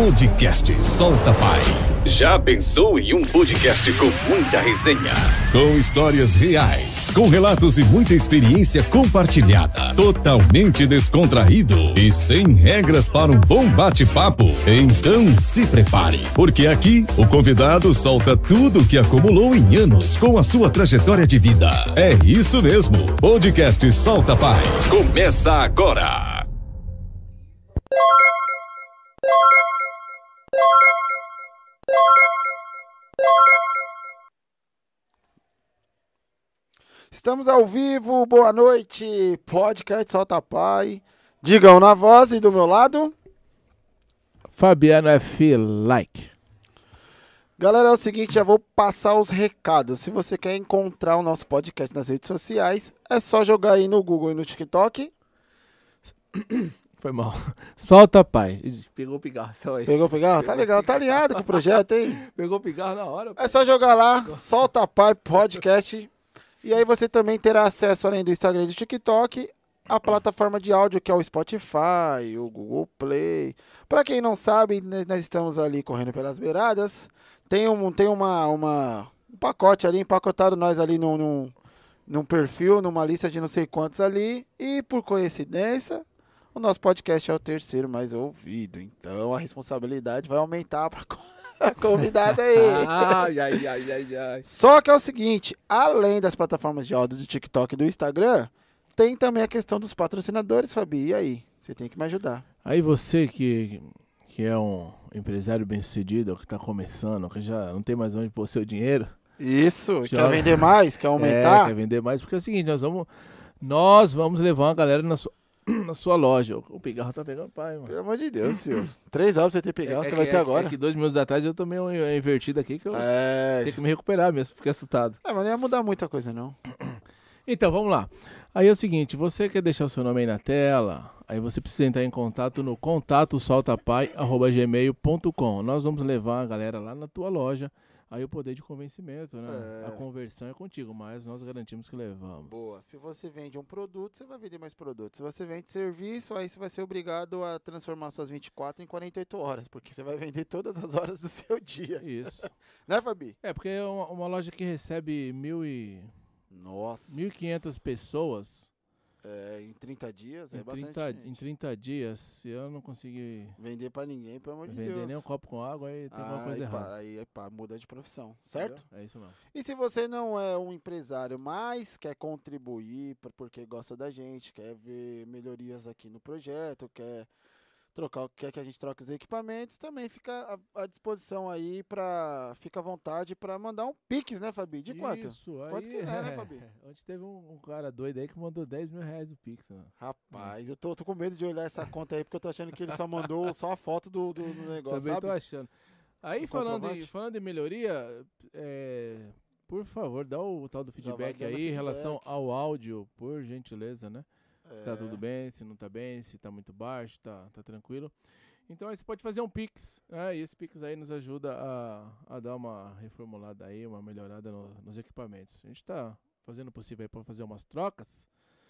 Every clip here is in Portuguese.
Podcast Solta Pai. Já pensou em um podcast com muita resenha? Com histórias reais, com relatos e muita experiência compartilhada. Totalmente descontraído e sem regras para um bom bate-papo? Então se prepare, porque aqui o convidado solta tudo o que acumulou em anos com a sua trajetória de vida. É isso mesmo, Podcast Solta Pai. Começa agora. Estamos ao vivo, boa noite, podcast Solta Pai. Digam na voz e do meu lado. Fabiano F. Like. Galera, é o seguinte, já vou passar os recados. Se você quer encontrar o nosso podcast nas redes sociais, é só jogar aí no Google e no TikTok. Foi mal. Solta, pai. Pegou o pigarro. Só aí. Pegou o pigarro? Tá legal, tá alinhado com o projeto, hein? Pegou o pigarro na hora. É só jogar lá, Solta Pai Podcast. E aí você também terá acesso, além do Instagram e do TikTok, a plataforma de áudio que é o Spotify, o Google Play. Pra quem não sabe, nós estamos ali correndo pelas beiradas. Tem um pacote ali, empacotado nós ali num perfil, numa lista de não sei quantos ali. E por coincidência, o nosso podcast é o terceiro mais ouvido. Então a responsabilidade vai aumentar para a convidada aí. Ai. Só que é o seguinte, além das plataformas de áudio do TikTok e do Instagram, tem também a questão dos patrocinadores, Fabi. E aí? Você tem que me ajudar. Aí você que é um empresário bem-sucedido, que está começando, que já não tem mais onde pôr seu dinheiro. Isso, Já... quer vender mais? Quer aumentar? Quer vender mais, porque é o seguinte, nós vamos levar uma galera na sua loja. O pigarro tá pegando pai, mano. Pelo amor de Deus, senhor. 3 horas pra você ter pigarro, você vai ter agora. É que 2 minutos atrás eu tomei uma invertida aqui que eu É. tenho que me recuperar mesmo, fiquei assustado. Mas não ia mudar muita coisa, não. Então, vamos lá. Aí é o seguinte, você quer deixar o seu nome aí na tela, aí você precisa entrar em contato no contatosoltapai@gmail.com. Nós vamos levar a galera lá na tua loja, aí o poder de convencimento, né? A conversão é contigo, mas nós garantimos que levamos. Boa. Se você vende um produto, você vai vender mais produtos. Se você vende serviço, aí você vai ser obrigado a transformar suas 24 em 48 horas, porque você vai vender todas as horas do seu dia. Isso. Né, Fabi? É, porque é uma loja que recebe 1.500 pessoas. Em 30 dias é bastante gente. Em 30 dias, se eu não conseguir vender pra ninguém, pelo amor de Deus. vender nem um copo com água, aí tem alguma coisa errada. Aí muda de profissão, certo? Entendeu? É isso mesmo. E se você não é um empresário, mas quer contribuir porque gosta da gente, quer ver melhorias aqui no projeto, quer que a gente troque os equipamentos, também fica à disposição aí fica à vontade para mandar um Pix, né, Fabi? De quanto? Isso, aí, Quanto quiser, né, Fabi? Ontem teve um cara doido aí que mandou R$10.000 do Pix, mano. Rapaz, eu tô com medo de olhar essa conta aí, porque eu tô achando que ele só mandou só a foto do negócio, Também sabe? tô achando. Aí, falando em melhoria, por favor, dá o tal do feedback aí em relação ao áudio, por gentileza, né? Se tá tudo bem, se não tá bem, se tá muito baixo, tá tranquilo. Então aí você pode fazer um Pix, né? E esse Pix aí nos ajuda a dar uma reformulada aí, uma melhorada nos equipamentos. A gente tá fazendo o possível aí pra fazer umas trocas,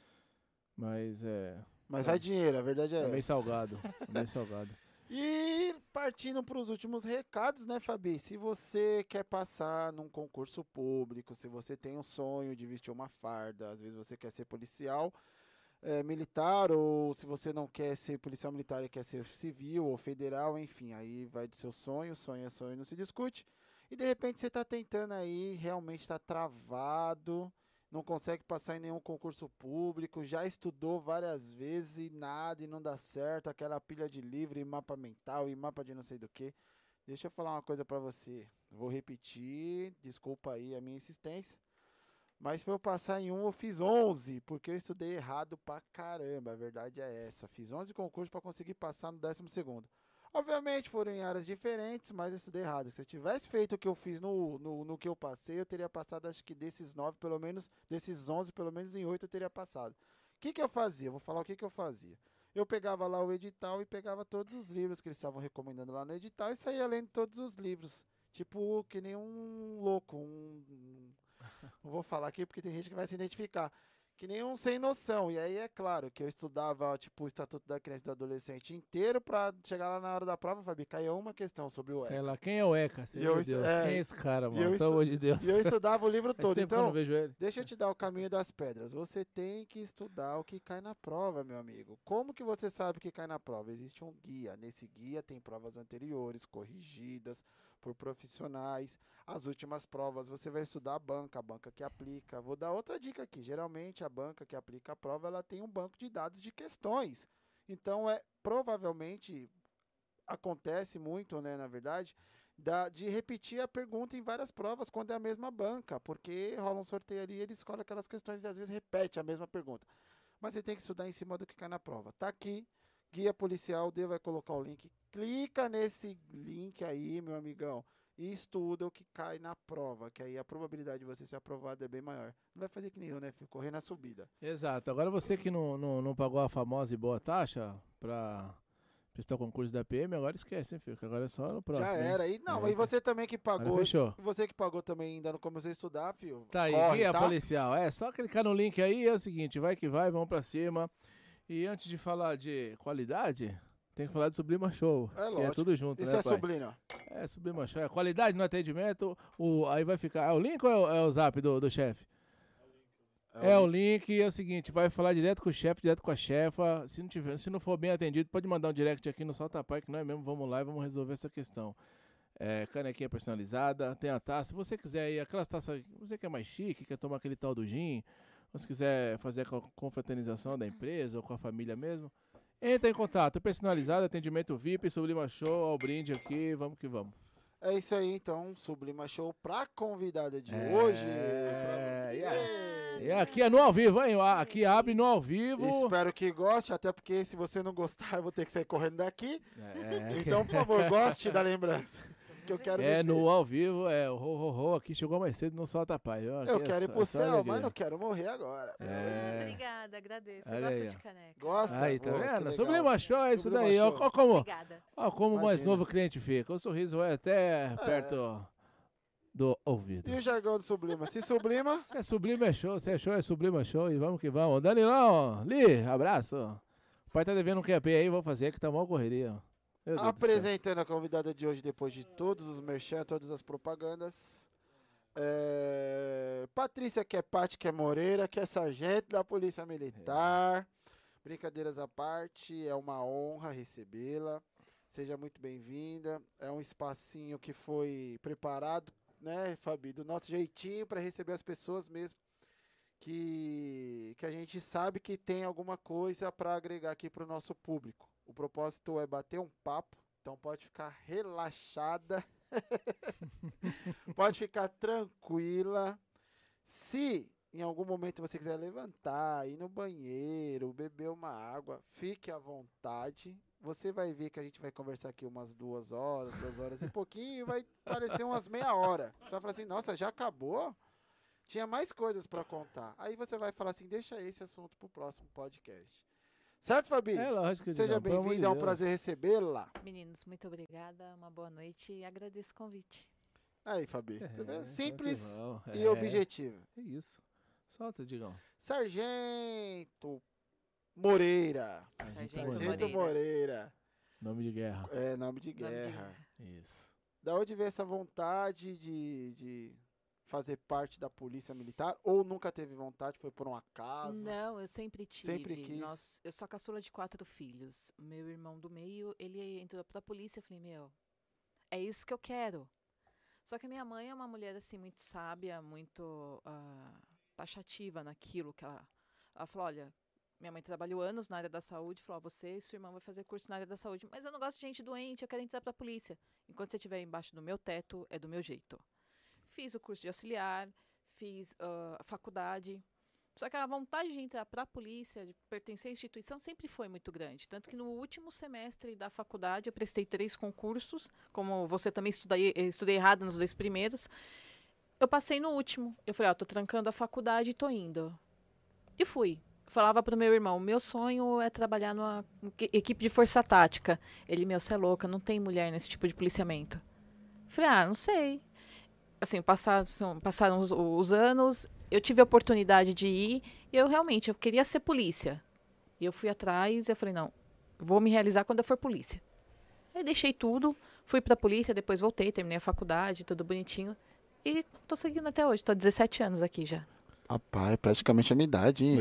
mas vai dinheiro, a verdade é meio essa. salgado, meio salgado. E partindo para os últimos recados, né, Fabi? Se você quer passar num concurso público, se você tem um sonho de vestir uma farda, às vezes você quer ser policial militar, ou se você não quer ser policial militar e quer ser civil ou federal, enfim, aí vai do seu sonho é sonho, não se discute. E de repente você está tentando aí, realmente está travado, não consegue passar em nenhum concurso público, já estudou várias vezes e nada, e não dá certo, aquela pilha de livro e mapa mental e mapa de não sei do que. Deixa eu falar uma coisa pra você, vou repetir, desculpa aí a minha insistência, mas pra eu passar em eu fiz 11, porque eu estudei errado pra caramba, a verdade é essa, fiz 11 concursos pra conseguir passar no 12º. Obviamente foram em áreas diferentes, mas eu estudei errado. Se eu tivesse feito o que eu fiz no que eu passei, eu teria passado, acho que desses 9, pelo menos, desses 11, pelo menos em 8 eu teria passado. O que eu fazia? Vou falar o que eu fazia. Eu pegava lá o edital e pegava todos os livros que eles estavam recomendando lá no edital e saía lendo todos os livros. Tipo, que nem um louco, não vou falar aqui porque tem gente que vai se identificar. Que nem um sem noção. E aí é claro que eu estudava, tipo, o Estatuto da Criança e do Adolescente inteiro pra chegar lá na hora da prova, Fabi, caía uma questão sobre o ECA. Quem é o ECA? Quem é esse cara, mano? Pelo amor de Deus. E eu estudava o livro todo. Então, vejo ele. deixa eu te dar o caminho das pedras. Você tem que estudar o que cai na prova, meu amigo. Como que você sabe o que cai na prova? Existe um guia. Nesse guia tem provas anteriores, corrigidas por profissionais. As últimas provas você vai estudar a banca que aplica. Vou dar outra dica aqui. Geralmente a banca que aplica a prova, ela tem um banco de dados de questões. Então, provavelmente acontece muito, né, na verdade, de repetir a pergunta em várias provas quando é a mesma banca, porque rola um sorteio ali e ele escolhe aquelas questões e às vezes repete a mesma pergunta. Mas você tem que estudar em cima do que cai na prova. Tá aqui, guia policial, o D vai colocar o link. Clica nesse link aí, meu amigão, e estuda o que cai na prova, que aí a probabilidade de você ser aprovado é bem maior. Não vai fazer que nem eu, né, filho? Correr na subida. Exato. Agora você que não pagou a famosa e boa taxa pra prestar o concurso da PM, agora esquece, hein, filho? Que agora é só no próximo. Já era. E, não, e você também que pagou. Fechou. Você que pagou também ainda não começou a estudar, filho. Tá aí, guia policial. É só clicar no link aí, é o seguinte, vai que vai, vamos pra cima. E antes de falar de qualidade, tem que falar de Sublima Show. É lógico. É tudo junto, isso né, é pai? Sublima. É, Sublima Show. É qualidade no atendimento, aí vai ficar... É o link ou é o zap do chefe? É o link, é o seguinte, vai falar direto com o chefe, direto com a chefa. Se não for bem atendido, pode mandar um direct aqui no Solta Pai, que nós mesmo vamos lá e vamos resolver essa questão. Canequinha personalizada, tem a taça. Se você quiser aí, aquelas taças, você quer mais chique, quer tomar aquele tal do gin, ou se quiser fazer a confraternização da empresa ou com a família mesmo, entra em contato, personalizado, atendimento VIP, Sublima Show, ao brinde aqui, vamos que vamos. É isso aí, então, Sublima Show pra convidada de hoje, pra você. E aqui é no ao vivo, hein? Aqui abre no ao vivo. Espero que goste, até porque se você não gostar, eu vou ter que sair correndo daqui. Então, por favor, goste da lembrança. Que eu quero no ao vivo, o aqui chegou mais cedo no Solta Pai. Eu quero ir pro céu, mas não quero morrer agora. Obrigada, agradeço. Eu gosto de caneca. Gosta? Aí, tá vendo? Sublima Show é isso daí. Ó como, Obrigada. Ó como o mais novo cliente fica. O sorriso vai até perto do ouvido. E o jargão do Sublima? Se sublima... Se é Sublima é show, se é show é Sublima Show. E vamos que vamos. Danilão, Li, abraço. O pai tá devendo um QP aí, vou fazer que tá mal correria. Apresentando a convidada de hoje, depois de todos os merchan, todas as propagandas. Patrícia, que é Pati, que é Moreira, que é sargento da Polícia Militar. Brincadeiras à parte, é uma honra recebê-la. Seja muito bem-vinda. É um espacinho que foi preparado, né, Fabi, do nosso jeitinho para receber as pessoas mesmo. Que a gente sabe que tem alguma coisa para agregar aqui para o nosso público. O propósito é bater um papo, então pode ficar relaxada, pode ficar tranquila. Se em algum momento você quiser levantar, ir no banheiro, beber uma água, fique à vontade. Você vai ver que a gente vai conversar aqui umas 2 horas e pouquinho, e vai parecer umas meia hora. Você vai falar assim, nossa, já acabou? Tinha mais coisas para contar. Aí você vai falar assim, deixa esse assunto pro próximo podcast. Certo, Fabi? É lógico. Seja bem-vinda, é um prazer recebê-la. Meninos, muito obrigada, uma boa noite e agradeço o convite. Aí, Fabi, tá vendo? Simples e objetivo. É isso. Solta, Digão. Sargento Moreira. Sargento Moreira. Nome de guerra. Nome de guerra. Isso. Da onde veio essa vontade de fazer parte da Polícia Militar? Ou nunca teve vontade, foi por um acaso? Não, eu sempre tive. Sempre quis. Eu sou a caçula de 4 filhos. Meu irmão do meio, ele entrou pra polícia. Eu falei, é isso que eu quero. Só que a minha mãe é uma mulher, assim, muito sábia, muito taxativa naquilo que ela falou, olha, minha mãe trabalhou anos na área da saúde, falou, você e sua irmã vai fazer curso na área da saúde, mas eu não gosto de gente doente, eu quero entrar pra polícia. Enquanto você estiver embaixo do meu teto, é do meu jeito. Fiz o curso de auxiliar, fiz a faculdade. Só que a vontade de entrar para a polícia, de pertencer à instituição, sempre foi muito grande. Tanto que no último semestre da faculdade, eu prestei 3 concursos. Como você também estudei errado nos 2 primeiros. Eu passei no último. Eu falei, tô trancando a faculdade e tô indo. E fui. Falava pro meu irmão, meu sonho é trabalhar numa equipe de força tática. Ele, você é louca, não tem mulher nesse tipo de policiamento. Eu falei, não sei. Assim, passaram os anos, eu tive a oportunidade de ir e eu queria ser polícia. E eu fui atrás e eu falei, não, vou me realizar quando eu for polícia. Aí deixei tudo, fui pra polícia, depois voltei, terminei a faculdade, tudo bonitinho. E tô seguindo até hoje, tô há 17 anos aqui já. Rapaz, praticamente a minha idade, hein?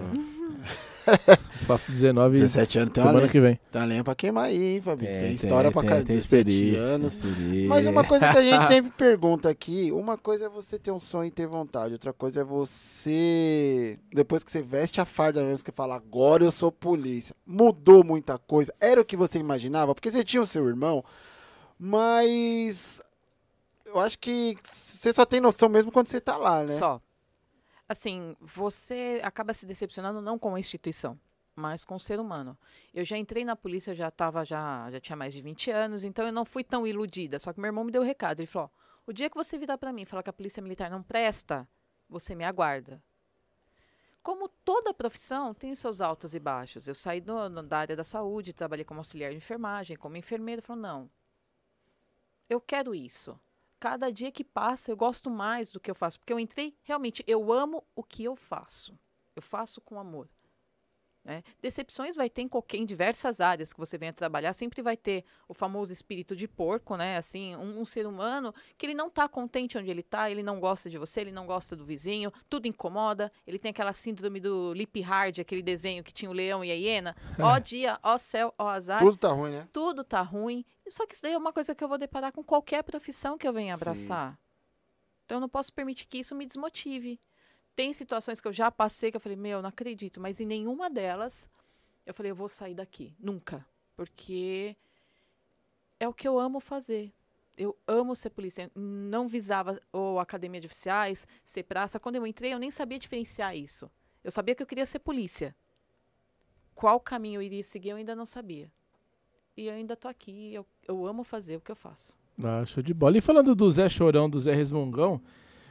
Faço 19 17 anos, tem semana que vem. Tem uma lenha pra queimar aí, hein, Fabi? Tem história pra cá, 17 anos. Tem. Mas uma coisa que a gente sempre pergunta aqui, uma coisa é você ter um sonho e ter vontade, outra coisa é você, depois que você veste a farda mesmo, que fala, agora eu sou polícia. Mudou muita coisa? Era o que você imaginava? Porque você tinha o seu irmão, mas eu acho que você só tem noção mesmo quando você tá lá, né? Só. Assim, você acaba se decepcionando não com a instituição, mas com o ser humano. Eu já entrei na polícia, já tinha mais de 20 anos, então eu não fui tão iludida. Só que meu irmão me deu o recado. Ele falou, o dia que você virar para mim e falar que a polícia militar não presta, você me aguarda. Como toda profissão tem seus altos e baixos. Eu saí da área da saúde, trabalhei como auxiliar de enfermagem, como enfermeira. Falei, não, eu quero isso. Cada dia que passa, eu gosto mais do que eu faço. Porque eu entrei, realmente, eu amo o que eu faço. Eu faço com amor. Né? Decepções vai ter em diversas áreas que você venha trabalhar. Sempre vai ter o famoso espírito de porco, né? Assim, um ser humano que ele não está contente onde ele está, ele não gosta de você, ele não gosta do vizinho, tudo incomoda. Ele tem aquela síndrome do Lip Hard, aquele desenho que tinha o leão e a hiena. Ó dia, ó céu, ó azar. Tudo tá ruim, né? Tudo tá ruim. Só que isso daí é uma coisa que eu vou deparar com qualquer profissão que eu venha abraçar. Sim. Então eu não posso permitir que isso me desmotive. Tem situações que eu já passei que eu falei, meu, não acredito. Mas em nenhuma delas eu falei, eu vou sair daqui. Nunca. Porque é o que eu amo fazer. Eu amo ser polícia. Não visava ou academia de oficiais, ser praça. Quando eu entrei, eu nem sabia diferenciar isso. Eu sabia que eu queria ser polícia. Qual caminho eu iria seguir, eu ainda não sabia. E eu ainda tô aqui, eu amo fazer o que eu faço. Ah, show de bola. E falando do Zé Chorão, do Zé Resmungão,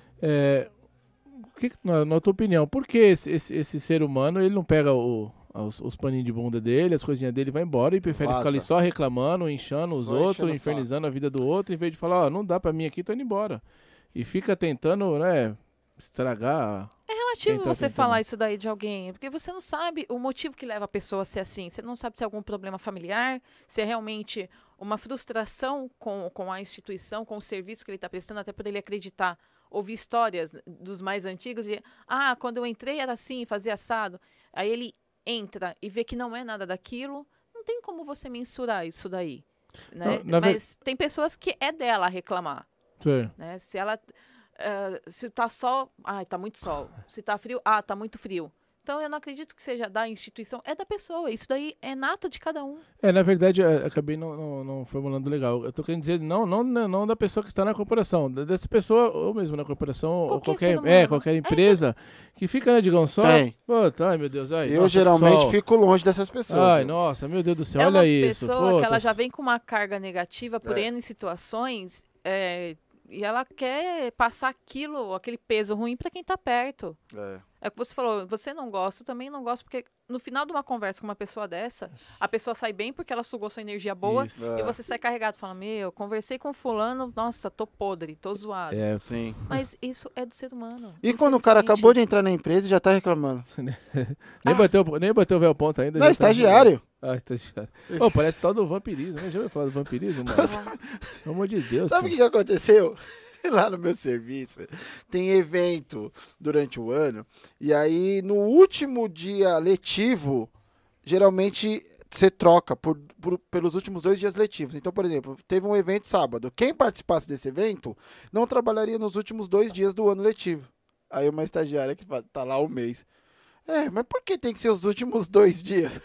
na tua opinião, por que esse ser humano, ele não pega os paninhos de bunda dele, as coisinhas dele, vai embora e prefere ficar ali só reclamando, inchando os outros, infernizando a vida do outro, em vez de falar, ó, não dá pra mim aqui, tô indo embora. E fica tentando, né, estragar... É relativo você falar isso daí de alguém, porque você não sabe o motivo que leva a pessoa a ser assim. Você não sabe se é algum problema familiar, se é realmente uma frustração com a instituição, com o serviço que ele está prestando, até por ele acreditar. Ouvir histórias dos mais antigos de, quando eu entrei era assim, fazia assado. Aí ele entra e vê que não é nada daquilo, não tem como você mensurar isso daí. Né? Mas tem pessoas que é dela reclamar. Sim. Né? Se ela... se tá sol, tá muito sol. Se tá frio, tá muito frio. Então eu não acredito que seja da instituição, é da pessoa. Isso daí é nato de cada um. Na verdade, eu acabei não formulando legal. Eu tô querendo dizer, não da pessoa que está na corporação, dessa pessoa, ou mesmo na corporação, ou qualquer empresa que fica, né, digam só. Ai, meu Deus, eu geralmente fico longe dessas pessoas. Ai, nossa, meu Deus do céu, olha isso. É uma pessoa que ela já vem com uma carga negativa por N situações, e ela quer passar aquele peso ruim para quem tá perto. É o que você falou, você não gosta, eu também não gosto, porque no final de uma conversa com uma pessoa dessa, a pessoa sai bem porque ela sugou sua energia boa, e você sai carregado, fala, conversei com fulano, nossa, tô podre, tô zoado. Sim. Mas isso é do ser humano. E quando o cara acabou de entrar na empresa e já tá reclamando? nem bateu o véu ponto ainda. Não, estagiário. Estagiário. Parece tal do vampirismo, né? Já ouviu falar do vampirismo, mano? Pelo amor de Deus. Sabe o que aconteceu? Lá no meu serviço, tem evento durante o ano, e aí no último dia letivo, geralmente você troca pelos últimos 2 dias letivos. Então, por exemplo, teve um evento sábado. Quem participasse desse evento não trabalharia nos últimos 2 dias do ano letivo. Aí uma estagiária que tá lá um mês. Mas por que tem que ser os últimos 2 dias?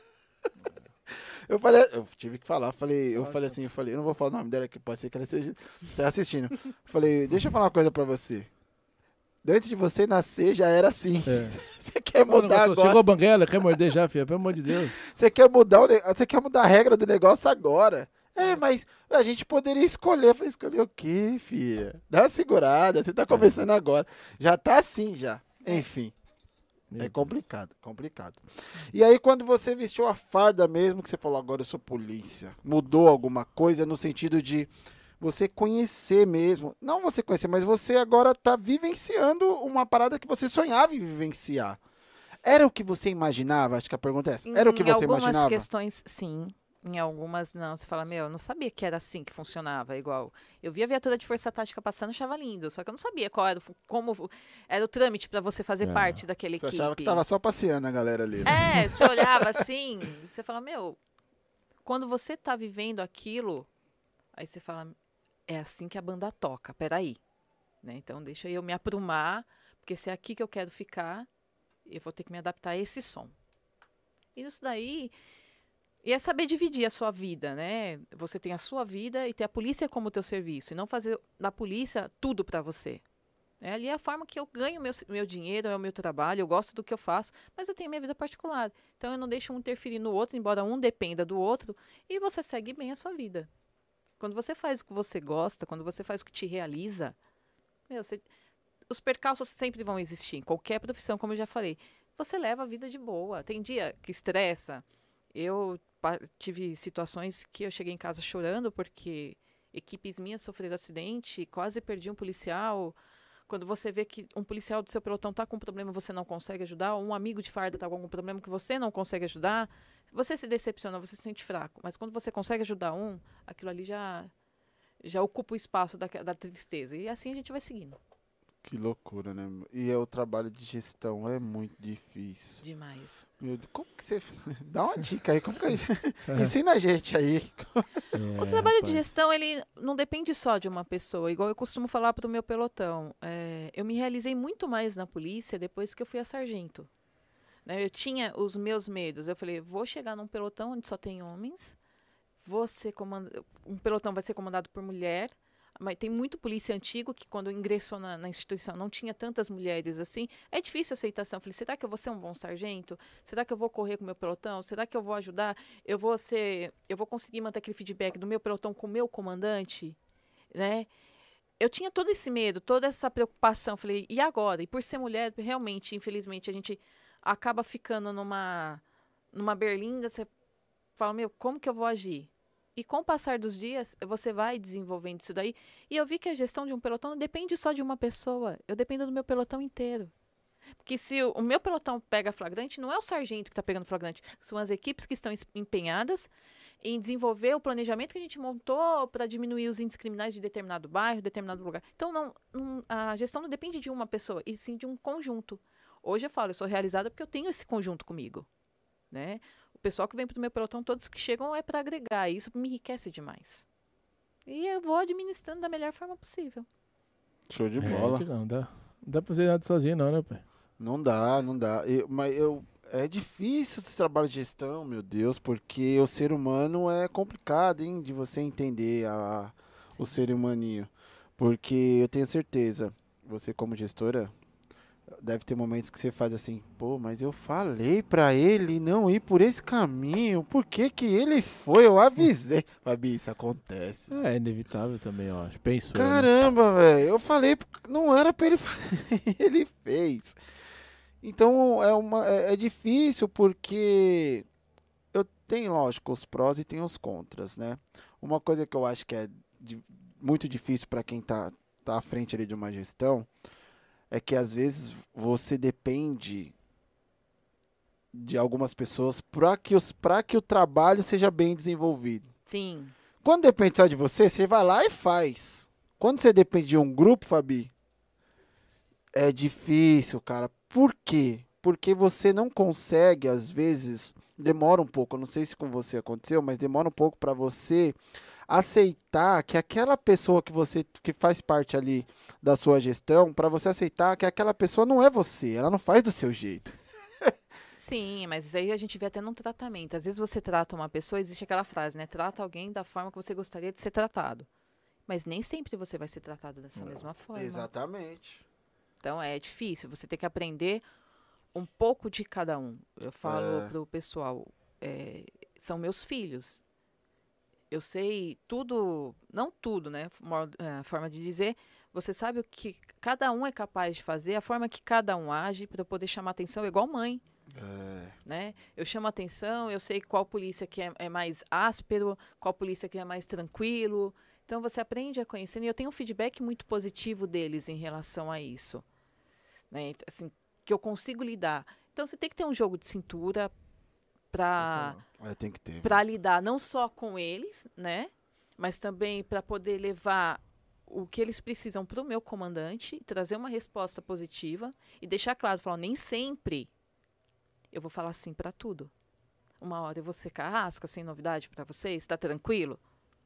Eu tive que falar, eu falei assim, eu não vou falar o nome dela, que pode ser que ela esteja assistindo. Falei, deixa eu falar uma coisa pra você. Antes de você nascer, já era assim. Você quer mudar agora. Chegou a banguela, quer morder já, filha, pelo amor de Deus. Você quer mudar a regra do negócio agora. Mas a gente poderia escolher. Eu falei, escolher o quê, filha? Dá uma segurada, você tá começando agora. Já tá assim, já. Enfim. É complicado. E aí, quando você vestiu a farda mesmo, que você falou, agora eu sou polícia, mudou alguma coisa no sentido de você conhecer mesmo. Não você conhecer, mas você agora tá vivenciando uma parada que você sonhava em vivenciar. Era o que você imaginava? Acho que a pergunta é essa. Era o que você imaginava? Em algumas questões, sim. Em algumas, não. Você fala, eu não sabia que era assim que funcionava. Igual, eu vi a viatura de força tática passando, achava lindo. Só que eu não sabia como era o trâmite para você fazer parte daquela equipe. Você achava que tava só passeando a galera ali. Né? Você olhava assim, você fala, quando você tá vivendo aquilo, aí você fala, é assim que a banda toca, peraí. Né? Então deixa eu me aprumar, porque se é aqui que eu quero ficar, eu vou ter que me adaptar a esse som. E isso daí... E é saber dividir a sua vida, né? Você tem a sua vida e ter a polícia como teu serviço. E não fazer da polícia tudo para você. Ali é a forma que eu ganho meu dinheiro, é o meu trabalho, eu gosto do que eu faço, mas eu tenho minha vida particular. Então eu não deixo um interferir no outro, embora um dependa do outro, e você segue bem a sua vida. Quando você faz o que você gosta, quando você faz o que te realiza, os percalços sempre vão existir, em qualquer profissão, como eu já falei. Você leva a vida de boa. Tem dia que estressa. Eu tive situações que eu cheguei em casa chorando porque equipes minhas sofreram acidente, quase perdi um policial. Quando você vê que um policial do seu pelotão está com um problema e você não consegue ajudar, ou um amigo de farda está com algum problema que você não consegue ajudar, você se decepciona, você se sente fraco. Mas quando você consegue ajudar aquilo ali já ocupa o espaço da tristeza. E assim a gente vai seguindo. Que loucura, né? E o trabalho de gestão é muito difícil. Demais. Meu Deus, como que você... Dá uma dica aí, como que ensina a gente aí. O trabalho de gestão, ele não depende só de uma pessoa. Igual eu costumo falar para o meu pelotão. Eu me realizei muito mais na polícia depois que eu fui a sargento. Né? Eu tinha os meus medos. Eu falei, vou chegar num pelotão onde só tem homens. Um pelotão vai ser comandado por mulher. Mas tem muito polícia antigo que quando ingressou na instituição não tinha tantas mulheres assim. É difícil a aceitação. Falei, será que eu vou ser um bom sargento? Será que eu vou correr com o meu pelotão? Será que eu vou ajudar? Eu vou conseguir manter aquele feedback do meu pelotão com o meu comandante? Né? Eu tinha todo esse medo, toda essa preocupação. Falei, e agora? E por ser mulher, realmente, infelizmente, a gente acaba ficando numa berlinda. Você fala, como que eu vou agir? E com o passar dos dias, você vai desenvolvendo isso daí. E eu vi que a gestão de um pelotão não depende só de uma pessoa. Eu dependo do meu pelotão inteiro. Porque se o meu pelotão pega flagrante, não é o sargento que está pegando flagrante. São as equipes que estão empenhadas em desenvolver o planejamento que a gente montou para diminuir os índices criminais de determinado bairro, determinado lugar. Então, a gestão não depende de uma pessoa, e sim de um conjunto. Hoje eu falo, eu sou realizada porque eu tenho esse conjunto comigo. Né? O pessoal que vem para o meu pelotão, todos que chegam é para agregar. E isso me enriquece demais. E eu vou administrando da melhor forma possível. Show de bola. Não dá pra fazer nada sozinho não, né, pai? Não dá. É difícil esse trabalho de gestão, meu Deus, porque o ser humano é complicado, hein, de você entender o ser humaninho. Porque eu tenho certeza, você como gestora... Deve ter momentos que você faz assim, mas eu falei pra ele não ir por esse caminho, por que que ele foi? Eu avisei. Fabi, isso acontece. É inevitável também, eu acho. Penso. Caramba, velho, eu falei, não era pra ele fazer, ele fez. Então é difícil porque eu tenho, lógico, os prós e tenho os contras, né? Uma coisa que eu acho que é muito difícil pra quem tá à frente ali de uma gestão é que às vezes você depende de algumas pessoas para que o trabalho seja bem desenvolvido. Sim. Quando depende só de você, você vai lá e faz. Quando você depende de um grupo, Fabi, é difícil, cara. Por quê? Porque você não consegue, às vezes, demora um pouco, eu não sei se com você aconteceu, mas demora um pouco para você aceitar que aquela pessoa que faz parte ali da sua gestão, para você aceitar que aquela pessoa não é você, ela não faz do seu jeito. Sim, mas isso aí a gente vê até num tratamento. Às vezes você trata uma pessoa, existe aquela frase, né? Trata alguém da forma que você gostaria de ser tratado. Mas nem sempre você vai ser tratado dessa mesma forma. Exatamente. Então é difícil, você tem que aprender um pouco de cada um. Eu falo pro pessoal, são meus filhos. Eu sei tudo, não tudo, né? A forma de dizer, você sabe o que cada um é capaz de fazer, a forma que cada um age para poder chamar atenção, é igual mãe. Né? Eu chamo atenção, eu sei qual polícia que é mais áspero, qual polícia que é mais tranquilo. Então, você aprende a conhecer, e eu tenho um feedback muito positivo deles em relação a isso. Né? Assim, que eu consigo lidar. Então, você tem que ter um jogo de cintura para lidar não só com eles, né? Mas também para poder levar o que eles precisam para o meu comandante, trazer uma resposta positiva e deixar claro, falar, nem sempre eu vou falar sim para tudo. Uma hora eu vou ser carrasca, sem novidade para vocês, está tranquilo?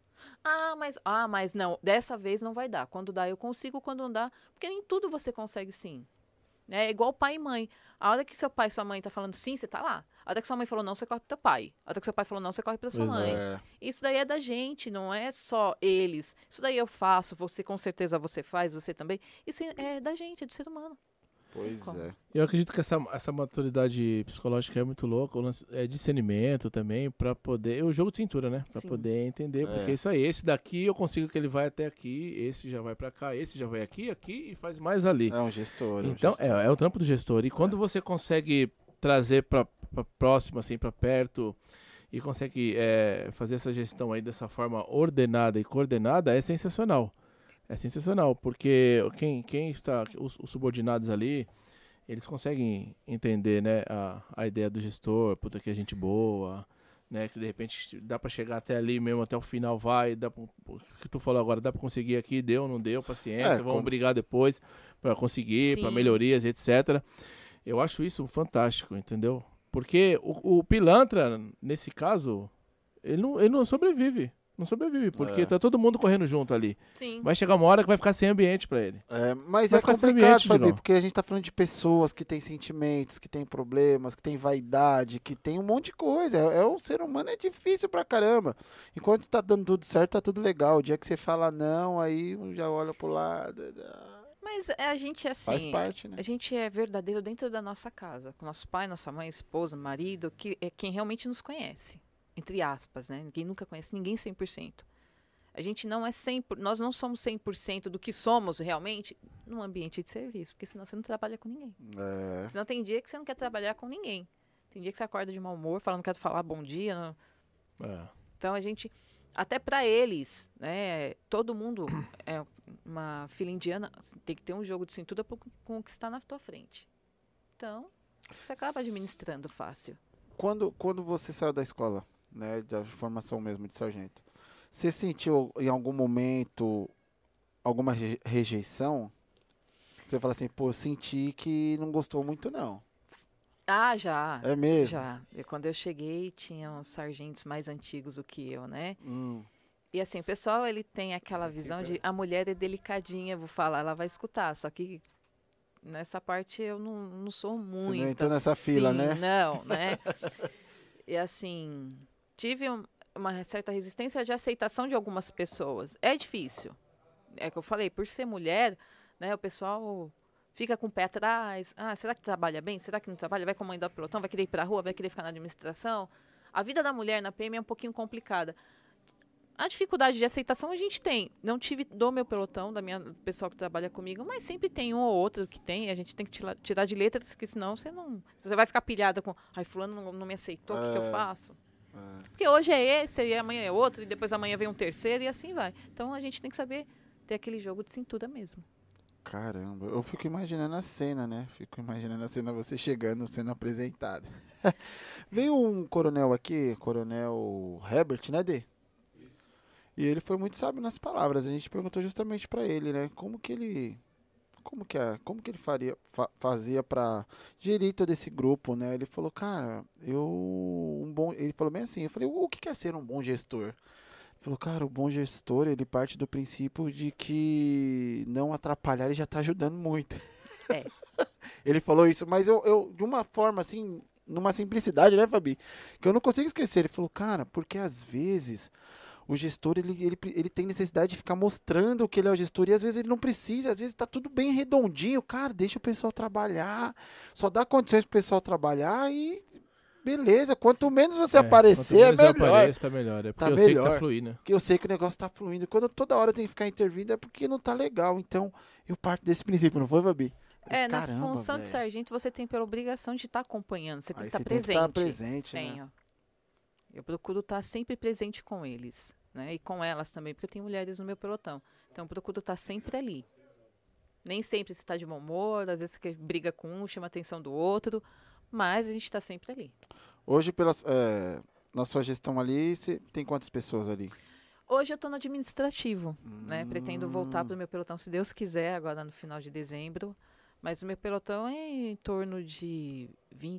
Mas não, dessa vez não vai dar. Quando dá eu consigo, quando não dá, porque nem tudo você consegue sim. Né? É igual pai e mãe. A hora que seu pai e sua mãe tá falando sim, você tá lá. A hora que sua mãe falou não, você corre pro teu pai. A hora que seu pai falou não, você corre pra sua mãe. Isso daí é da gente, não é só eles. Isso daí eu faço, você com certeza você faz, você também. Isso é da gente, é do ser humano. Pois é. Eu acredito que essa maturidade psicológica é muito louca, é discernimento também, pra poder... É o jogo de cintura, né? Pra poder entender, porque isso aí, esse daqui eu consigo que ele vai até aqui, esse já vai pra cá, esse já vai aqui e faz mais ali. É um gestor. Então, é o trampo do gestor. E quando você consegue trazer pra próximo, assim, pra perto, e consegue fazer essa gestão aí dessa forma ordenada e coordenada, é sensacional. É sensacional, porque quem está, os subordinados ali, eles conseguem entender, né, a ideia do gestor, puta que é gente boa, né, que de repente dá pra chegar até ali mesmo, até o final o que tu falou agora, dá pra conseguir aqui, deu, não deu, paciência, vamos brigar depois pra conseguir, pra melhorias, etc. Eu acho isso fantástico, entendeu? Porque o pilantra, nesse caso, ele não sobrevive. Não sobrevive, porque tá todo mundo correndo junto ali. Sim. Vai chegar uma hora que vai ficar sem ambiente pra ele. Mas é complicado, Fabi, porque a gente tá falando de pessoas que têm sentimentos, que têm problemas, que têm vaidade, que tem um monte de coisa. O ser humano é difícil pra caramba. Enquanto tá dando tudo certo, tá tudo legal. O dia que você fala não, aí já olha pro lado. Mas a gente é assim, faz parte, né? A gente é verdadeiro dentro da nossa casa. Com nosso pai, nossa mãe, esposa, marido, que é quem realmente nos conhece. Entre aspas, né? Ninguém nunca conhece ninguém 100%. A gente não é 100%, nós não somos 100% do que somos realmente num ambiente de serviço, porque senão você não trabalha com ninguém. Senão tem dia que você não quer trabalhar com ninguém. Tem dia que você acorda de mau humor, falando que quer falar bom dia. Então a gente, até para eles, né? Todo mundo é uma filha indiana, tem que ter um jogo de cintura para conquistar na tua frente. Então, você acaba administrando fácil. Quando você saiu da escola, né, da formação mesmo de sargento, você sentiu em algum momento alguma rejeição? Você fala assim, pô, eu senti que não gostou muito, não. Já. É mesmo? Já. Quando eu cheguei, tinham sargentos mais antigos do que eu, né? E assim, o pessoal, ele tem aquela visão de a mulher é delicadinha, vou falar, ela vai escutar, só que nessa parte eu não sou muito. Você não entrou nessa fila, né? Não, né? E assim, tive uma certa resistência de aceitação de algumas pessoas. É difícil. É que eu falei, por ser mulher, né, o pessoal fica com o pé atrás. Será que trabalha bem? Será que não trabalha? Vai comandar o pelotão? Vai querer ir pra rua? Vai querer ficar na administração? A vida da mulher na PM é um pouquinho complicada. A dificuldade de aceitação a gente tem. Não tive do meu pelotão, da minha pessoal que trabalha comigo, mas sempre tem um ou outro que tem. A gente tem que tirar de letra, porque senão você vai ficar pilhada com fulano não me aceitou, o que eu faço? Porque hoje é esse, e amanhã é outro, e depois amanhã vem um terceiro, e assim vai. Então a gente tem que saber ter aquele jogo de cintura mesmo. Caramba, eu fico imaginando a cena, né? Fico imaginando a cena, você chegando, sendo apresentado. Veio um coronel aqui, Coronel Herbert, né, Dê? E ele foi muito sábio nas palavras. A gente perguntou justamente pra ele, né? Como que ele fazia pra gerir todo esse grupo, né? Ele falou, cara, ele falou bem assim, eu falei, o que é ser um bom gestor? Ele falou, cara, o bom gestor, ele parte do princípio de que não atrapalhar, ele já tá ajudando muito. Ele falou isso, mas eu de uma forma assim, numa simplicidade, né, Fabi? Que eu não consigo esquecer. Ele falou, cara, porque às vezes o gestor, ele tem necessidade de ficar mostrando que ele é o gestor e às vezes ele não precisa, às vezes tá tudo bem redondinho. Cara, deixa o pessoal trabalhar, só dá condições pro pessoal trabalhar e beleza. Quanto menos você aparecer, é melhor. Tá melhor, é porque eu sei que tá fluindo. Porque eu sei que o negócio tá fluindo. Quando toda hora tem que ficar intervindo é porque não tá legal. Então, eu parto desse princípio, não foi, Fabi? Na função de sargento, você tem pela obrigação de estar acompanhando, você tem que estar presente. Tem que estar presente, né? Eu procuro estar sempre presente com eles. né? E com elas também, porque eu tenho mulheres no meu pelotão. Então, eu procuro estar sempre ali. Nem sempre você está de bom humor, às vezes você briga com um, chama a atenção do outro, mas a gente está sempre ali. Hoje, na sua gestão ali, você tem quantas pessoas ali? Hoje eu estou no administrativo, né? Pretendo voltar para o meu pelotão, se Deus quiser, agora no final de dezembro. Mas o meu pelotão é em torno de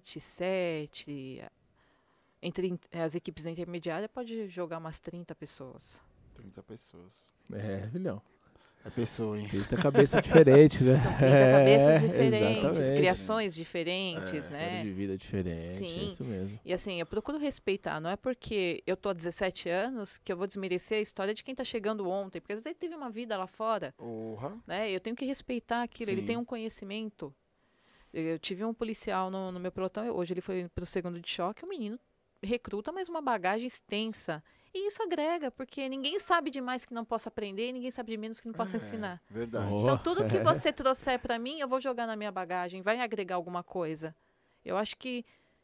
27. Entre as equipes da intermediária, pode jogar umas 30 pessoas. 30 pessoas. Filhão. É pessoa, hein? 30 cabeças diferentes, né? São 30 cabeças diferentes, exatamente. criações diferentes, né? História de vida diferente, Sim. É isso mesmo. E assim, eu procuro respeitar, não é porque eu tô há 17 anos que eu vou desmerecer a história de quem tá chegando ontem, porque às vezes ele teve uma vida lá fora, né? Eu tenho que respeitar aquilo, ele tem um conhecimento. Eu tive um policial no meu pelotão, hoje ele foi pro segundo de choque, o menino recruta, mas uma bagagem extensa. E isso agrega, porque ninguém sabe de mais que não possa aprender, ninguém sabe de menos que não possa ensinar. Verdade. Então, tudo que você trouxer para mim, eu vou jogar na minha bagagem, vai agregar alguma coisa. Eu acho que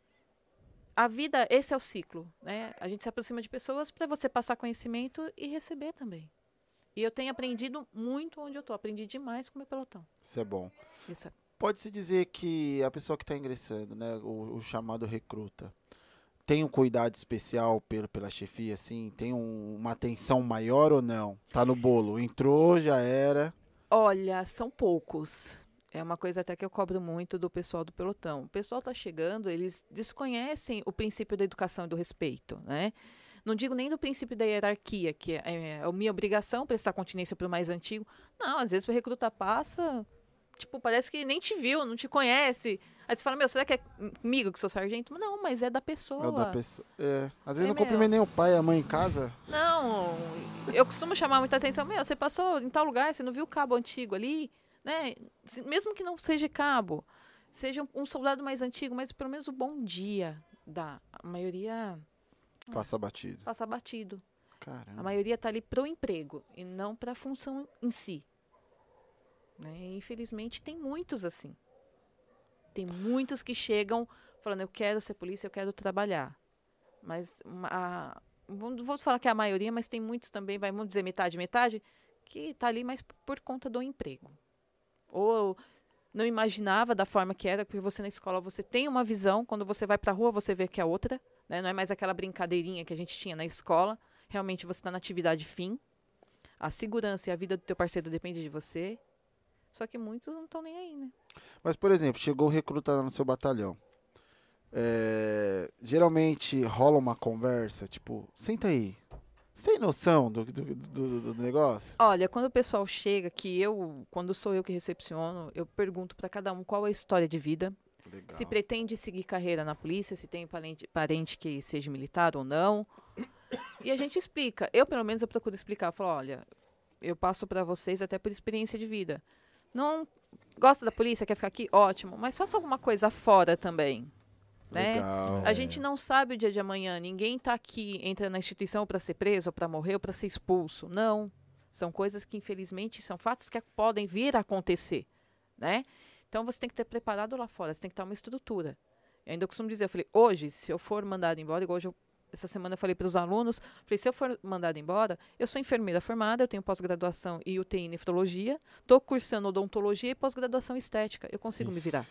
a vida, esse é o ciclo, né? A gente se aproxima de pessoas para você passar conhecimento e receber também. E eu tenho aprendido muito onde eu tô, aprendi demais com o meu pelotão. Isso é bom. Isso é. Pode-se dizer que a pessoa que está ingressando, né, o chamado recruta, tem um cuidado especial pela chefia, assim? Tem uma atenção maior ou não? Tá no bolo, entrou, já era. Olha, são poucos. É uma coisa até que eu cobro muito do pessoal do pelotão. O pessoal tá chegando, eles desconhecem o princípio da educação e do respeito, né? Não digo nem do princípio da hierarquia, que é a minha obrigação prestar continência para o mais antigo. Não, às vezes o recruta passa, tipo, parece que nem te viu, não te conhece. Aí você fala, meu, será que é comigo que sou sargento? Não, mas é da pessoa. É da pessoa. Às vezes não cumprimento nem o pai e a mãe em casa. Não, eu costumo chamar muita atenção. Meu, você passou em tal lugar, você não viu o cabo antigo ali, né? Mesmo que não seja cabo, seja um soldado mais antigo, mas pelo menos o bom dia dá. A maioria... Passa batido. Passa batido. Caramba. A maioria tá ali pro emprego e não pra função em si. Né? E, infelizmente, tem muitos assim. Tem muitos que chegam falando, eu quero ser polícia, eu quero trabalhar. Mas, vou falar que é a maioria, mas tem muitos também, vamos dizer metade, que tá ali mais por conta do emprego. Ou não imaginava da forma que era, porque você na escola, você tem uma visão, quando você vai pra rua, você vê que é outra, né? Não é mais aquela brincadeirinha que a gente tinha na escola. Realmente você tá na atividade fim. A segurança e a vida do teu parceiro depende de você. Só que muitos não estão nem aí, né? Mas, por exemplo, chegou o recruta lá no seu batalhão. Geralmente rola uma conversa, tipo, senta aí. Você tem noção do negócio? Olha, quando o pessoal chega, quando sou eu que recepciono, eu pergunto para cada um qual é a história de vida. Legal. Se pretende seguir carreira na polícia, se tem parente que seja militar ou não. E a gente explica. Pelo menos, eu procuro explicar. Eu falo, olha, eu passo para vocês até por experiência de vida. Não gosta da polícia, quer ficar aqui? Ótimo. Mas faça alguma coisa fora também. Né? Legal. A gente não sabe o dia de amanhã. Ninguém está aqui, entra na instituição para ser preso, ou para morrer, ou para ser expulso. Não. São coisas que, infelizmente, são fatos que podem vir a acontecer. Né? Então, você tem que ter preparado lá fora. Você tem que ter uma estrutura. Eu ainda costumo dizer, eu falei, hoje, se eu for mandado embora, igual hoje essa semana eu falei para os alunos, falei, se eu for mandado embora, eu sou enfermeira formada, eu tenho pós-graduação e UTI em nefrologia, estou cursando odontologia e pós-graduação estética. Eu consigo me virar.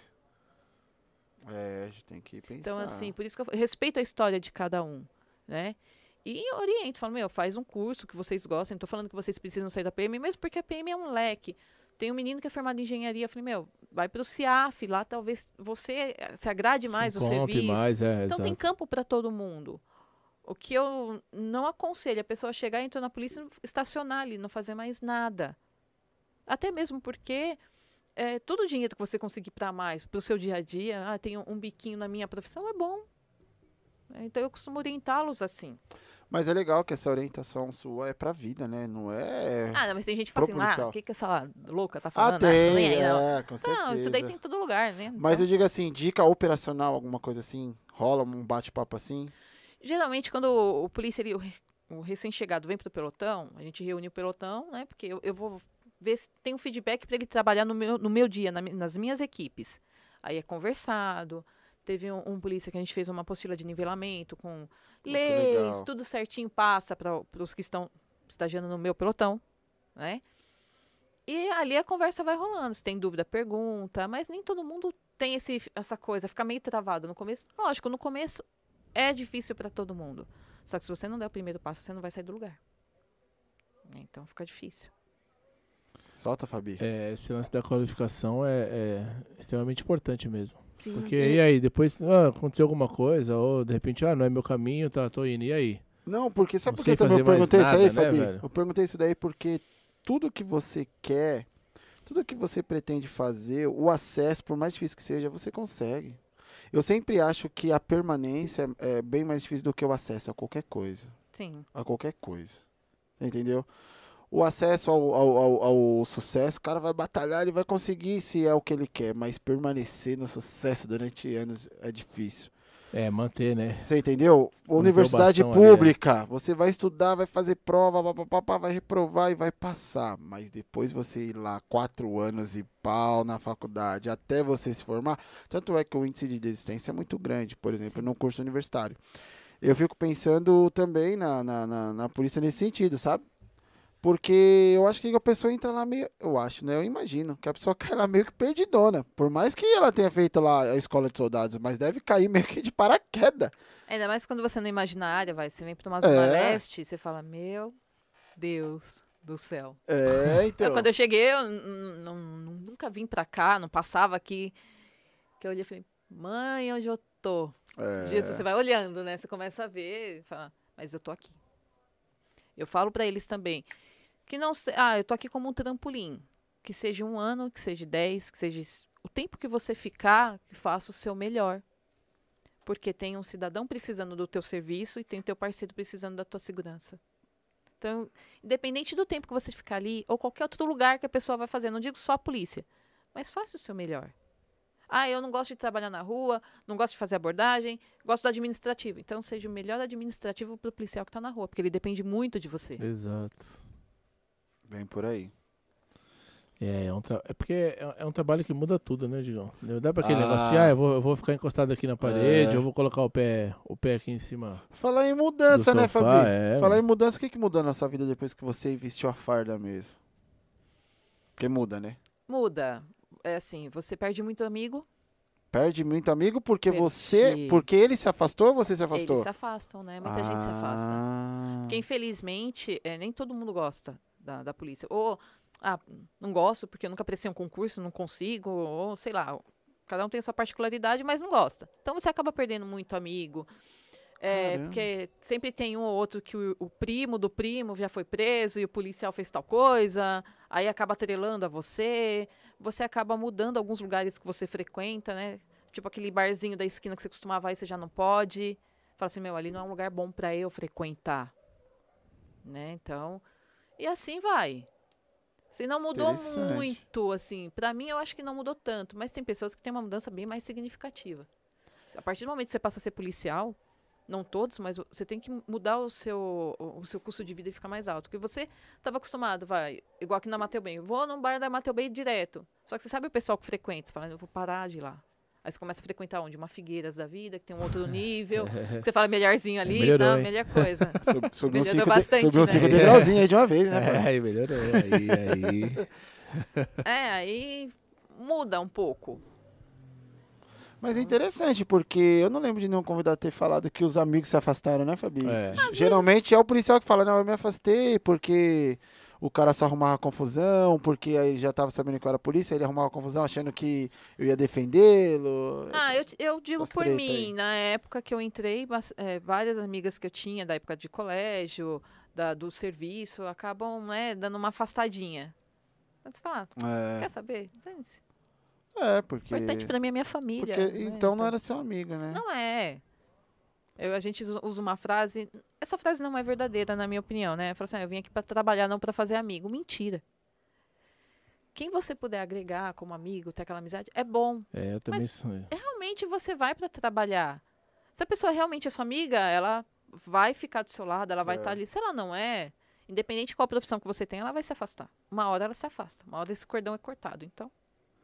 A gente tem que pensar. Então, assim, por isso que eu respeito a história de cada um, né? E oriento, falo, faz um curso que vocês gostem, não estou falando que vocês precisam sair da PM, mesmo porque a PM é um leque. Tem um menino que é formado em engenharia, eu falei, vai para o CIAF, lá talvez você se agrade mais o serviço. Mais, então, exato. tem campo para todo mundo. O que eu não aconselho a pessoa chegar, entrar na polícia e estacionar ali, não fazer mais nada. Até mesmo porque todo o dinheiro que você conseguir para mais, para o seu dia a dia, tem um biquinho na minha profissão, é bom. Então eu costumo orientá-los assim. Mas é legal que essa orientação sua é pra vida, né? Não é... não, mas tem gente que fala assim, o que essa louca tá falando? Tem, não. Com certeza. Não, isso daí tem em todo lugar, né? Mas eu digo assim, dica operacional, alguma coisa assim, rola um bate-papo assim? Geralmente, quando o polícia, o recém-chegado vem pro pelotão, a gente reúne o pelotão, né? Porque eu vou ver se tem um feedback para ele trabalhar no meu dia, nas minhas equipes. Aí é conversado, Teve um polícia que a gente fez uma apostila de nivelamento com leis, tudo certinho, passa para os que estão estagiando no meu pelotão, né? E ali a conversa vai rolando. Se tem dúvida, pergunta. Mas nem todo mundo tem essa coisa, fica meio travado no começo. Lógico, no começo é difícil para todo mundo. Só que se você não der o primeiro passo, você não vai sair do lugar. Então fica difícil. Solta, Fabi. Esse lance da qualificação é extremamente importante mesmo. Sim. Porque e aí, depois aconteceu alguma coisa, ou de repente, não é meu caminho, tô indo, e aí? Não, porque sabe por que também eu perguntei isso aí, Fabi? Eu perguntei isso daí porque tudo que você quer, tudo que você pretende fazer, o acesso, por mais difícil que seja, você consegue. Eu sempre acho que a permanência é bem mais difícil do que o acesso a qualquer coisa. Sim. A qualquer coisa. Entendeu? O acesso ao sucesso, o cara vai batalhar, ele vai conseguir se é o que ele quer, mas permanecer no sucesso durante anos é difícil. Manter, né? Você entendeu? Universidade pública, você vai estudar, vai fazer prova, vai reprovar e vai passar. Mas depois você ir lá 4 anos e pau na faculdade, até você se formar. Tanto é que o índice de desistência é muito grande, por exemplo, no curso universitário. Eu fico pensando também na polícia nesse sentido, sabe? Porque eu acho que a pessoa entra lá meio... Eu acho, né? Eu imagino que a pessoa cai lá meio que perdidona. Por mais que ela tenha feito lá a escola de soldados, mas deve cair meio que de paraquedas. Ainda mais quando você não imagina a área, você vem para uma Zona Leste, você fala, meu Deus do céu. Então... Quando eu cheguei, eu nunca vim para cá, não passava aqui. Que eu olhei e falei, mãe, onde eu tô? Jesus, você vai olhando, né? Você começa a ver, fala, mas eu tô aqui. Eu falo para eles também que não, eu tô aqui como um trampolim, que seja 1 ano, que seja 10, que seja o tempo que você ficar, que faça o seu melhor. Porque tem um cidadão precisando do teu serviço e tem teu parceiro precisando da tua segurança. Então, independente do tempo que você ficar ali, ou qualquer outro lugar que a pessoa vai fazer, não digo só a polícia, mas faça o seu melhor. Eu não gosto de trabalhar na rua, não gosto de fazer abordagem, gosto do administrativo. Então, seja o melhor administrativo para o policial que está na rua, porque ele depende muito de você. Exato. Bem por aí. Porque é um trabalho que muda tudo, né, Digão? Não dá para aquele negócio de, eu vou ficar encostado aqui na parede, eu vou colocar o pé aqui em cima. Falar em mudança, né, Fabi? Falar em mudança, o que mudou na sua vida depois que você vestiu a farda mesmo? Porque muda, né? Muda. É assim, você perde muito amigo. Perde muito amigo porque porque ele se afastou ou você se afastou? Eles se afastam, né? Muita gente se afasta. Porque, infelizmente, nem todo mundo gosta da polícia. Ou, não gosto porque eu nunca prestei um concurso, não consigo, ou sei lá. Cada um tem a sua particularidade, mas não gosta. Então, você acaba perdendo muito amigo. Porque sempre tem um ou outro que o primo do primo já foi preso e o policial fez tal coisa, aí acaba atrelando a você acaba mudando alguns lugares que você frequenta, né? Tipo aquele barzinho da esquina que você costumava ir, você já não pode. Fala assim, ali não é um lugar bom para eu frequentar, né? Então, e assim vai. Assim, não mudou muito, assim. Para mim, eu acho que não mudou tanto, mas tem pessoas que têm uma mudança bem mais significativa. A partir do momento que você passa a ser policial, não todos, mas você tem que mudar o seu custo de vida e ficar mais alto. Porque você estava acostumado, igual aqui na Mateu Bem. Vou no bar da Mateu Bem direto. Só que você sabe o pessoal que frequenta. Você fala, eu vou parar de ir lá. Aí você começa a frequentar onde? Uma Figueiras da vida, que tem um outro nível. Que você fala melhorzinho ali, melhorou, melhor coisa. Subiu uns 5 degrauzinhos aí de uma vez, né? Aí melhorou. Aí muda um pouco. Mas é interessante, porque eu não lembro de nenhum convidado ter falado que os amigos se afastaram, né, Fabi? Geralmente é o policial que fala, não, eu me afastei porque o cara só arrumava confusão, porque aí já tava sabendo que eu era polícia, ele arrumava confusão achando que eu ia defendê-lo. Eu digo por mim, na época que eu entrei, várias amigas que eu tinha, da época de colégio, do serviço, acabam, dando uma afastadinha. Você fala, quer saber? Porque... importante pra mim é minha família. Então não era seu amigo, né? Não é. A gente usa uma frase... Essa frase não é verdadeira, na minha opinião, né? Fala assim, eu vim aqui pra trabalhar, não pra fazer amigo. Mentira. Quem você puder agregar como amigo, ter aquela amizade, é bom. Eu também sou. Realmente você vai pra trabalhar. Se a pessoa realmente é sua amiga, ela vai ficar do seu lado, ela vai estar ali. Se ela não é, independente de qual profissão que você tem, ela vai se afastar. Uma hora ela se afasta. Uma hora esse cordão é cortado, então...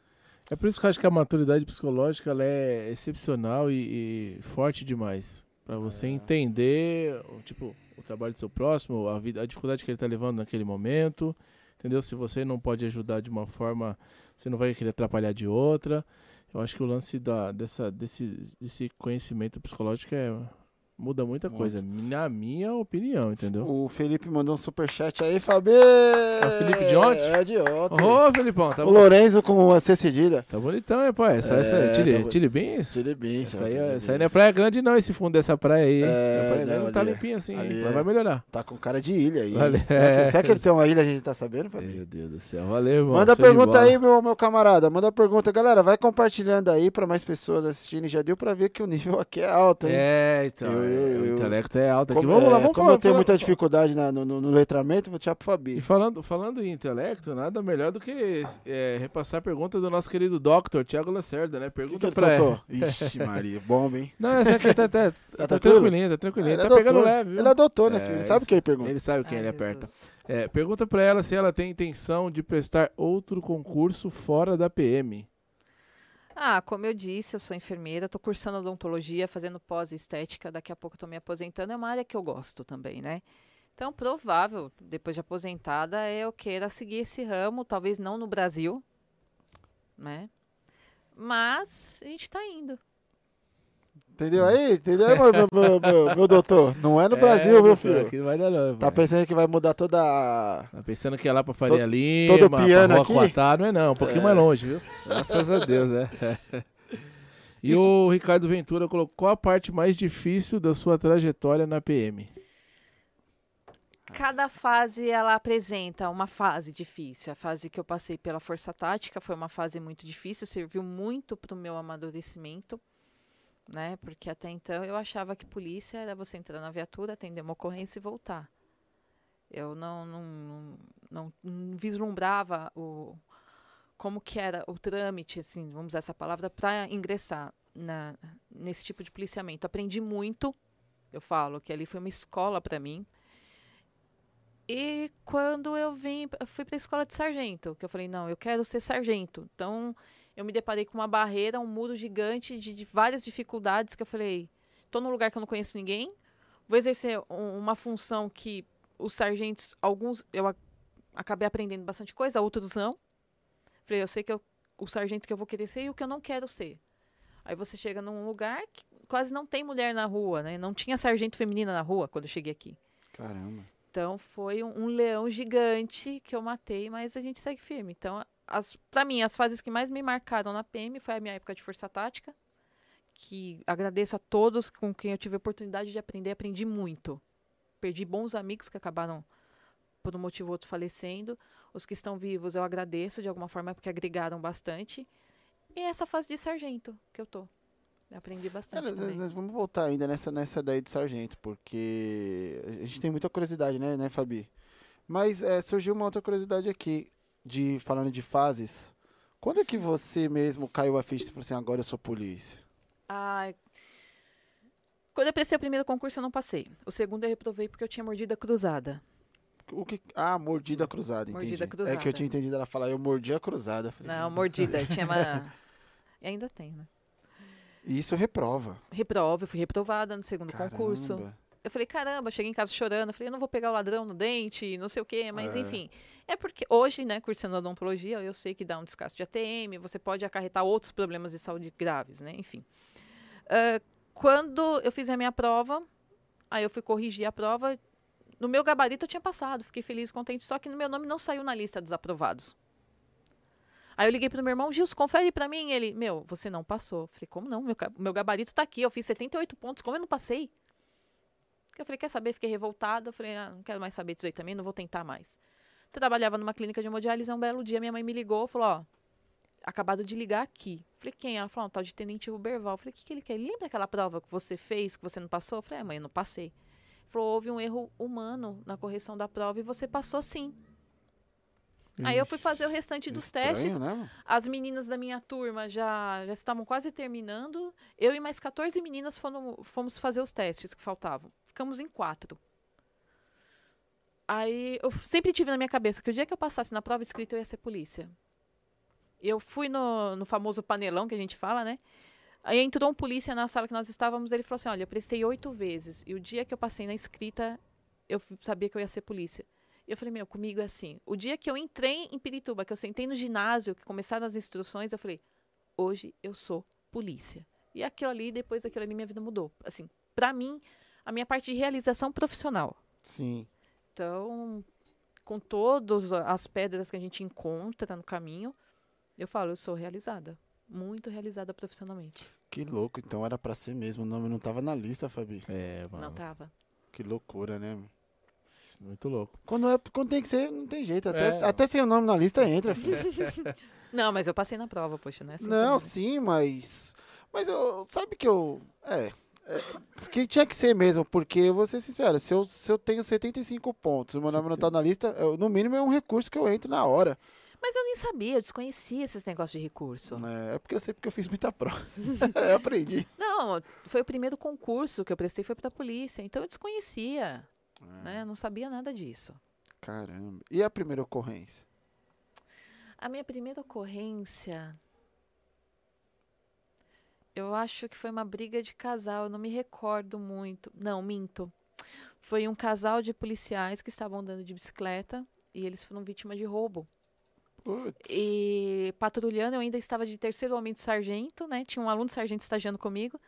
É por isso que eu acho que a maturidade psicológica ela é excepcional e forte demais. Pra você entender, tipo, o trabalho do seu próximo, a dificuldade que ele tá levando naquele momento, entendeu? Se você não pode ajudar de uma forma, você não vai querer atrapalhar de outra. Eu acho que o lance desse conhecimento psicológico muda muita coisa, na minha opinião, entendeu? O Felipe mandou um superchat aí, Fabi! É o Felipe de ontem? É de ontem. Ô, Felipão, tá o Lorenzo com a C cedilha. Tá bonitão, hein, pô? Essa é Chile Beans? Chile Beans. Essa aí não é praia grande não, esse fundo dessa praia aí, hein? A praia grande não tá limpinha assim, hein? Mas vai melhorar. Tá com cara de ilha aí. Valeu. Será que ele tem uma ilha, a gente tá sabendo, Fabi? Meu Deus do céu, valeu, irmão. Manda pergunta aí, meu camarada. Manda pergunta. Galera, vai compartilhando aí pra mais pessoas assistirem. Já deu pra ver que o nível aqui é alto, hein? Então, o intelecto é alto aqui. Vamos lá, vamos falar. Como eu tenho muita dificuldade no letramento, vou tirar pro Fabi. E falando em intelecto, nada melhor do que repassar a pergunta do nosso querido Dr. Thiago Lacerda, né? Pergunta pra ele. Ixi, Maria, bomba, hein? Não, essa aqui tá tranquilinho, tá tranquilinho. Tá pegando leve, viu? Ele adotou, né, filho? Ele sabe o que ele pergunta. Ele sabe quem ele aperta. Pergunta pra ela se ela tem intenção de prestar outro concurso fora da PM. Como eu disse, eu sou enfermeira, estou cursando odontologia, fazendo pós-estética, daqui a pouco estou me aposentando, é uma área que eu gosto também, né? Então, provável, depois de aposentada, eu queira seguir esse ramo, talvez não no Brasil, né? Mas a gente está indo. Entendeu aí? Entendeu aí, meu doutor? Não é no Brasil, meu filho. Aqui não vai dar não, tá pensando que vai mudar toda a... Tá pensando que é lá pra Faria Lima, todo piano pra aqui? Quatá, não é não, um pouquinho mais longe, viu? Graças a Deus, né? E o Ricardo Ventura colocou: qual a parte mais difícil da sua trajetória na PM? Cada fase ela apresenta uma fase difícil. A fase que eu passei pela Força Tática foi uma fase muito difícil, serviu muito para o meu amadurecimento, né? Porque até então eu achava que polícia era você entrar na viatura, atender uma ocorrência e voltar. Eu não vislumbrava como que era o trâmite, assim, vamos usar essa palavra, para ingressar nesse tipo de policiamento. Aprendi muito, eu falo que ali foi uma escola para mim. E quando eu fui para a escola de sargento, que eu falei, não, eu quero ser sargento. Então, eu me deparei com uma barreira, um muro gigante de várias dificuldades, que eu falei, estou num lugar que eu não conheço ninguém, vou exercer uma função que os sargentos, alguns, eu acabei aprendendo bastante coisa, outros não. Falei, eu sei que o sargento que eu vou querer ser e o que eu não quero ser. Aí você chega num lugar que quase não tem mulher na rua, né? Não tinha sargento feminina na rua quando eu cheguei aqui. Caramba. Então, foi um leão gigante que eu matei, mas a gente segue firme. Então, para mim, as fases que mais me marcaram na PM foi a minha época de Força Tática, que agradeço a todos com quem eu tive a oportunidade de aprender, aprendi muito. Perdi bons amigos que acabaram, por um motivo ou outro, falecendo. Os que estão vivos eu agradeço de alguma forma, porque agregaram bastante. E essa fase de sargento que eu tô. Eu aprendi bastante também. Nós vamos voltar ainda nessa daí de sargento, porque a gente tem muita curiosidade, né, Fabi? Mas surgiu uma outra curiosidade aqui, falando de fases. Quando é que você mesmo caiu a ficha e falou assim, agora eu sou polícia? Quando eu prestei o primeiro concurso, eu não passei. O segundo eu reprovei porque eu tinha mordida cruzada. Mordida cruzada, entendi. Mordida cruzada. É que eu tinha entendido ela falar, eu mordi a cruzada. Falei, não, mordida. Tinha uma... E ainda tem, né? E isso reprova. Eu fui reprovada no segundo concurso. Eu falei, caramba, cheguei em casa chorando. Eu falei, eu não vou pegar o ladrão no dente, não sei o quê. Mas, enfim, é porque hoje, né, cursando odontologia, eu sei que dá um descaso de ATM, você pode acarretar outros problemas de saúde graves, né? Enfim. Quando eu fiz a minha prova, aí eu fui corrigir a prova. No meu gabarito eu tinha passado, fiquei feliz e contente, só que no meu nome não saiu na lista dos aprovados. Aí eu liguei pro meu irmão, Gilson, confere pra mim. Ele, você não passou. Eu falei, como não? Meu gabarito tá aqui, eu fiz 78 pontos, como eu não passei? Eu falei, quer saber? Fiquei revoltada. Eu falei, não quero mais saber disso aí também, não vou tentar mais. Trabalhava numa clínica de hemodiálise, um belo dia minha mãe me ligou, falou, acabado de ligar aqui. Eu falei, quem? Ela falou, tal de Tenente Uberval. Eu falei, o que ele quer? Ele lembra aquela prova que você fez, que você não passou? Eu falei, mãe, eu não passei. Ele falou, houve um erro humano na correção da prova e você passou sim. Aí eu fui fazer o restante dos testes. Né? As meninas da minha turma já estavam quase terminando. Eu e mais 14 meninas fomos fazer os testes que faltavam. Ficamos em 4. Aí eu sempre tive na minha cabeça que o dia que eu passasse na prova escrita eu ia ser polícia. Eu fui no famoso panelão que a gente fala, né? Aí entrou um polícia na sala que nós estávamos, ele falou assim, olha, eu prestei 8 vezes. E o dia que eu passei na escrita, eu sabia que eu ia ser polícia. E eu falei, meu, comigo é assim. O dia que eu entrei em Pirituba, que eu sentei no ginásio, que começaram as instruções, eu falei, hoje eu sou polícia. E aquilo ali, depois daquilo ali, minha vida mudou. Assim, pra mim, a minha parte de realização profissional. Sim. Então, com todas as pedras que a gente encontra no caminho, eu falo, eu sou realizada. Muito realizada profissionalmente. Que louco, então era pra ser mesmo. O nome não tava na lista, Fabi. Mano. Não tava. Que loucura, né? Muito louco. Quando tem que ser, não tem jeito. Até sem o nome na lista entra, filho. Não, mas eu passei na prova, poxa, né? Assim não, também. sim, mas eu, sabe que eu... porque tinha que ser mesmo, porque eu vou ser sincero, se eu tenho 75 pontos, o meu nome não tá na lista, no mínimo é um recurso que eu entro na hora. Mas eu nem sabia, eu desconhecia esses negócios de recurso. É porque eu sei porque eu fiz muita prova. Eu aprendi. Não, foi o primeiro concurso que eu prestei, foi pra polícia, então eu desconhecia, né? Eu não sabia nada disso. Caramba. E a primeira ocorrência? A minha primeira ocorrência, eu acho que foi uma briga de casal, eu não me recordo muito. Não, minto. Foi um casal de policiais que estavam andando de bicicleta e eles foram vítimas de roubo. Putz. E patrulhando, eu ainda estava de terceiro aumento sargento, né? Tinha um aluno sargento estagiando comigo.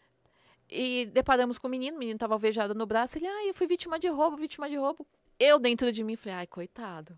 E deparamos com o menino estava alvejado no braço. Ele, eu fui vítima de roubo, vítima de roubo. Eu, dentro de mim, falei, ai, coitado.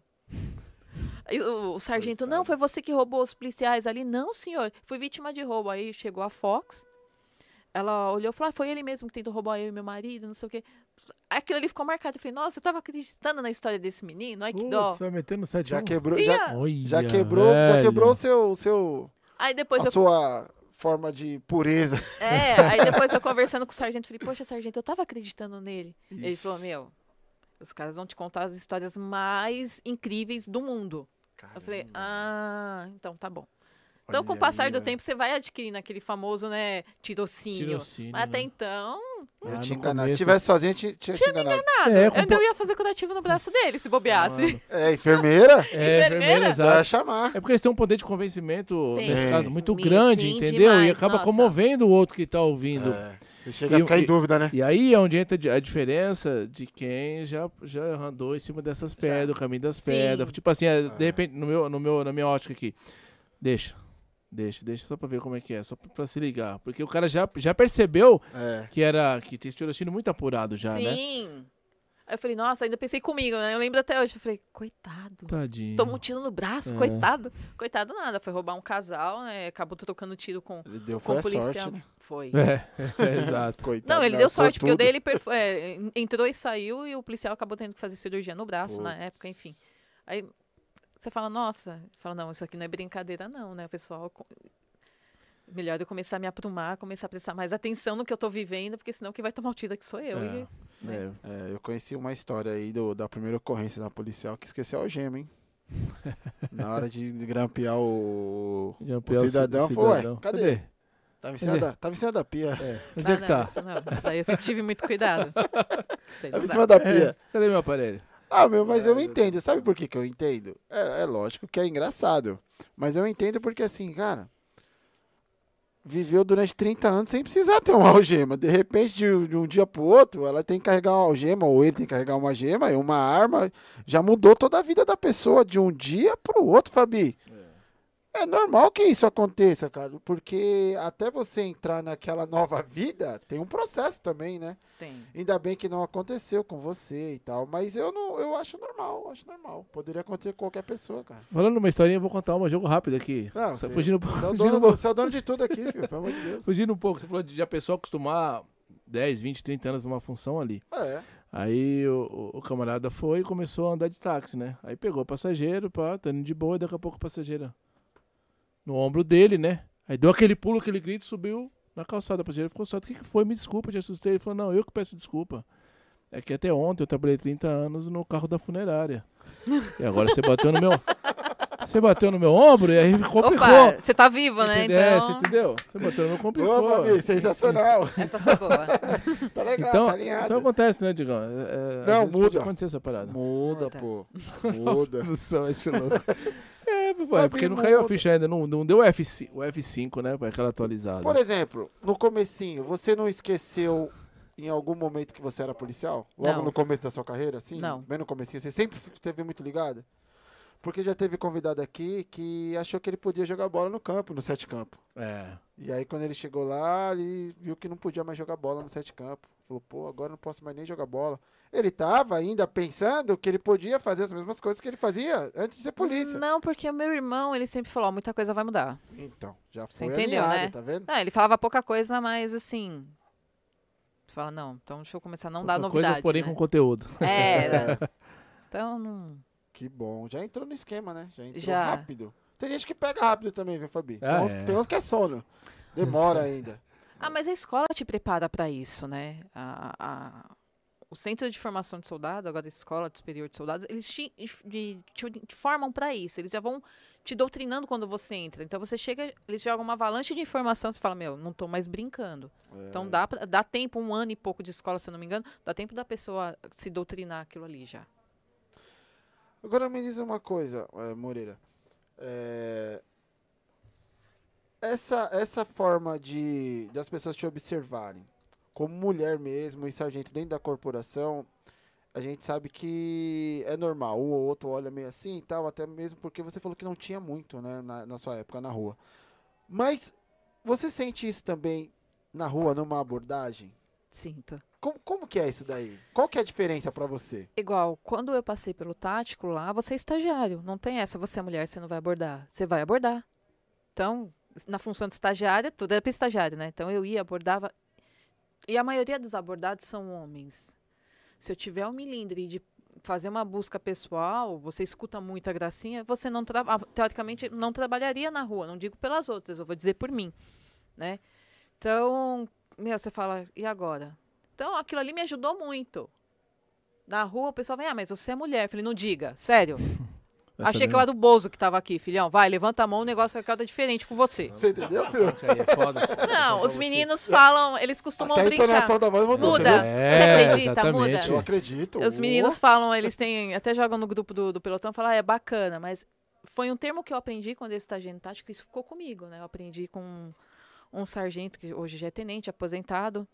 Aí o sargento, coitado. Não, foi você que roubou os policiais ali. Não, senhor, fui vítima de roubo. Aí chegou a Fox. Ela olhou e falou, foi ele mesmo que tentou roubar eu e meu marido, não sei o quê. Aquilo ali ficou marcado. Eu falei, nossa, eu tava acreditando na história desse menino, ai que dó. Você vai meter no 7 já quebrou, já quebrou o seu aí depois sua forma de pureza. Aí depois eu conversando com o sargento, falei, poxa, sargento, eu tava acreditando nele. Ixi. Ele falou, meu, os caras vão te contar as histórias mais incríveis do mundo. Caramba. Eu falei, então tá bom. Então, com o passar do tempo, você vai adquirindo aquele famoso, né, tirocínio. Mas até então... Eu tinha enganado. Se estivesse sozinha, tinha me enganado. Eu ainda ia fazer curativo no braço dele, se bobeasse. Enfermeira? Enfermeira, exato. Vai chamar. É porque eles têm um poder de convencimento, nesse caso, muito grande, entendeu? Demais, e acaba comovendo o outro que tá ouvindo. Você chega a ficar em dúvida, né? E aí é onde entra a diferença de quem já andou em cima dessas pedras, o caminho das pedras. Tipo assim, de repente, na minha ótica aqui, deixa só pra ver como é que é, só pra se ligar. Porque o cara já percebeu que tinha esse tirocínio muito apurado já, né? Sim. Aí eu falei, nossa, ainda pensei comigo, né? Eu lembro até hoje. Eu falei, coitado. Tadinho. Toma um tiro no braço, coitado. Coitado nada. Foi roubar um casal, né? Acabou trocando tiro com o policial. Sorte, né? Foi. Exato. Coitado, não, ele deu sorte, porque o dele entrou e saiu e o policial acabou tendo que fazer cirurgia no braço na época, enfim. Aí... Você fala, nossa, não, isso aqui não é brincadeira não, né, pessoal? Melhor eu começar a me aprumar, começar a prestar mais atenção no que eu tô vivendo, porque senão quem vai tomar o tiro aqui sou eu. Eu conheci uma história aí da primeira ocorrência da policial que esqueceu a algema, hein? Na hora de grampear o cidadão, falou, cadê? Tava em cima da pia. Onde é que tá? Isso daí eu sempre tive muito cuidado. Tava em cima da pia. Cadê meu aparelho? Mas eu entendo. Sabe por que eu entendo? É lógico que é engraçado. Mas eu entendo porque, assim, cara, viveu durante 30 anos sem precisar ter uma algema. De repente, de um dia pro outro, ela tem que carregar uma algema, ou ele tem que carregar uma algema, e uma arma. Já mudou toda a vida da pessoa de um dia pro outro, Fabi. É normal que isso aconteça, cara, porque até você entrar naquela nova vida, tem um processo também, né? Tem. Ainda bem que não aconteceu com você e tal, mas eu acho normal, Poderia acontecer com qualquer pessoa, cara. Falando uma historinha, eu vou contar um jogo rápido aqui. Não, fugindo um pouco. Você é o dono de tudo aqui, filho, pelo amor de Deus. Fugindo um pouco, você falou de a pessoa acostumar 10, 20, 30 anos numa função ali. Aí o camarada foi e começou a andar de táxi, né? Aí pegou o passageiro, tá indo de boa, e daqui a pouco o passageiro no ombro dele, né? Aí deu aquele pulo, aquele grito, subiu na calçada. O passageiro ficou solto. O que foi? Me desculpa, te assustei. Ele falou, não, eu que peço desculpa. É que até ontem eu trabalhei 30 anos no carro da funerária. E agora você bateu no meu... Você bateu no meu ombro e aí complicou. Opa, você tá vivo, né? Você entendeu? Você bateu no meu, complicou. Boa, Fabi, sensacional. Essa foi boa. Tá legal, então, tá alinhado. Então acontece, né, Digão? Não, muda. Pode acontecer essa parada. Muda, pô. Muda. Produção, é louco. pô, é porque não caiu a ficha ainda, não deu o F5, né, pra aquela atualizada. Por exemplo, no comecinho, você não esqueceu em algum momento que você era policial? Logo no começo da sua carreira, assim? Não. Bem no comecinho, você sempre esteve muito ligada? Porque já teve convidado aqui que achou que ele podia jogar bola no campo, no 7 campo. E aí quando ele chegou lá, ele viu que não podia mais jogar bola no 7 campo. Falou, pô, agora não posso mais nem jogar bola. Ele tava ainda pensando que ele podia fazer as mesmas coisas que ele fazia antes de ser polícia. Não, porque o meu irmão, ele sempre falou, muita coisa vai mudar. Então, já foi Você entendeu, alinhado, né? tá vendo? Não, ele falava pouca coisa, mas assim... Você fala, não, então deixa eu começar a não dar novidade, coisa, porém, né? com conteúdo. Então, não... Que bom. Já entrou no esquema, né? Já entrou Já. rápido. Tem gente que pega rápido também, viu, Fabi? Ah, Tem uns que é sono. Demora ainda. mas a escola te prepara para isso, né? O Centro de Formação de Soldado, agora a Escola Superior de Soldados, eles te formam para isso. Eles já vão te doutrinando quando você entra. Então você chega, eles jogam uma avalanche de informação, você fala, meu, não tô mais brincando. Então dá tempo, 1 ano e pouco de escola, se eu não me engano, dá tempo da pessoa se doutrinar aquilo ali já. Agora me diz uma coisa, Moreira. Essa forma das pessoas te observarem, como mulher mesmo e sargento dentro da corporação, a gente sabe que é normal. Um ou outro olha meio assim e tal, até mesmo porque você falou que não tinha muito, né, na sua época na rua. Mas você sente isso também na rua, numa abordagem? Sinto. Como que é isso daí? Qual que é a diferença pra você? Igual, quando eu passei pelo tático lá, você é estagiário. Não tem essa, você é mulher, você não vai abordar. Você vai abordar. Então, na função de estagiária, tudo é para estagiário, né? Então, eu ia, abordava. E a maioria dos abordados são homens. Se eu tiver um milindre de fazer uma busca pessoal, você escuta muita gracinha, você não teoricamente não trabalharia na rua. Não digo pelas outras, eu vou dizer por mim, né? Então, você fala, e agora? Então, aquilo ali me ajudou muito. Na rua, o pessoal vem, mas você é mulher. Eu falei, não diga, sério. Achei que eu era o Bozo que tava aqui, filhão. Vai, levanta a mão, o negócio vai ficar diferente com você. Você entendeu, filho? É foda. Não, os meninos falam, eles costumam até brincar. A entonação da voz muda. Você acredita? Exatamente. Muda. Eu acredito. Os meninos falam, eles têm, até jogam no grupo do pelotão, falam, é bacana, mas foi um termo que eu aprendi quando eu estagiei no tático, isso ficou comigo, né? Eu aprendi com um sargento, que hoje já é tenente, aposentado.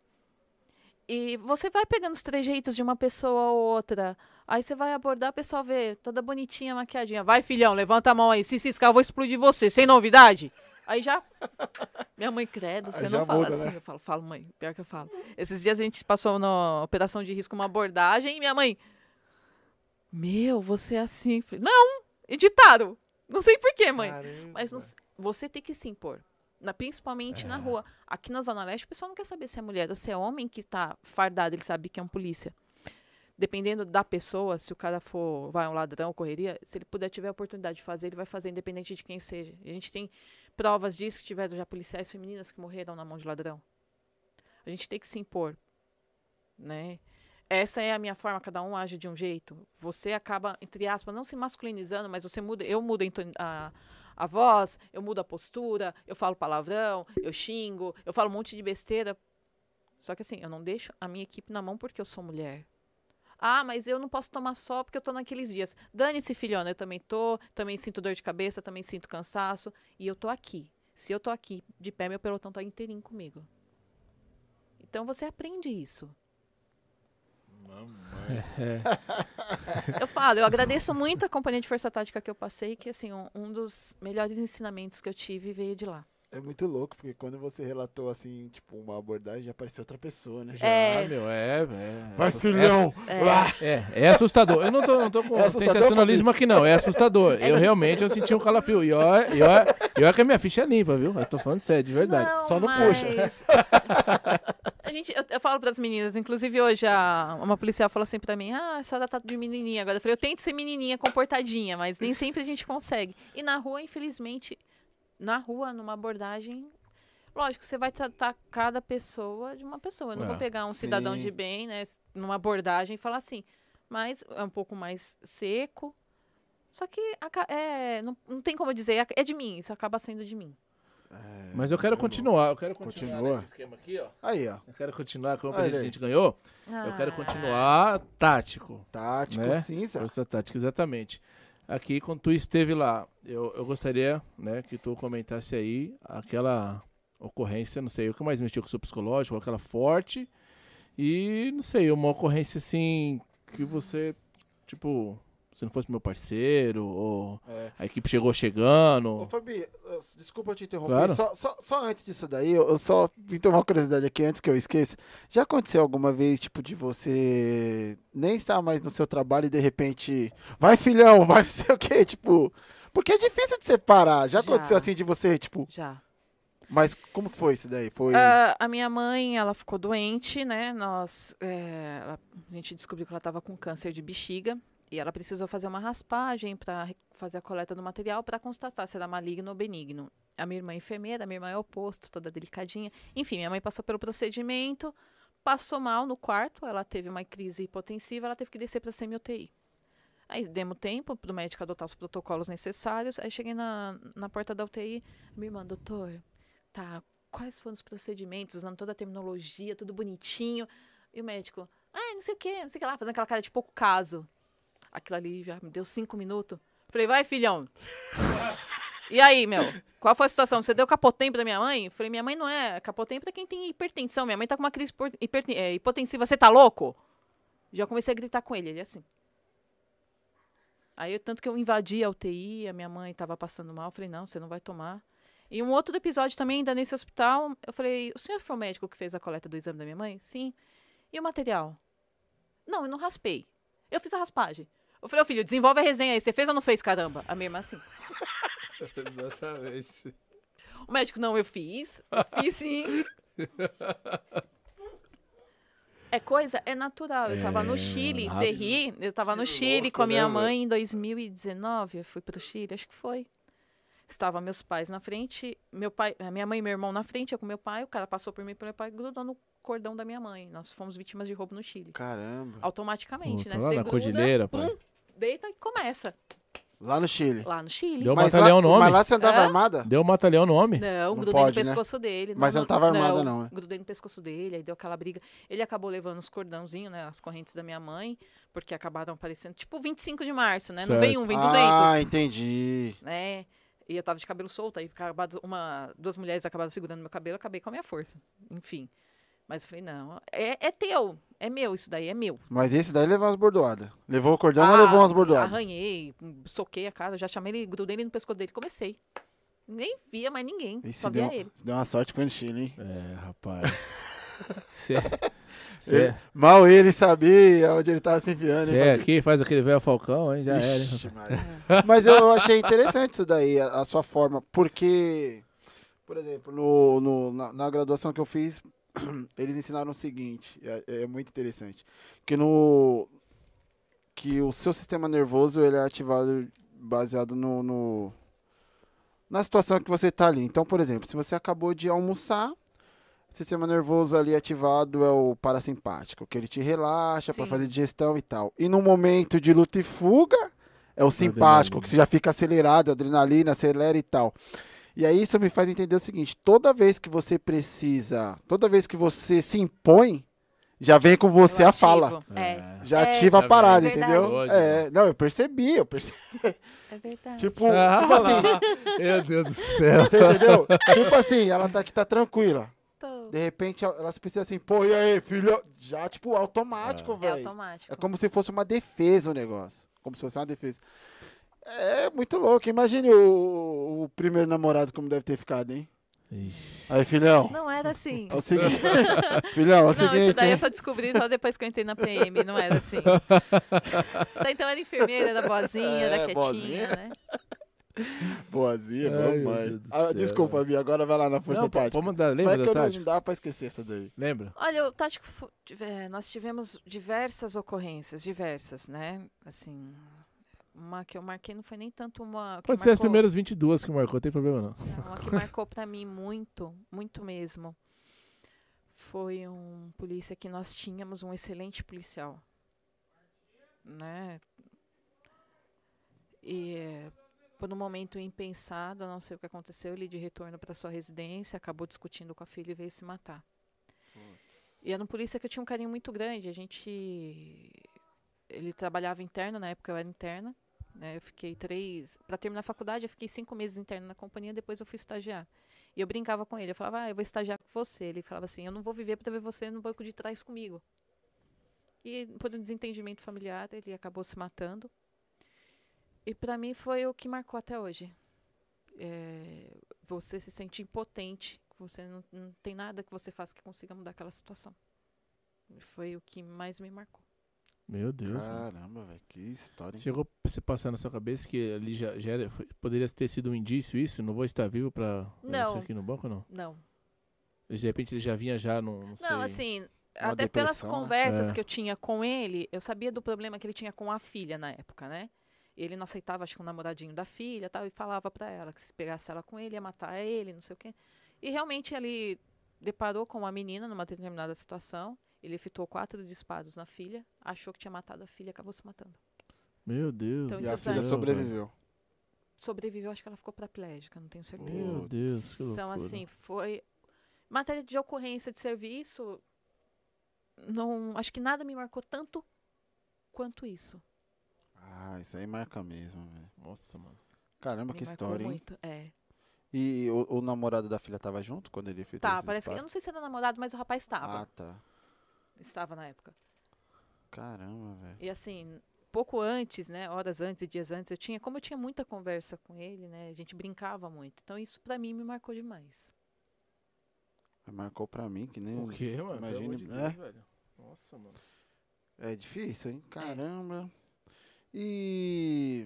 E você vai pegando os trejeitos de uma pessoa ou outra. Aí você vai abordar, a pessoa vê toda bonitinha, maquiadinha. Vai, filhão, levanta a mão aí. Se ciscar, eu vou explodir você. Sem novidade? Aí já... Minha mãe, credo, você não fala assim. Né? Eu falo, mãe, pior que eu falo. Esses dias a gente passou na operação de risco uma abordagem e minha mãe... Meu, você é assim. Falei, não, editaram. Não sei porquê, mãe. Caramba. Mas você tem que se impor. Principalmente na rua. Aqui na Zona Leste, o pessoal não quer saber se é mulher ou se é homem que tá fardado, ele sabe que é um polícia. Dependendo da pessoa, se o cara vai um ladrão, correria, se ele tiver a oportunidade de fazer, ele vai fazer, independente de quem seja. A gente tem provas disso, que tiveram já policiais femininas que morreram na mão de ladrão. A gente tem que se impor, né? Essa é a minha forma, cada um age de um jeito. Você acaba, entre aspas, não se masculinizando, mas você muda, eu mudo a voz, eu mudo a postura, eu falo palavrão, eu xingo, eu falo um monte de besteira. Só que assim, eu não deixo a minha equipe na mão porque eu sou mulher. Ah, mas eu não posso tomar sol porque eu tô naqueles dias. Dane-se, filhona, eu também sinto dor de cabeça, também sinto cansaço. E eu tô aqui. Se eu tô aqui de pé, meu pelotão tá inteirinho comigo. Então você aprende isso. Eu agradeço muito a companhia de força tática que eu passei, que assim, um dos melhores ensinamentos que eu tive veio de lá. É muito louco, porque quando você relatou assim, tipo, uma abordagem, já apareceu outra pessoa, né? Vai, filhão! É assustador. Eu não tô com sensacionalismo aqui, não. É assustador. Eu realmente senti um calafrio. E olha que a minha ficha é limpa, viu? Eu tô falando sério, de verdade. Não, só não puxa. Eu falo pras meninas, inclusive hoje uma policial falou assim pra mim, a senhora tá de menininha agora. Eu falei, eu tento ser menininha, comportadinha, mas nem sempre a gente consegue. E na rua, infelizmente... numa abordagem, lógico, você vai tratar cada pessoa de uma pessoa. Eu não vou pegar um cidadão de bem, né, numa abordagem e falar assim, mas é um pouco mais seco. Só que não tem como dizer, é de mim, isso acaba sendo de mim. Mas eu quero continuar, nesse esquema aqui, ó. Aí, ó. Eu quero continuar, como a gente ganhou, eu quero continuar tático. Tático, né? sim, sabe? Força tática, exatamente. aqui, quando tu esteve lá, eu gostaria, né, que tu comentasse aí aquela ocorrência, não sei, o que mais mexeu com o seu psicológico, aquela forte, e, não sei, uma ocorrência, assim, que você, tipo, se não fosse meu parceiro, ou a equipe chegou chegando... Ô, Fabi, desculpa te interromper, Claro. só antes disso daí, eu só vim tomar uma curiosidade aqui, antes que eu esqueça. Já aconteceu alguma vez, tipo, de você nem estar mais no seu trabalho e de repente, vai filhão, vai não sei o quê, tipo... Porque é difícil de separar. Já aconteceu assim de você, tipo... Já. Mas como que foi isso daí? Foi... A minha mãe, ela ficou doente, né? A gente descobriu que ela estava com câncer de bexiga. E ela precisou fazer uma raspagem para fazer a coleta do material para constatar se era maligno ou benigno. A minha irmã é enfermeira, a minha irmã é o oposto, toda delicadinha. Enfim, minha mãe passou pelo procedimento, passou mal no quarto, ela teve uma crise hipotensiva, ela teve que descer para semi-UTI. Aí demos tempo para o médico adotar os protocolos necessários. Aí cheguei na porta da UTI, minha irmã, doutor, tá, quais foram os procedimentos, usando toda a terminologia, tudo bonitinho. E o médico, não sei o que lá, fazendo aquela cara de pouco caso. Aquilo ali já me deu 5 minutos. Falei, vai, filhão. E aí, meu? Qual foi a situação? Você deu capotempo da minha mãe? Falei, minha mãe não é capotempo pra quem tem hipertensão. Minha mãe tá com uma crise hipotensiva. Você tá louco? Já comecei a gritar com ele assim. Aí, tanto que eu invadi a UTI, a minha mãe tava passando mal. Eu falei, não, você não vai tomar. E um outro episódio também, ainda nesse hospital, eu falei, o senhor foi o médico que fez a coleta do exame da minha mãe? Sim. E o material? Não, eu não raspei. Eu fiz a raspagem. Eu falei, filho, desenvolve a resenha aí. Você fez ou não fez, caramba? A minha irmã assim. Exatamente. O médico, não, eu fiz. Eu fiz sim. É natural. Eu tava no Chile, você ri? Eu tava no Chile louco, com a minha mãe em 2019. Eu fui pro Chile, acho que foi. Estavam meus pais na frente, minha mãe e meu irmão na frente, eu com meu pai. O cara passou por mim e pro meu pai, grudou no cordão da minha mãe. Nós fomos vítimas de roubo no Chile. Caramba. Automaticamente, né? Lá na cordilheira, pai. Deita e começa. Lá no Chile. Lá no Chile. Deu mata-leão nome? Mas lá você andava armada? Deu mata-leão nome? Não, grudei no pescoço dele. Mas você não tava armada, não, né? Grudei no pescoço dele, aí deu aquela briga. Ele acabou levando os cordãozinhos, né? As correntes da minha mãe, porque acabaram aparecendo, tipo 25 de março, né? Certo. Não vem vem 200. Ah, entendi. Né? E eu tava de cabelo solto, aí duas mulheres acabaram segurando meu cabelo, acabei com a minha força. Enfim. Mas eu falei, não, é teu, é meu, isso daí é meu. Mas esse daí levou umas bordoadas. Levou o cordão, mas levou umas bordoadas. Arranhei, soquei a cara, já chamei ele, grudei ele no pescoço dele, comecei. Nem via mais ninguém, só via ele. Você deu uma sorte com o Chile, hein? Rapaz. Mal ele sabia onde ele tava se enfiando. Você aqui faz aquele velho Falcão, hein? Já era. Mas eu achei interessante isso daí, a sua forma, porque, por exemplo, na graduação que eu fiz, eles ensinaram o seguinte, é muito interessante, que o seu sistema nervoso ele é ativado baseado na situação que você está ali. Então, por exemplo, se você acabou de almoçar, o sistema nervoso ali ativado é o parasimpático, que ele te relaxa para fazer digestão e tal. E no momento de luta e fuga, é o simpático, que você já fica acelerado, a adrenalina acelera e tal. E aí isso me faz entender o seguinte, toda vez que você se impõe, já vem com você a fala. Já ativa a parada, entendeu? Não, eu percebi. É verdade. Tipo assim... Meu Deus do céu. Você entendeu? Tipo assim, ela tá aqui, tá tranquila. De repente, ela se precisa assim, pô, e aí, filho? Já, tipo, automático, velho. É automático. É como se fosse uma defesa o negócio. Como se fosse uma defesa. É muito louco. Imagine o primeiro namorado como deve ter ficado, hein? Ixi. Aí, filhão. Não era assim. É o seguinte. Filhão, é o seguinte. Não, isso daí eu só descobri só depois que eu entrei na PM. Não era assim. Então era enfermeira, era boazinha, era quietinha, boazinha. Né? Boazinha, mãe. Desculpa, Bia, agora vai lá na Força Tática. Vamos mandar, lembra da tática? Não dá pra esquecer essa daí. Lembra? Olha, o tático, nós tivemos diversas ocorrências, né? Assim, uma que eu marquei não foi nem tanto uma... Pode ser as primeiras 22 que marcou, não tem problema não. Uma que marcou pra mim muito, muito mesmo. Foi um polícia que nós tínhamos, um excelente policial. Né? E... por um momento impensado, não sei o que aconteceu, ele de retorno para sua residência, acabou discutindo com a filha e veio se matar. E era um polícia que eu tinha um carinho muito grande. Ele trabalhava interno, na época eu era interna, né? Eu fiquei para terminar a faculdade, eu fiquei 5 meses interna na companhia, depois eu fui estagiar. E eu brincava com ele, eu falava, eu vou estagiar com você. Ele falava assim, eu não vou viver para ver você no banco de trás comigo. E por um desentendimento familiar, ele acabou se matando. E para mim foi o que marcou até hoje. Você se sente impotente, você não tem nada que você faça que consiga mudar aquela situação. E foi o que mais me marcou. Meu Deus. Caramba, velho, que história. Hein? Chegou a se passar na sua cabeça que ali já poderia ter sido um indício isso? Não vou estar vivo pra isso aqui no banco ou não? Não. De repente ele já vinha já, não sei. Não, assim, Uma até pelas depressão, conversas que eu tinha com ele, eu sabia do problema que ele tinha com a filha na época, né? Ele não aceitava, acho que o namoradinho da filha tal, e falava pra ela que se pegasse ela com ele, ia matar ele, não sei o quê. E realmente ele deparou com uma menina numa determinada situação. Ele efetuou 4 disparos na filha, achou que tinha matado a filha e acabou se matando. Meu Deus. Então, E a filha sobreviveu. Sobreviveu, acho que ela ficou paraplégica, não tenho certeza. Meu Deus, que loucura. Então, assim, foi... Matéria de ocorrência de serviço, não, acho que nada me marcou tanto quanto isso. Isso aí marca mesmo, velho. Nossa, mano. Caramba, que história, hein? Muito, E o namorado da filha tava junto quando ele efetuou esse parece que, eu não sei se era namorado, mas o rapaz estava. Ah, tá. Estava na época. Caramba, velho. E assim, pouco antes, né, horas antes e dias antes, como eu tinha muita conversa com ele, né, a gente brincava muito. Então isso pra mim me marcou demais. Marcou pra mim que nem... O quê, mano? Imagine, velho. Nossa, mano. É difícil, hein? Caramba. E...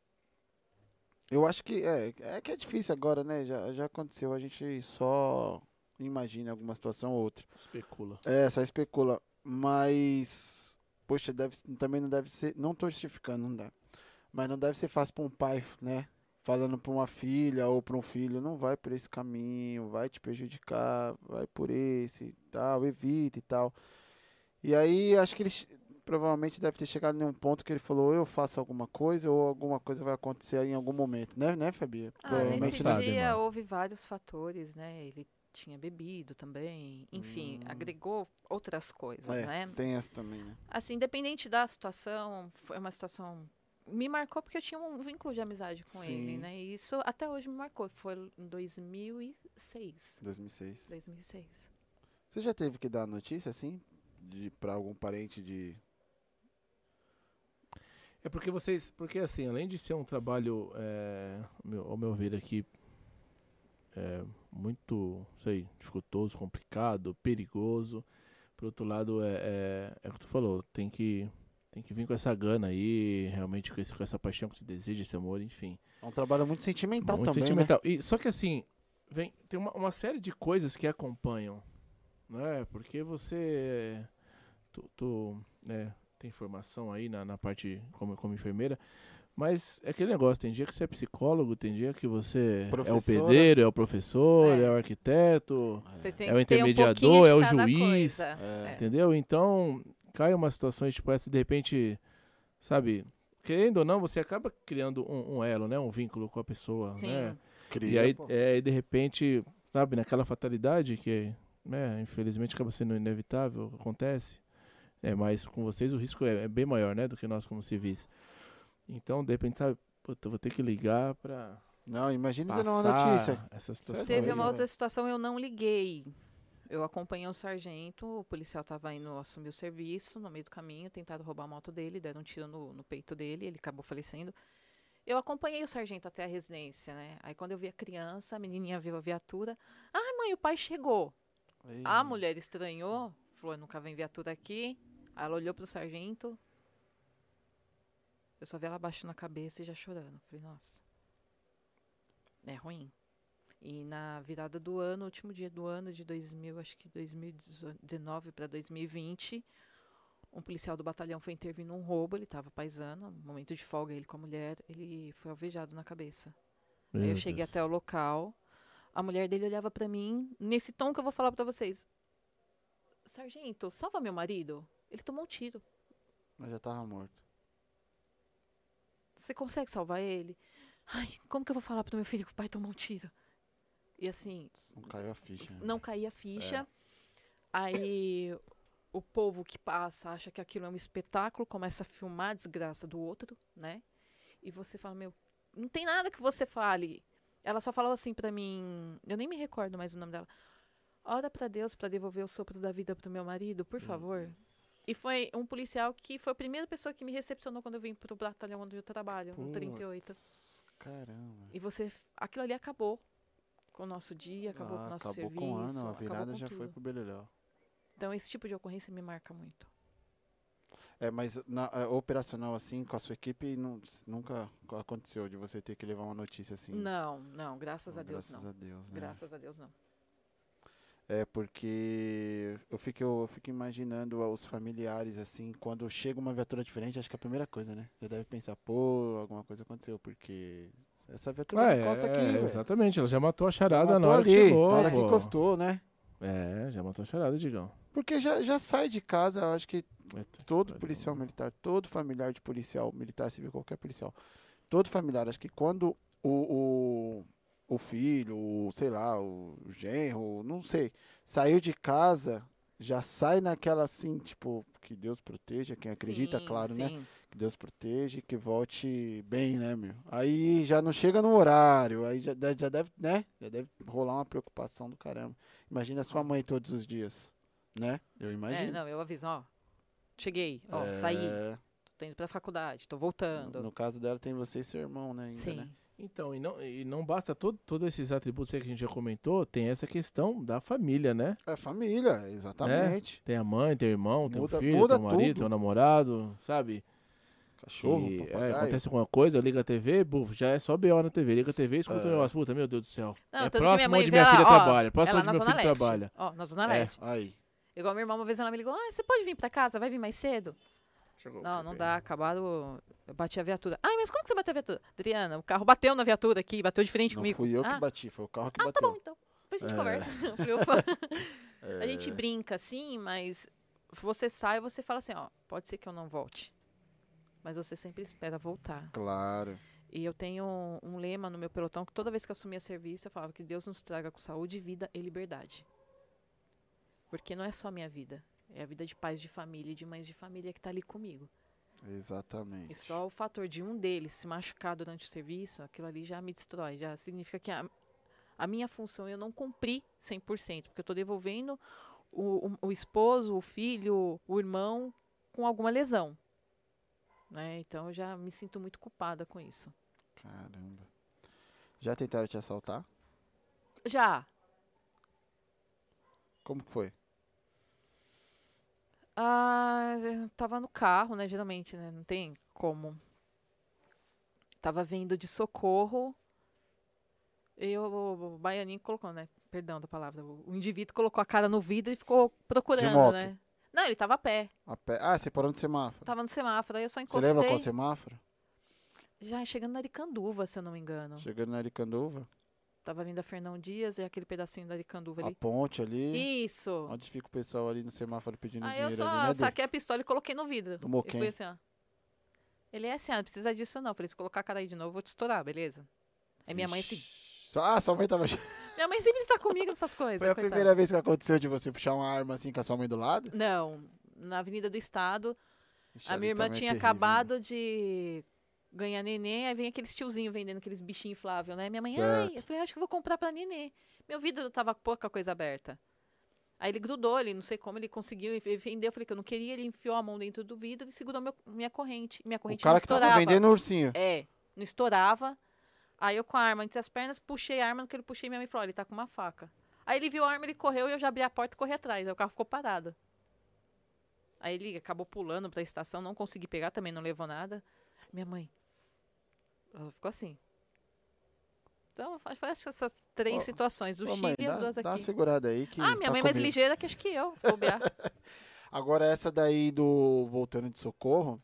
Eu acho que que é difícil agora, né? Já aconteceu, a gente só imagina alguma situação ou outra. Especula. Só especula. Mas, poxa, também não deve ser, não tô justificando, não dá. Mas não deve ser fácil para um pai, né? Falando para uma filha ou para um filho, não vai por esse caminho, vai te prejudicar, vai por esse e tal, evita e tal. E aí, acho que ele provavelmente deve ter chegado em um ponto que ele falou, ou eu faço alguma coisa, ou alguma coisa vai acontecer aí em algum momento, né, Fabi? Nesse dia houve vários fatores, né? Ele tinha bebido também, enfim, agregou outras coisas, né? Tem essa também, né? Assim, independente da situação, foi uma situação... Me marcou porque eu tinha um vínculo de amizade com ele, né? E isso até hoje me marcou. Foi em 2006. 2006. Você já teve que dar notícia, assim, pra algum parente de... É porque assim, além de ser um trabalho, ao meu ver aqui, muito, dificultoso, complicado, perigoso, por outro lado, é o que tu falou, tem que vir com essa gana aí, realmente com essa paixão, com esse desejo, esse amor, enfim. É um trabalho muito sentimental também, sentimental. né? Só que assim, tem uma série de coisas que acompanham, né? Porque você, tem formação aí na parte como enfermeira, mas é aquele negócio, tem dia que você é psicólogo, tem dia que você é o pedreiro, é o professor, é o arquiteto, é o intermediador, é o juiz, entendeu? Então... cai uma situação tipo essa, de repente, sabe, querendo ou não, você acaba criando um elo, né, um vínculo com a pessoa, Sim. né? Cria, e aí, de repente, sabe, naquela fatalidade que, né, infelizmente acaba sendo inevitável, acontece, mas com vocês o risco é bem maior, né, do que nós como civis. Então, de repente, sabe, puta, eu vou ter que ligar pra... Não, imagina dando uma notícia. Essa situação. Teve uma outra situação, eu não liguei. Eu acompanhei o sargento, o policial estava indo assumir o serviço, no meio do caminho, tentaram roubar a moto dele, deram um tiro no peito dele, ele acabou falecendo. Eu acompanhei o sargento até a residência, né? Aí quando eu vi a criança, a menininha viu a viatura. Ah, mãe, o pai chegou. Ei. A mulher estranhou, falou, nunca vem viatura aqui. Aí ela olhou pro sargento. Eu só vi ela abaixando a cabeça e já chorando. Falei, nossa, é ruim. E na virada do ano, último dia do ano de 2019 para 2020, um policial do batalhão foi intervir num roubo, ele estava paisano, no momento de folga, ele com a mulher, ele foi alvejado na cabeça. Aí eu cheguei até o local, a mulher dele olhava para mim, nesse tom que eu vou falar para vocês. Sargento, salva meu marido. Ele tomou um tiro. Mas já estava morto. Você consegue salvar ele? Ai, como que eu vou falar pro meu filho que o pai tomou um tiro? E assim... Não caiu a ficha. Né? Não caía a ficha. Aí o povo que passa acha que aquilo é um espetáculo, começa a filmar a desgraça do outro, né? E você fala, meu, não tem nada que você fale. Ela só falou assim pra mim, eu nem me recordo mais o nome dela. Ora pra Deus pra devolver o sopro da vida pro meu marido, por favor. E foi um policial que foi a primeira pessoa que me recepcionou quando eu vim pro batalhão onde eu trabalho, no 38. Caramba. E aquilo ali acabou com o nosso dia, acabou com o nosso serviço. Acabou com o ano, a virada já tudo. foi pro beleléu. Então esse tipo de ocorrência me marca muito. Mas operacional assim, com a sua equipe, nunca aconteceu de você ter que levar uma notícia assim? Não, graças a Deus não. Graças a Deus, né? Graças a Deus não. Porque eu fico imaginando os familiares, assim, quando chega uma viatura diferente, acho que é a primeira coisa, né? Já deve pensar, pô, alguma coisa aconteceu, porque essa viatura encosta aqui, velho. Exatamente, ela já matou a charada na hora ali, que chegou. Na hora que encostou, né? Já matou a charada, Digão. Porque já sai de casa, eu acho que todo policial militar, todo familiar de policial militar, civil, qualquer policial, todo familiar, acho que quando o filho, sei lá, o genro, não sei, saiu de casa, já sai naquela assim, tipo, que Deus proteja, quem acredita, claro, sim. né? Que Deus proteja e que volte bem, né, meu? Aí já não chega no horário, aí já deve, né? Já deve rolar uma preocupação do caramba. Imagina a sua mãe todos os dias, né? Eu imagino. Eu aviso, cheguei, saí, tô indo pra faculdade, tô voltando. No caso dela tem você e seu irmão, né? Ainda, sim. Né? Então, e não basta todos esses atributos aí que a gente já comentou, tem essa questão da família, né? É família, exatamente. Tem a mãe, tem o irmão, tem o filho, muda tem o marido, tudo. tem o namorado, sabe? Cachorro, papagaio. Acontece alguma coisa, liga a TV, buf, já é só BO na TV. Liga a TV e escuta o negócio. Puta, meu Deus do céu. Não, é próximo onde minha filha trabalha. Próximo onde meu filho trabalha. Na Zona Leste. Aí. Igual minha irmã, uma vez ela me ligou, você pode vir pra casa? Vai vir mais cedo? Chegou, não dá, acabaram, eu bati a viatura. Mas como que você bateu a viatura? Adriana, o carro bateu na viatura aqui, bateu de frente comigo. Não fui eu que bati, foi o carro que bateu. Tá bom, então. Depois a gente conversa. A gente brinca assim, mas você sai e você fala assim, pode ser que eu não volte. Mas você sempre espera voltar. Claro. E eu tenho um lema no meu pelotão, que toda vez que eu assumia serviço, eu falava que Deus nos traga com saúde, vida e liberdade. Porque não é só minha vida. É a vida de pais de família e de mães de família que está ali comigo. Exatamente. E só o fator de um deles se machucar durante o serviço, aquilo ali já me destrói. Já significa que a minha função eu não cumpri 100%. Porque eu estou devolvendo o esposo, o filho, o irmão com alguma lesão. Né? Então eu já me sinto muito culpada com isso. Caramba. Já tentaram te assaltar? Já. Como que foi? Eu tava no carro, né? Geralmente, né? Não tem como. Tava vindo de Socorro. E o baianinho colocou, né? Perdão da palavra. O indivíduo colocou a cara no vidro e ficou procurando, de moto. né? Não, ele tava a pé. Você parou no semáforo? Tava no semáforo, aí eu só encostei. Você lembra qual semáforo? Já chegando na Aricanduva, se eu não me engano. Chegando na Aricanduva? Tava vindo a Fernão Dias e aquele pedacinho da Aricanduva ali. A ponte ali. Isso. Onde fica o pessoal ali no semáforo pedindo aí dinheiro eu ali, né? saquei a pistola e coloquei no vidro. Do Moquém. E fui assim, Ele é assim, não precisa disso não. Falei, se colocar a cara aí de novo, eu vou te estourar, beleza? Aí minha mãe assim... sua mãe tava... Minha mãe sempre tá comigo nessas coisas. Foi a primeira vez que aconteceu de você puxar uma arma assim com a sua mãe do lado? Não. Na Avenida do Estado, a minha irmã tinha terrível, acabado de ganhar neném, aí vem aqueles tiozinhos vendendo aqueles bichinhos infláveis, né? Minha mãe, eu falei, acho que eu vou comprar pra nenê. Meu vidro tava pouca coisa aberta. Aí ele grudou, não sei como, ele conseguiu vender. Eu falei que eu não queria, ele enfiou a mão dentro do vidro e segurou minha corrente. Minha corrente não estourava. O cara que tava vendendo ursinho. Não estourava. Aí eu com a arma entre as pernas, puxei a arma, no que ele puxei, minha mãe falou, ele tá com uma faca. Aí ele viu a arma, ele correu e eu já abri a porta e corri atrás. Aí o carro ficou parado. Aí ele acabou pulando pra estação, não consegui pegar, também não levou nada. Minha mãe, ela ficou assim. Então, foi essas 3 situações, o Chile e as duas aqui. Dá uma segurada aí que minha mãe é mais ligeira que acho que eu, se bobear. Agora essa daí do voltando de Socorro,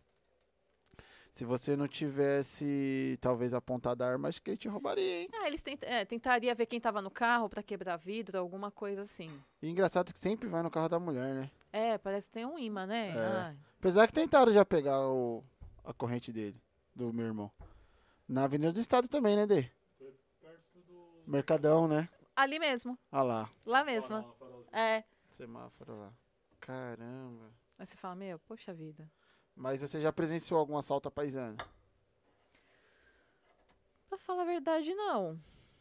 se você não tivesse, talvez, apontado a arma, acho que ele te roubaria, hein? Eles tentariam ver quem tava no carro pra quebrar vidro, alguma coisa assim. E engraçado que sempre vai no carro da mulher, né? Parece que tem um imã, né? Apesar que tentaram já pegar a corrente dele, do meu irmão. Na Avenida do Estado também, né, Dê? Foi perto do... Mercadão, né? Ali mesmo. Ah lá. Lá mesmo. Semáforo lá. Caramba. Aí você fala, poxa vida. Mas você já presenciou algum assalto à paisana? Pra falar a verdade, não.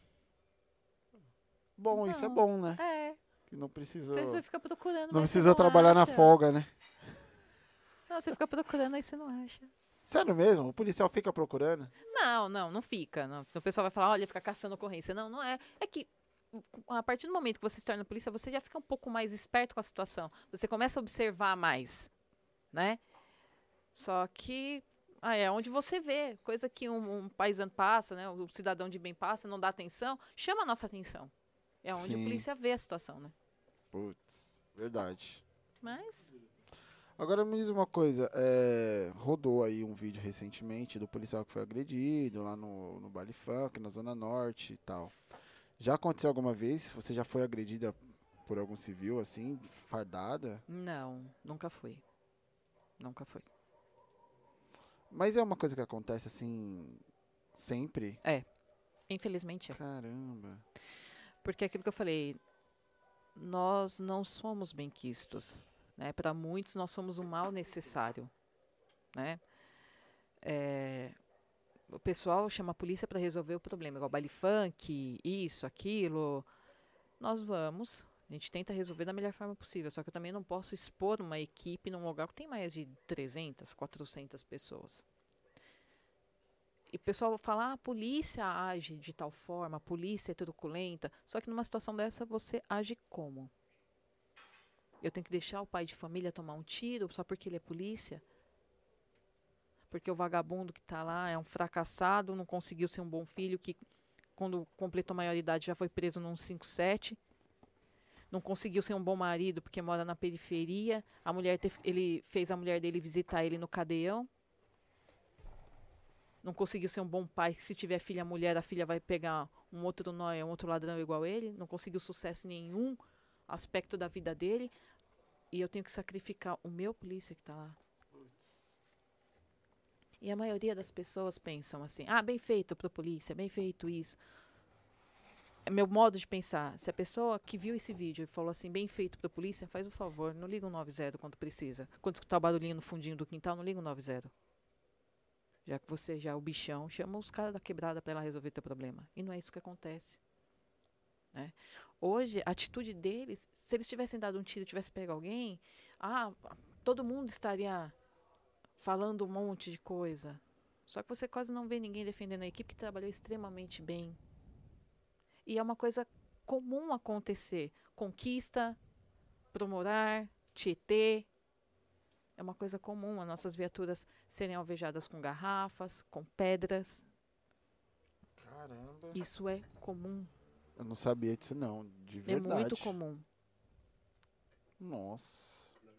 Bom, não. Isso é bom, né? É. Que não precisou... Você fica procurando, não precisou trabalhar na folga, né? Não, você fica procurando, aí você não acha. Sério mesmo? O policial fica procurando? Não fica. Não. O pessoal vai falar, olha, fica caçando ocorrência. Não é. É que a partir do momento que você se torna polícia, você já fica um pouco mais esperto com a situação. Você começa a observar mais, né? Só que é onde você vê, coisa que um paisano passa, né? Um cidadão de bem passa, não dá atenção, chama a nossa atenção. É onde a polícia vê a situação, né? Putz, verdade. Mas... Agora me diz uma coisa, rodou aí um vídeo recentemente do policial que foi agredido lá no baile funk, na Zona Norte e tal. Já aconteceu alguma vez? Você já foi agredida por algum civil, assim, fardada? Não, nunca fui. Nunca fui. Mas é uma coisa que acontece, assim, sempre? Infelizmente é. Caramba. Porque aquilo que eu falei, nós não somos benquistos. Né? Para muitos, nós somos o mal necessário. Né? O pessoal chama a polícia para resolver o problema, igual baile funk, isso, aquilo. Nós vamos, a gente tenta resolver da melhor forma possível, só que eu também não posso expor uma equipe num lugar que tem mais de 300, 400 pessoas. E o pessoal fala, a polícia age de tal forma, a polícia é truculenta, só que numa situação dessa você age como? Eu tenho que deixar o pai de família tomar um tiro só porque ele é polícia? Porque o vagabundo que está lá é um fracassado, não conseguiu ser um bom filho, que quando completou a maioridade já foi preso num 5-7. Não conseguiu ser um bom marido porque mora na periferia. Ele fez a mulher dele visitar ele no cadeião. Não conseguiu ser um bom pai, que se tiver filha mulher, a filha vai pegar um outro nóia, um outro ladrão igual ele. Não conseguiu sucesso em nenhum aspecto da vida dele. E eu tenho que sacrificar o meu polícia que está lá. E a maioria das pessoas pensam assim, bem feito pro polícia, bem feito isso. É meu modo de pensar. Se a pessoa que viu esse vídeo e falou assim, bem feito pro polícia, faz o favor, não liga o 90 quando precisa. Quando escutar o barulhinho no fundinho do quintal, não liga o 90. Já que você já é o bichão, chama os caras da quebrada para ela resolver teu problema. E não é isso que acontece. Né? Hoje, a atitude deles, se eles tivessem dado um tiro e tivessem pego alguém, todo mundo estaria falando um monte de coisa. Só que você quase não vê ninguém defendendo a equipe que trabalhou extremamente bem. E é uma coisa comum acontecer. Conquista, Promorar, Tietê. É uma coisa comum as nossas viaturas serem alvejadas com garrafas, com pedras. Caramba. Isso é comum. Eu não sabia disso não, de verdade. É muito comum. Nossa.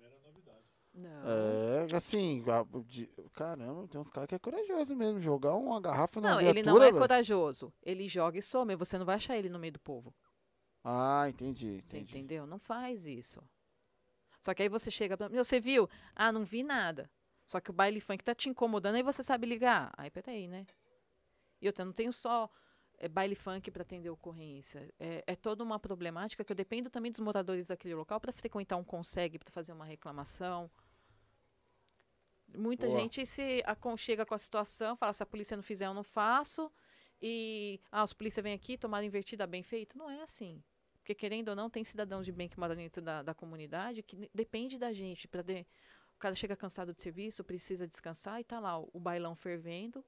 Não. Assim, caramba, tem uns caras que é corajoso mesmo, jogar uma garrafa na viatura. Não, ele não é corajoso. Ele joga e some, você não vai achar ele no meio do povo. Entendi. Você entendeu? Não faz isso. Só que aí você chega pra mim, você viu? Não vi nada. Só que o baile funk tá te incomodando, aí você sabe ligar. Aí, peraí, né? E eu não tenho só baile funk para atender ocorrência. É toda uma problemática que eu dependo também dos moradores daquele local para frequentar um consegue, para fazer uma reclamação. Muita gente se aconchega com a situação, fala, se a polícia não fizer, eu não faço. E, os polícia vêm aqui, tomaram invertida, bem feito. Não é assim. Porque, querendo ou não, tem cidadãos de bem que moram dentro da comunidade que depende da gente. O cara chega cansado de serviço, precisa descansar e tá lá o bailão fervendo.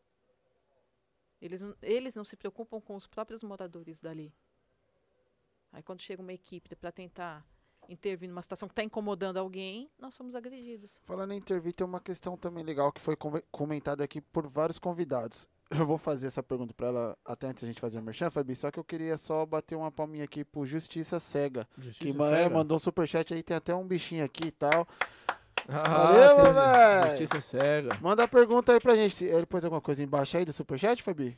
Eles não se preocupam com os próprios moradores dali. Aí, quando chega uma equipe para tentar intervir numa situação que está incomodando alguém, nós somos agredidos. Falando em intervir, tem uma questão também legal que foi comentada aqui por vários convidados. Eu vou fazer essa pergunta para ela até antes da gente fazer o merchan, Fabi, só que eu queria só bater uma palminha aqui pro Justiça Cega. Mandou um superchat aí, tem até um bichinho aqui e tal. Valeu, velho! Justiça Cega. Manda a pergunta aí pra gente. Ele pôs alguma coisa embaixo aí do superchat, Fabi?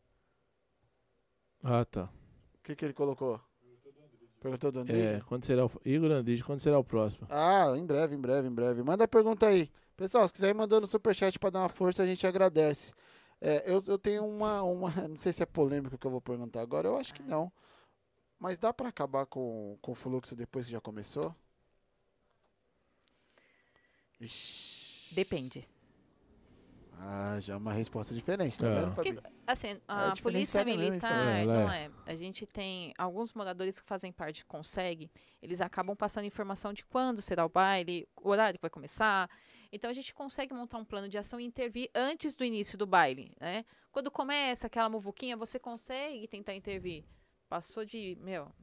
Tá. O que ele colocou? Perguntou do André? Quando será Igor Andrige, quando será o próximo? Em breve. Manda a pergunta aí. Pessoal, se quiser ir mandando superchat pra dar uma força, a gente agradece. Eu tenho uma, não sei se é polêmico que eu vou perguntar agora, eu acho que não. Mas dá pra acabar com o fluxo depois que já começou? Depende. Já é uma resposta diferente, tá vendo, Fabi? Porque, assim, a polícia militar, não é. A gente tem alguns moradores que fazem parte, consegue, eles acabam passando informação de quando será o baile, o horário que vai começar. Então, a gente consegue montar um plano de ação e intervir antes do início do baile, né? Quando começa aquela muvuquinha, você consegue tentar intervir. Passou de,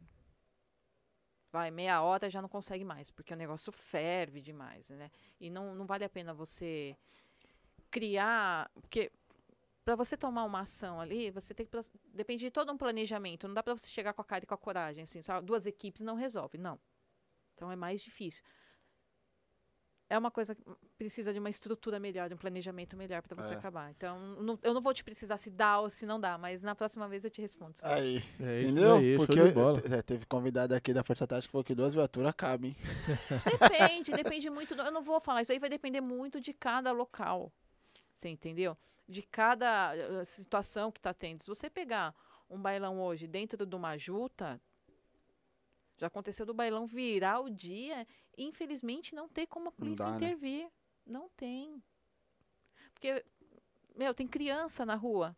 meia hora, já não consegue mais, porque o negócio ferve demais, né? E não vale a pena você criar, porque para você tomar uma ação ali, você tem que depende de todo um planejamento. Não dá para você chegar com a cara e com a coragem, assim, só 2 equipes não resolve, não. Então é mais difícil. É uma coisa que precisa de uma estrutura melhor, de um planejamento melhor para você acabar. Então, eu não vou te precisar se dá ou se não dá, mas na próxima vez eu te respondo. Aí, entendeu? Aí, porque teve convidado aqui da Força Tática que falou que 2 viaturas cabem. Depende muito. Eu não vou falar, isso aí vai depender muito de cada local. Você entendeu? De cada situação que está tendo. Se você pegar um bailão hoje dentro de uma juta, já aconteceu do bailão virar o dia, infelizmente não tem como a polícia intervir. Né? Não tem. Porque, tem criança na rua.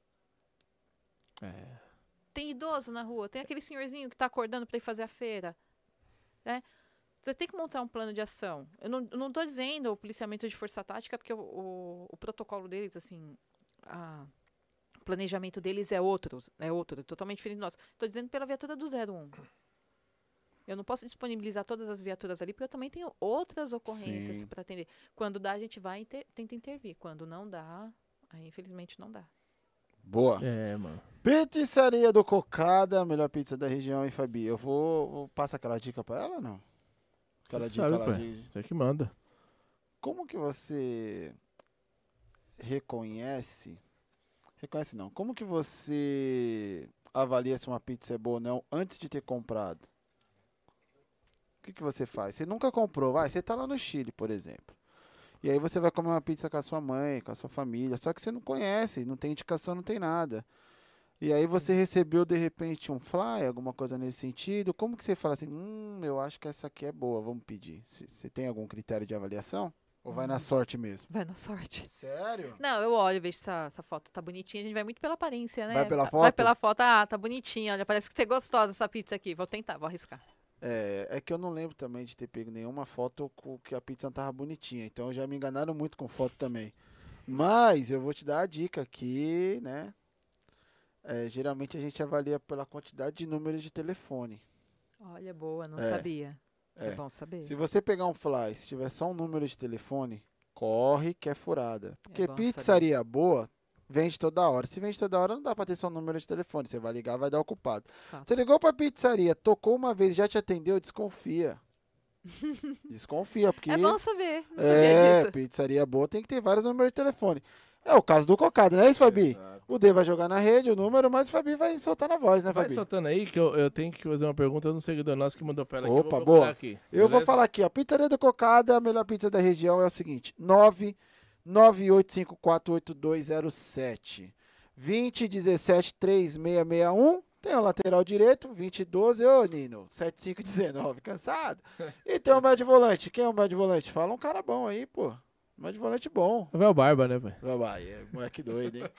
Tem idoso na rua. Tem aquele senhorzinho que está acordando para ir fazer a feira. Né? Você tem que montar um plano de ação. Eu não estou dizendo o policiamento de força tática, porque o protocolo deles, assim, o planejamento deles é outro, totalmente diferente do nosso. Estou dizendo pela viatura do 01. Eu não posso disponibilizar todas as viaturas ali, porque eu também tenho outras ocorrências para atender. Quando dá, a gente vai e tenta intervir. Quando não dá, aí infelizmente não dá. Boa. Mano. Pizzaria do Cocada, a melhor pizza da região, hein, Fabi? Eu vou passar aquela dica para ela ou não? Aquela dica lá de... Você que manda. Como que você reconhece não, como que você avalia se uma pizza é boa ou não antes de ter comprado? O que você faz? Você nunca comprou, você tá lá no Chile, por exemplo. E aí você vai comer uma pizza com a sua mãe, com a sua família, só que você não conhece, não tem indicação, não tem nada. E aí você recebeu, de repente, um flyer, alguma coisa nesse sentido. Como que você fala assim, eu acho que essa aqui é boa, vamos pedir? Você tem algum critério de avaliação? Ou vai na sorte mesmo? Vai na sorte. Sério? Não, eu olho, vejo se essa foto tá bonitinha. A gente vai muito pela aparência, né? Vai pela foto? Vai pela foto. Tá bonitinha. Olha, parece que você é gostosa essa pizza aqui. Vou tentar, vou arriscar. É que eu não lembro também de ter pego nenhuma foto com que a pizza não tava bonitinha. Então já me enganaram muito com foto também. Mas eu vou te dar a dica aqui, né? Geralmente a gente avalia pela quantidade de números de telefone. Olha, boa, não sabia. É bom saber. Se você pegar um fly, se tiver só um número de telefone, corre que é furada. Porque pizzaria boa vende toda hora. Se vende toda hora, não dá pra ter só um número de telefone. Você vai ligar, vai dar ocupado. Você ligou pra pizzaria, tocou uma vez, já te atendeu, desconfia. Desconfia, porque... É bom saber, não sabia disso. Pizzaria boa tem que ter vários números de telefone. É o caso do Cocada, não é isso, Fabi? Exato. O D vai jogar na rede o número, mas o Fabi vai soltar na voz, né, Fabi? Vai soltando aí, que eu tenho que fazer uma pergunta no seguidor nosso que mandou pra ela aqui. Opa, boa. Aqui, eu vou falar aqui, ó. Pizzaria do Cocada, a melhor pizza da região é o seguinte: 998548207 20173661. Tem o lateral direito, 2012, ô Nino, 7519, cansado. E tem o médio de volante. Quem é o médio de volante? Fala um cara bom aí, pô. Médio de volante bom. É o Barba, né, pai? Moleque doido, hein?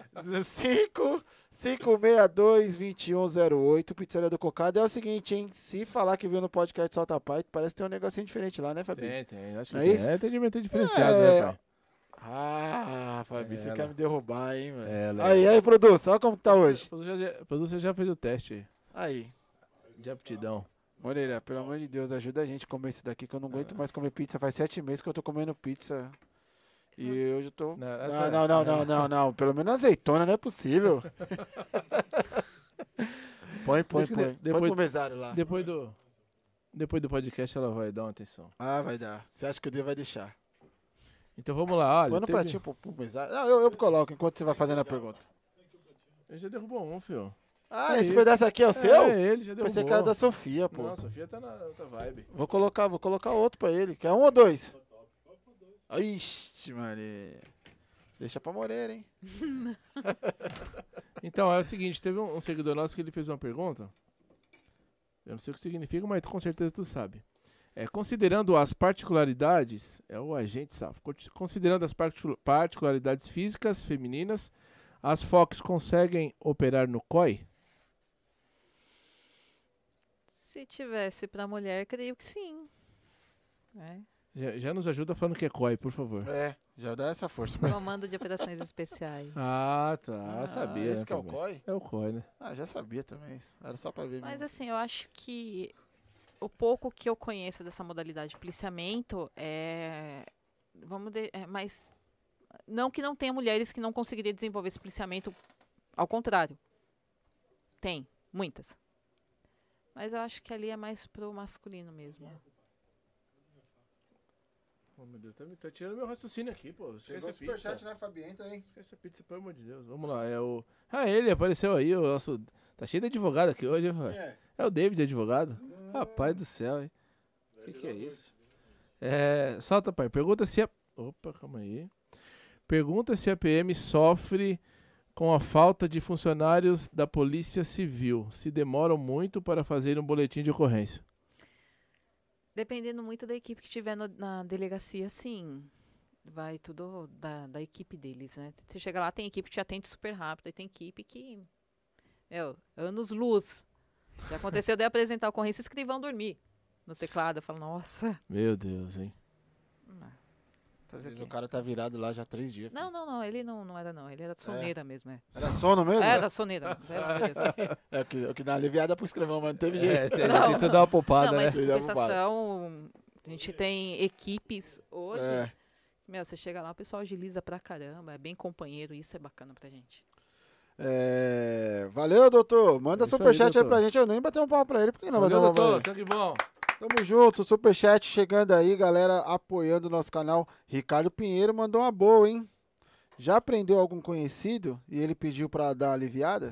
562-2108, Pizzaria do Cocada. É o seguinte, hein? Se falar que viu no podcast Solta Pai, parece que tem um negocinho diferente lá, né, Fabi? Tem. Acho que é isso? Atendimento diferenciado, né, pai? Fabi, você quer me derrubar, hein, mano? Aí, produção, olha como tá hoje. Produção já fez o teste aí. De aptidão. Moreira, pelo amor de Deus, ajuda a gente a comer isso daqui, que eu não aguento mais comer pizza. Faz 7 meses que eu tô comendo pizza. E eu já tô... Não. Pelo menos azeitona, não é possível. Põe pro mesário lá. Depois do podcast ela vai dar uma atenção. Vai dar. Você acha que o D vai deixar? Então vamos lá, olha. Põe no pratinho pro mesário. Não, eu coloco enquanto você vai fazendo a pergunta. Ele já derrubou um, filho. Esse pedaço aqui é o seu? Ele já derrubou. Pensei que era da Sofia, pô. Não, a Sofia tá na outra vibe. Vou colocar outro pra ele. Quer 1 ou 2? Ixi, Maria. Deixa pra Moreira, hein? Então, é o seguinte, teve um seguidor nosso que ele fez uma pergunta. Eu não sei o que significa, mas com certeza tu sabe. Considerando as particularidades, é o agente safo, considerando as particularidades físicas femininas, as Fox conseguem operar no COI? Se tivesse pra mulher, creio que sim. Já nos ajuda falando que é COI, por favor. Já dá essa força. Comando de Operações Especiais. Ah, tá. Sabia. Esse que é o COI? É o COI, né? Já sabia também. Era só pra ver. Mas assim, eu acho que o pouco que eu conheço dessa modalidade de policiamento mas não que não tenha mulheres que não conseguiriam desenvolver esse policiamento, ao contrário. Tem, muitas. Mas eu acho que ali é mais pro masculino mesmo. Oh, meu Deus, tá tirando meu raciocínio aqui, pô. Chegou o superchat, né, Fabi? Entra aí. Esquece a pizza, pelo amor de Deus. Vamos lá, ele apareceu aí, o nosso... Tá cheio de advogado aqui hoje, É o David, advogado. Rapaz do céu, hein? Que é isso? Solta, pai. Pergunta se a... Opa, calma aí. Pergunta se a PM sofre com a falta de funcionários da Polícia Civil. Se demoram muito para fazer um boletim de ocorrência. Dependendo muito da equipe que tiver na delegacia, sim. Vai tudo da equipe deles, né? Você chega lá, tem equipe que te atende super rápido, e tem equipe que... anos-luz. Já aconteceu de apresentar a ocorrência, os escrivão dormir no teclado. Eu falo, nossa. Meu Deus, hein? Às vezes o cara tá virado lá já há 3 dias. Não, ele não era não. Ele era soneira mesmo, Era sono mesmo? Era soneira. O que dá uma aliviada pro escrevão, mas não teve jeito. Tem que dar uma poupada, mas né? compensação, a gente tem equipes hoje. Você chega lá, o pessoal agiliza pra caramba. É bem companheiro, isso é bacana pra gente. Valeu, doutor. Manda superchat aí pra gente. Eu nem bati um pau pra ele, porque não vai dar uma doutor, sangue bom. Tamo junto, superchat chegando aí, galera apoiando o nosso canal. Ricardo Pinheiro mandou uma boa, hein? Já aprendeu algum conhecido e ele pediu pra dar uma aliviada?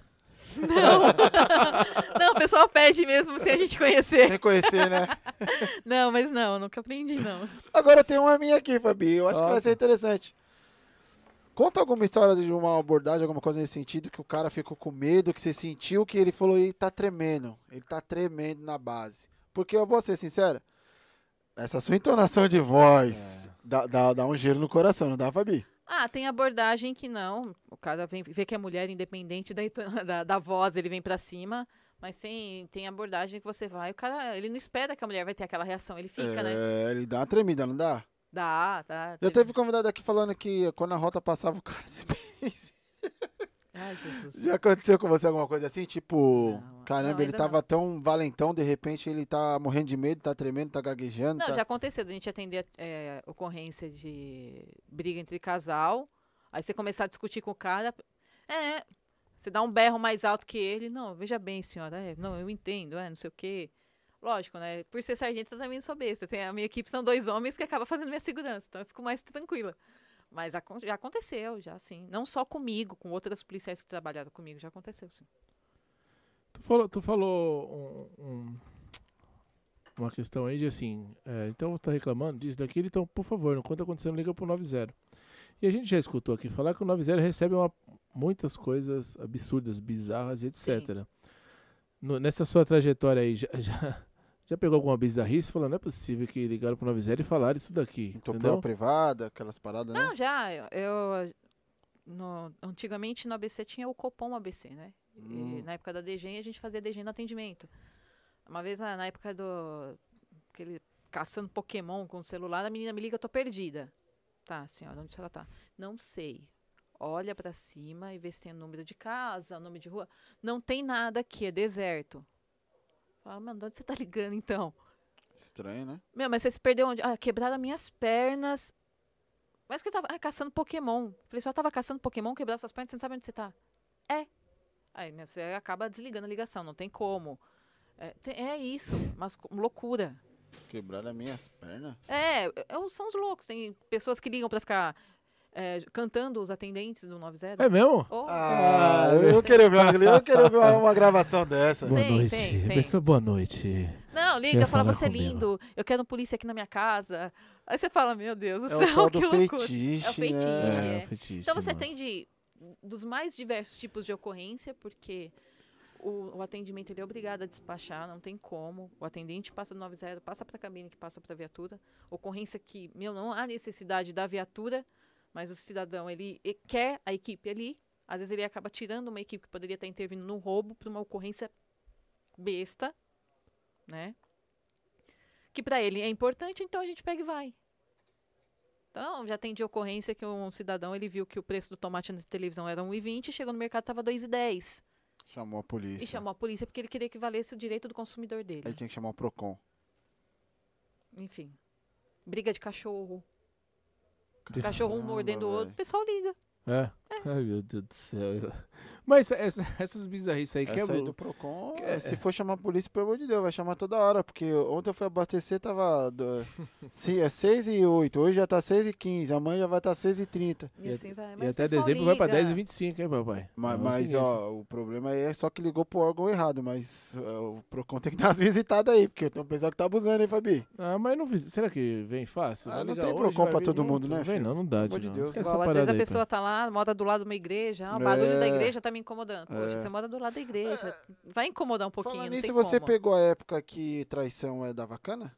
Não, o pessoal pede mesmo sem a gente conhecer. Sem conhecer, né? Não, mas nunca aprendi, não. Agora tem uma minha aqui, Fabi, eu acho que vai ser interessante. Conta alguma história de uma abordagem, alguma coisa nesse sentido, que o cara ficou com medo, que você sentiu que ele falou, ele tá tremendo na base. Porque eu vou ser sincero, essa sua entonação de voz dá um gelo no coração, não dá, Fabi? Tem abordagem que não. O cara vê que é mulher, independente da voz, ele vem pra cima. Mas tem abordagem que você vai, o cara, ele não espera que a mulher vai ter aquela reação, ele fica, né? Ele dá uma tremida, não dá? Dá. Já teve convidado aqui falando que quando a rota passava, o cara se pensa. Ai, Jesus. Já aconteceu com você alguma coisa assim? Tipo, caramba, ele tava tão valentão, de repente ele tá morrendo de medo, tá tremendo, tá gaguejando. Não, já aconteceu, a gente atender ocorrência de briga entre casal, aí você começar a discutir com o cara, você dá um berro mais alto que ele, não, veja bem, senhora, não, eu entendo, não sei o quê. Lógico, né, por ser sargento eu também sou besta, a minha equipe são 2 homens que acabam fazendo minha segurança, então eu fico mais tranquila. Mas já aconteceu, já sim. Não só comigo, com outras policiais que trabalharam comigo, já aconteceu, sim. Tu falou uma questão aí de assim, então você tá reclamando disso, daquilo, então, por favor, quando tá acontecendo, liga pro 90. E a gente já escutou aqui falar que o 90 recebe muitas coisas absurdas, bizarras e etc. Nessa sua trajetória aí, já pegou alguma bizarrice? Falou, não é possível que ligaram pro 90 e falaram isso daqui. Entupeu a privada, aquelas paradas, né? Não, já. Antigamente no ABC tinha o Copom ABC, né? E na época da DGEM a gente fazia DGEM no atendimento. Uma vez na época aquele caçando Pokémon com o celular, a menina me liga, eu tô perdida. Tá, senhora, onde ela tá? Não sei. Olha pra cima e vê se tem o número de casa, o nome de rua. Não tem nada aqui, é deserto. Fala, mano, de onde você tá ligando, então? Estranho, né? Mas você se perdeu onde? Quebraram as minhas pernas. Mas que tava caçando Pokémon. Falei, só tava caçando Pokémon, quebraram suas pernas, você não sabe onde você tá. Aí, você acaba desligando a ligação, não tem como. É isso, mas loucura. Quebraram as minhas pernas? São os loucos. Tem pessoas que ligam pra ficar cantando os atendentes do 90. É mesmo? Eu queria ver uma gravação dessa. Boa noite. Pessoa, boa noite. Não, liga, fala, você é lindo, eu quero um polícia aqui na minha casa. Aí você fala, meu Deus do céu, que loucura. Feitiço, é o feitiço, né? Feitiço, então você atende dos mais diversos tipos de ocorrência, porque o atendimento ele é obrigado a despachar, não tem como. O atendente passa do 90, passa para a cabine, que passa para a viatura. Ocorrência que, não há necessidade da viatura, mas o cidadão, ele quer a equipe ali. Às vezes ele acaba tirando uma equipe que poderia estar intervindo no roubo para uma ocorrência besta, né? Que para ele é importante, então a gente pega e vai. Então, já atendi ocorrência que um cidadão, ele viu que o preço do tomate na televisão era R$1,20, chegou no mercado, estava R$2,10. Chamou a polícia. E chamou a polícia porque ele queria que valesse o direito do consumidor dele. Aí tinha que chamar o Procon. Enfim. Briga de cachorro. Cachorro um mordendo o outro, o pessoal liga. Ai, meu Deus do céu. Mas essas bizarrices aí... Essa aí do Procon, se for chamar a polícia, pelo amor de Deus, vai chamar toda hora. Porque ontem eu fui abastecer, tava... é 6h08, hoje já tá 6h15, amanhã já vai estar 6h30. E assim vai. E até dezembro vai pra 10h25, hein, papai? Mas ó, o problema aí é só que ligou pro órgão errado, mas o Procon tem que dar umas visitadas aí, porque tem um pessoal que tá abusando, hein, Fabi? Mas não... Será que vem fácil? Não tem Procon pra todo mundo, né, filho? Não dá, de Deus. Às vezes a pessoa tá lá, mora do lado de uma igreja, o barulho da igreja tá me incomodando. Poxa, você mora do lado da igreja, vai incomodar um pouquinho, Falando não nisso, tem você como. pegou a época que traição dava cana?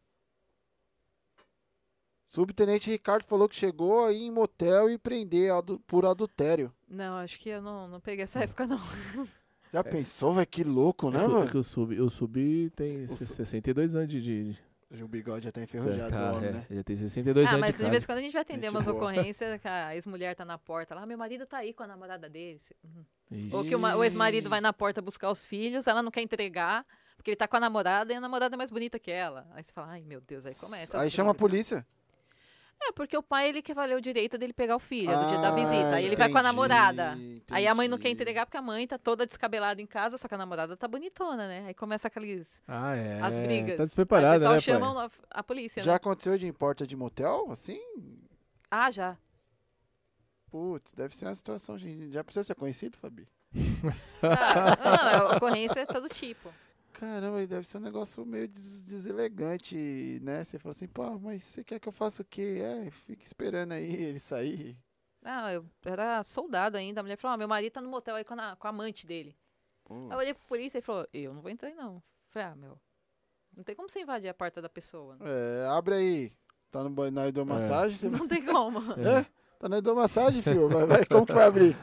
Subtenente Ricardo falou que chegou aí em motel e prender por adultério. Não, acho que eu não peguei essa época, não. Já pensou, velho? Que louco, né, mano? Que o Sub tem 62 anos de... O bigode já tá enferrujado, né? Já tem 62 anos mas de de vez em quando a gente vai atender Gente umas boa. ocorrências que a ex-mulher tá na porta lá, meu marido tá aí com a namorada dele. Ixi. Ou que o ex-marido vai na porta buscar os filhos, ela não quer entregar, porque ele tá com a namorada e a namorada é mais bonita que ela. Aí você fala, ai meu Deus, aí começa. Aí chama a polícia. Porque o pai, ele quer valer o direito dele pegar o filho do dia da visita. Aí ele vai com a namorada. Aí a mãe não quer entregar porque a mãe tá toda descabelada em casa, só que a namorada tá bonitona, né? Aí começa aqueles... as brigas. Tá despreparado, né, pai? O pessoal chama a polícia, Já né? aconteceu de ir em porta de motel, assim? Já. Putz, deve ser uma situação... Já precisa ser conhecido, Fabi? Não, a ocorrência é todo tipo. Caramba, deve ser um negócio meio deselegante, né? Você fala assim, pô, mas você quer que eu faça o quê? Fica esperando aí ele sair. Não, eu era soldado ainda. A mulher falou, meu marido tá no motel aí com a amante dele. Aí eu olhei pra polícia e falou, eu não vou entrar aí não. Falei, não tem como você invadir a porta da pessoa. Né? Abre aí. Tá na hidromassagem? Você não tem como. Tá na hidromassagem, filho. Vai, como que vai abrir?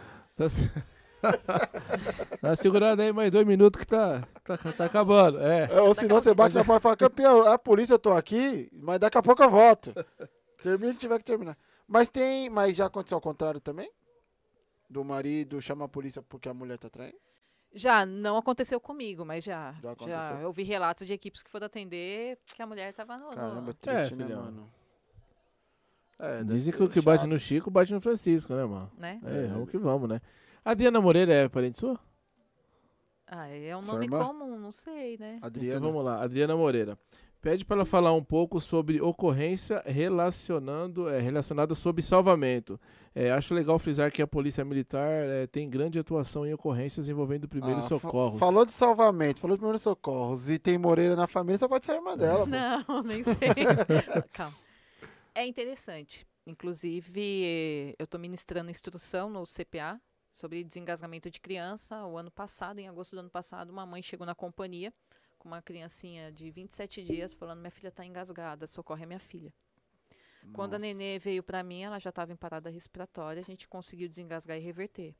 Tá segurando aí mais 2 minutos que tá acabando. Ou senão você bate na porta e fala, campeão, a polícia eu tô aqui, mas daqui a pouco eu volto. Termina se tiver que terminar. Mas já aconteceu ao contrário também? Do marido chama a polícia porque a mulher tá traindo? Já, não aconteceu comigo, mas já aconteceu? eu vi relatos de equipes que foram atender que a mulher tava no... Caramba, triste, né, mano? Dizem que o que bate no Chico, bate no Francisco, né, mano? Né? Vamos que vamos, né? A Diana Moreira é parente sua? É um nome comum, não sei, né? Adriana. Então vamos lá, Adriana Moreira. Pede para ela falar um pouco sobre ocorrência relacionada sobre salvamento. Acho legal frisar que a Polícia Militar tem grande atuação em ocorrências envolvendo primeiros socorros. Falou de salvamento, falou de primeiros socorros e tem Moreira na família, só pode ser a irmã dela. Não, nem sei. Calma. É interessante. Inclusive, eu estou ministrando instrução no CPA sobre desengasgamento de criança. O ano passado, em agosto do ano passado, uma mãe chegou na companhia com uma criancinha de 27 dias falando, minha filha está engasgada, socorre a minha filha. Nossa. Quando a nenê veio para mim, ela já estava em parada respiratória, a gente conseguiu desengasgar e reverter.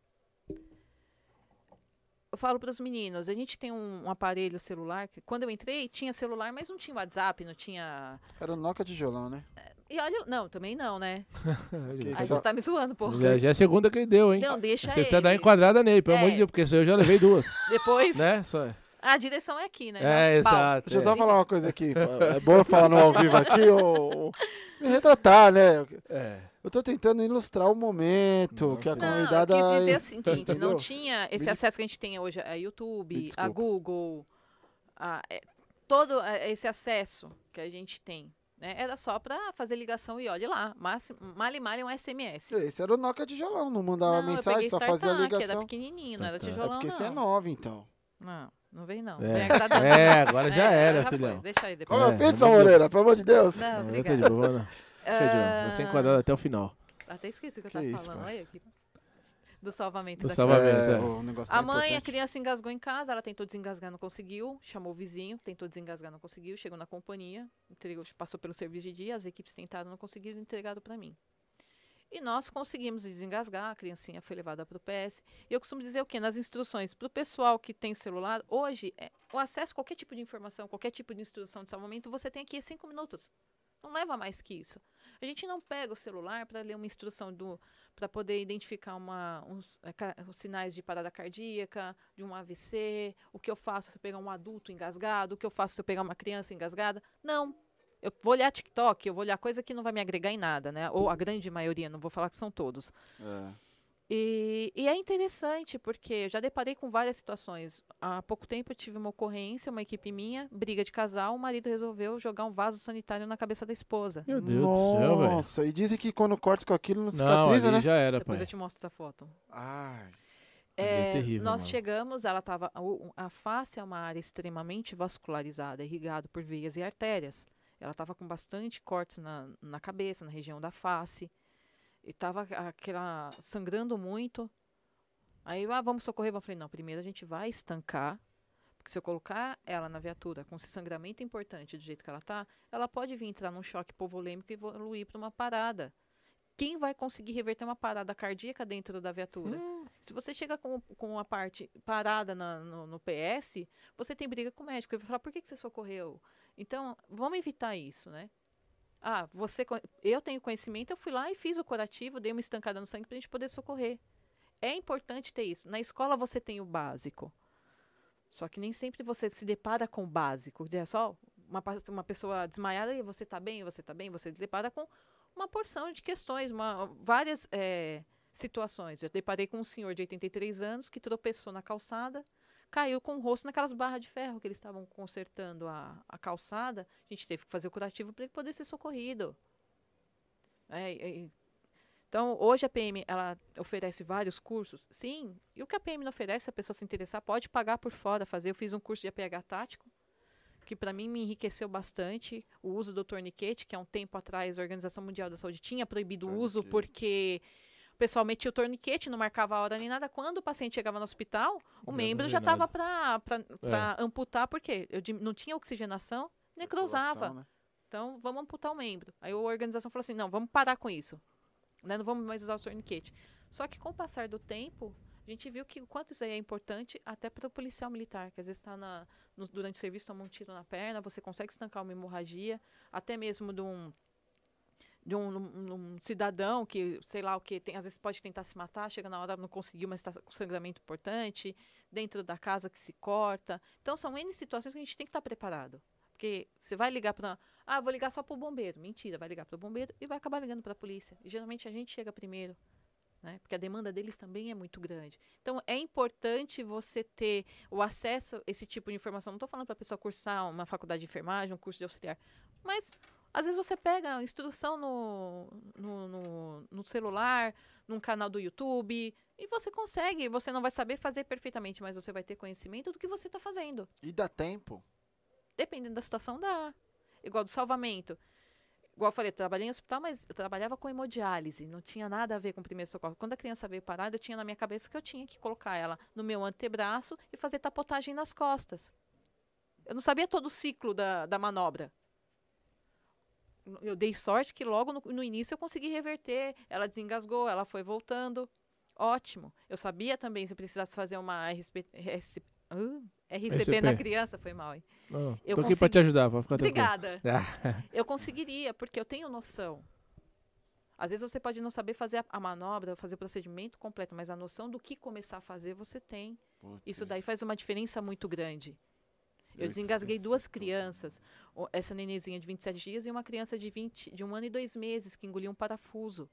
Eu falo para os meninos, a gente tem um aparelho celular, que quando eu entrei tinha celular, mas não tinha WhatsApp, não tinha... Era o Nokia tijolão, né? E olha, não, também não, né? Aí você tá me zoando, pô. Já é a segunda que ele deu, hein? Não, deixa Você precisa dar enquadrada nele, pelo amor de Deus, porque eu já levei 2. Depois? Né? A direção é aqui, né? Exato. Deixa eu só falar uma coisa aqui. É bom eu falar no ao vivo aqui, ou me retratar, né? Eu tô tentando ilustrar o momento que a convidada... Não, eu quis dizer assim, que a gente não tinha esse acesso que a gente tem hoje a YouTube, a Google, todo esse acesso que a gente tem. Né? Era só pra fazer ligação e olha lá, male um SMS. Esse era o Nokia tijolão, não mandava mensagem, só fazia a ligação. Era pequenininho, não era tijolão, não. É porque você é 9, então. Não vem não. Agora já era, filhão. Deixa aí depois. Come a pizza, Moreira, pelo amor de Deus. Não, obrigada. Vai ser enquadrado até o final. Até esqueci o que eu tava falando. Olha aqui. Do salvamento da criança. A mãe, a criança engasgou em casa, ela tentou desengasgar, não conseguiu, chamou o vizinho, tentou desengasgar, não conseguiu, chegou na companhia, entregou, passou pelo serviço de dia, as equipes tentaram, não conseguiram, entregaram para mim. E nós conseguimos desengasgar, a criancinha foi levada para o PS. E eu costumo dizer o quê? Nas instruções, para o pessoal que tem celular, hoje, o acesso a qualquer tipo de informação, qualquer tipo de instrução de salvamento, você tem aqui 5 minutos. Não leva mais que isso. A gente não pega o celular para ler uma instrução para poder identificar os sinais de parada cardíaca, de um AVC, o que eu faço se eu pegar um adulto engasgado, o que eu faço se eu pegar uma criança engasgada. Não. Eu vou olhar TikTok, eu vou olhar coisa que não vai me agregar em nada, né? Ou a grande maioria, não vou falar que são todos. E é interessante, porque eu já deparei com várias situações. Há pouco tempo eu tive uma ocorrência, uma equipe minha, briga de casal, o marido resolveu jogar um vaso sanitário na cabeça da esposa. Meu Deus do céu, velho. Nossa, e dizem que quando corta com aquilo não cicatriza, né? já era, Depois pai. eu te mostro a foto. Ai. É terrível, nós mano. chegamos, a face é uma área extremamente vascularizada, irrigada por veias e artérias. Ela estava com bastante cortes na cabeça, na região da face. E estava sangrando muito. Aí, vamos socorrer. Eu falei, não, primeiro a gente vai estancar. Porque se eu colocar ela na viatura com esse sangramento importante do jeito que ela está, ela pode vir entrar num choque hipovolêmico e evoluir para uma parada. Quem vai conseguir reverter uma parada cardíaca dentro da viatura? Se você chega com a parte parada no PS, você tem briga com o médico. Ele vai falar, por que você socorreu? Então, vamos evitar isso, né? Eu tenho conhecimento, eu fui lá e fiz o curativo, dei uma estancada no sangue para a gente poder socorrer. É importante ter isso. Na escola você tem o básico. Só que nem sempre você se depara com o básico. É só uma pessoa desmaiada e você está bem, você está bem, você se depara com uma porção de questões, várias situações. Eu deparei com um senhor de 83 anos que tropeçou na calçada, caiu com o rosto naquelas barras de ferro que eles estavam consertando a calçada. A gente teve que fazer o curativo para ele poder ser socorrido. Então, hoje a PM ela oferece vários cursos, sim. E o que a PM não oferece, se a pessoa se interessar, pode pagar por fora, fazer. Eu fiz um curso de APH tático, que para mim me enriqueceu bastante. O uso do torniquete, que há um tempo atrás a Organização Mundial da Saúde tinha proibido o uso, porque o pessoal metia o torniquete, não marcava a hora nem nada. Quando o paciente chegava no hospital, o membro já estava para amputar, porque não tinha oxigenação, necrosava. Né? Então, vamos amputar o membro. Aí a organização falou assim, não, vamos parar com isso. Né? Não vamos mais usar o torniquete. Só que com o passar do tempo, a gente viu que o quanto isso aí é importante até para o policial militar, que às vezes está durante o serviço, toma um tiro na perna, você consegue estancar uma hemorragia, até mesmo de um cidadão que, sei lá o que, às vezes pode tentar se matar, chega na hora, não conseguiu, mas está com sangramento importante, dentro da casa que se corta. Então, são N situações que a gente tem que estar preparado. Porque você vai ligar para... vou ligar só para o bombeiro. Mentira, vai ligar para o bombeiro e vai acabar ligando para a polícia. E geralmente a gente chega primeiro, né? Porque a demanda deles também é muito grande. Então, é importante você ter o acesso a esse tipo de informação. Não estou falando para a pessoa cursar uma faculdade de enfermagem, um curso de auxiliar, mas... Às vezes você pega a instrução no celular, num canal do YouTube, e você consegue. Você não vai saber fazer perfeitamente, mas você vai ter conhecimento do que você está fazendo. E dá tempo? Dependendo da situação, dá. Igual do salvamento. Igual eu falei, eu trabalhei em hospital, mas eu trabalhava com hemodiálise. Não tinha nada a ver com primeiro socorro. Quando a criança veio parada, eu tinha na minha cabeça que eu tinha que colocar ela no meu antebraço e fazer tapotagem nas costas. Eu não sabia todo o ciclo da manobra. Eu dei sorte que logo no início eu consegui reverter. Ela desengasgou, ela foi voltando. Ótimo. Eu sabia também se precisasse fazer uma RCP na criança. Foi mal, hein? Tô aqui pra te ajudar, vou ficar Obrigada. Eu conseguiria, porque eu tenho noção. Às vezes você pode não saber fazer a manobra, fazer o procedimento completo, mas a noção do que começar a fazer você tem. Isso daí faz uma diferença muito grande. Eu desengasguei 2 crianças, essa nenenzinha de 27 dias e uma criança de 1 ano e 2 meses que engoliu um parafuso.